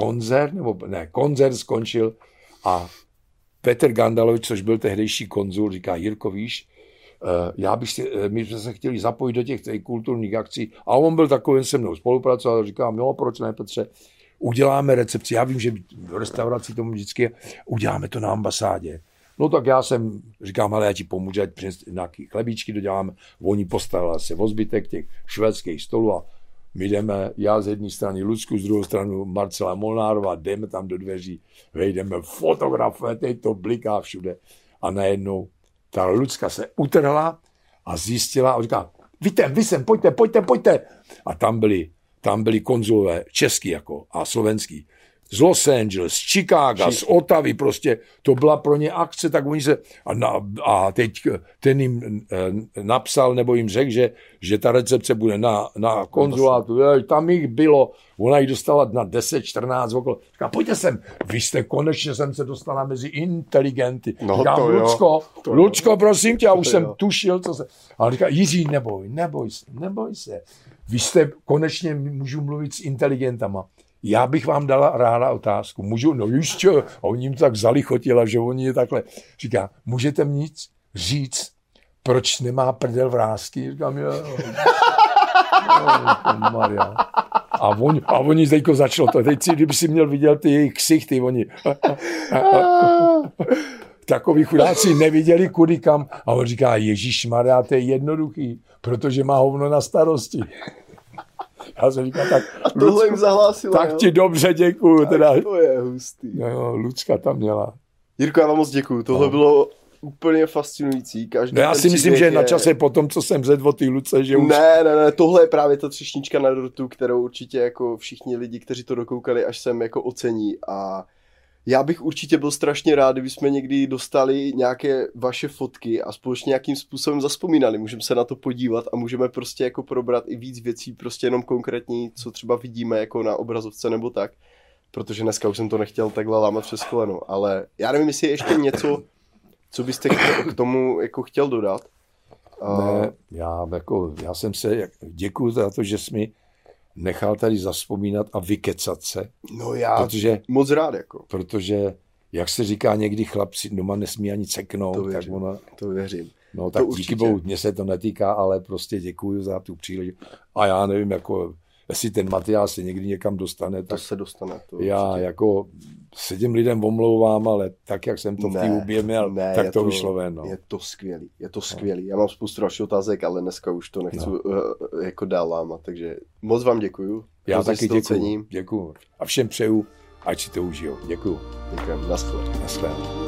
koncert skončil a Petr Gandalovič, což byl tehdejší konzul, říká, Jirko, víš, my jsme se chtěli zapojit do těch kulturních akcí a on byl takový, se mnou spolupracoval, říkám, jo, proč ne, Petře, uděláme recepci, já vím, že v restauraci tomu vždycky uděláme to na ambasádě. No tak já jsem, říkám, ale já ti pomůžu, ať přines nějaký chlebíčky doděláme, oni postavili se o zbytek těch švédských stolů a my jdeme, já z jedné strany Lucku, z druhé strany Marcela Molnárová, jdeme tam do dveří, vejdeme fotografuje, teď to bliká všude a najednou ta Lucka se utrhla a zjistila a říká, vy sem, pojďte. A tam byli konzulové český jako a slovenský. Z Los Angeles, z Chicaga, z Ottavy, prostě to byla pro ně akce, tak oni se a teď ten jim napsal nebo jim řekl, že ta recepce bude na konzulátu, tam jich bylo, ona jich dostala na 10-14 okolo. Říká, pojďte sem, vy jste konečně jsem se dostala mezi inteligenty. No, říkám, Lucko, prosím tě, já už jsem tušil, co se... Ale říká, Jiří, neboj se. Vy jste konečně, můžu mluvit s inteligentama. Já bych vám dala ráda otázku. Můžu? No jistě. A oni jim tak zalichotila, že oni je takhle. Říká, můžete mi říct, proč nemá prdel vrásky? Říkám, jo. Maria. A oni teďko začalo to. Teď kdyby si měl vidět ty jejich ksichty, oni... Takový chudáci neviděli kudy kam. A on říká, ježišmarja, to je jednoduchý, protože má hovno na starosti. Já jsem říkal, tak tohle jim zahlásila, tak ti dobře děkuju. Teda. To je hustý. No, Lucka tam měla. Jirko, já vám moc děkuju. Tohle bylo úplně fascinující. No já si myslím, že je na čase po tom, co jsem řekl o té Luce, že už... Ne, tohle je právě ta třešnička na dortu, kterou určitě jako všichni lidi, kteří to dokoukali, až sem jako ocení. A já bych určitě byl strašně rád, kdybychom někdy dostali nějaké vaše fotky a společně nějakým způsobem zazpomínali. Můžeme se na to podívat a můžeme prostě jako probrat i víc věcí, prostě jenom konkrétní, co třeba vidíme jako na obrazovce nebo tak. Protože dneska už jsem to nechtěl takhle lámat přes koleno, ale já nevím, jestli je ještě něco, co byste k tomu jako chtěl dodat. Ne, já jsem se, děkuju za to, že jsi mi nechal tady zavzpomínat a vykecat se. No já moc rád jako. Protože, jak se říká, někdy chlapci doma nesmí ani ceknout. To věřím. No tak díky bohu, mně se to netýká, ale prostě děkuju za tu příležitost. A já nevím, jako, jestli ten materiál se někdy někam dostane. To se dostane. To já určitě. Jako se těm lidem omlouvám, ale tak, jak jsem to v té hubě měl, tak to vyšlo ven. No. Je to skvělý. Já mám spoustu dalších otázek, ale dneska už to nechci jako dál lámat, takže moc vám děkuju. Já taky děkuju. A všem přeju, ať si to užijou. Děkuju. Děkujem. Naschle.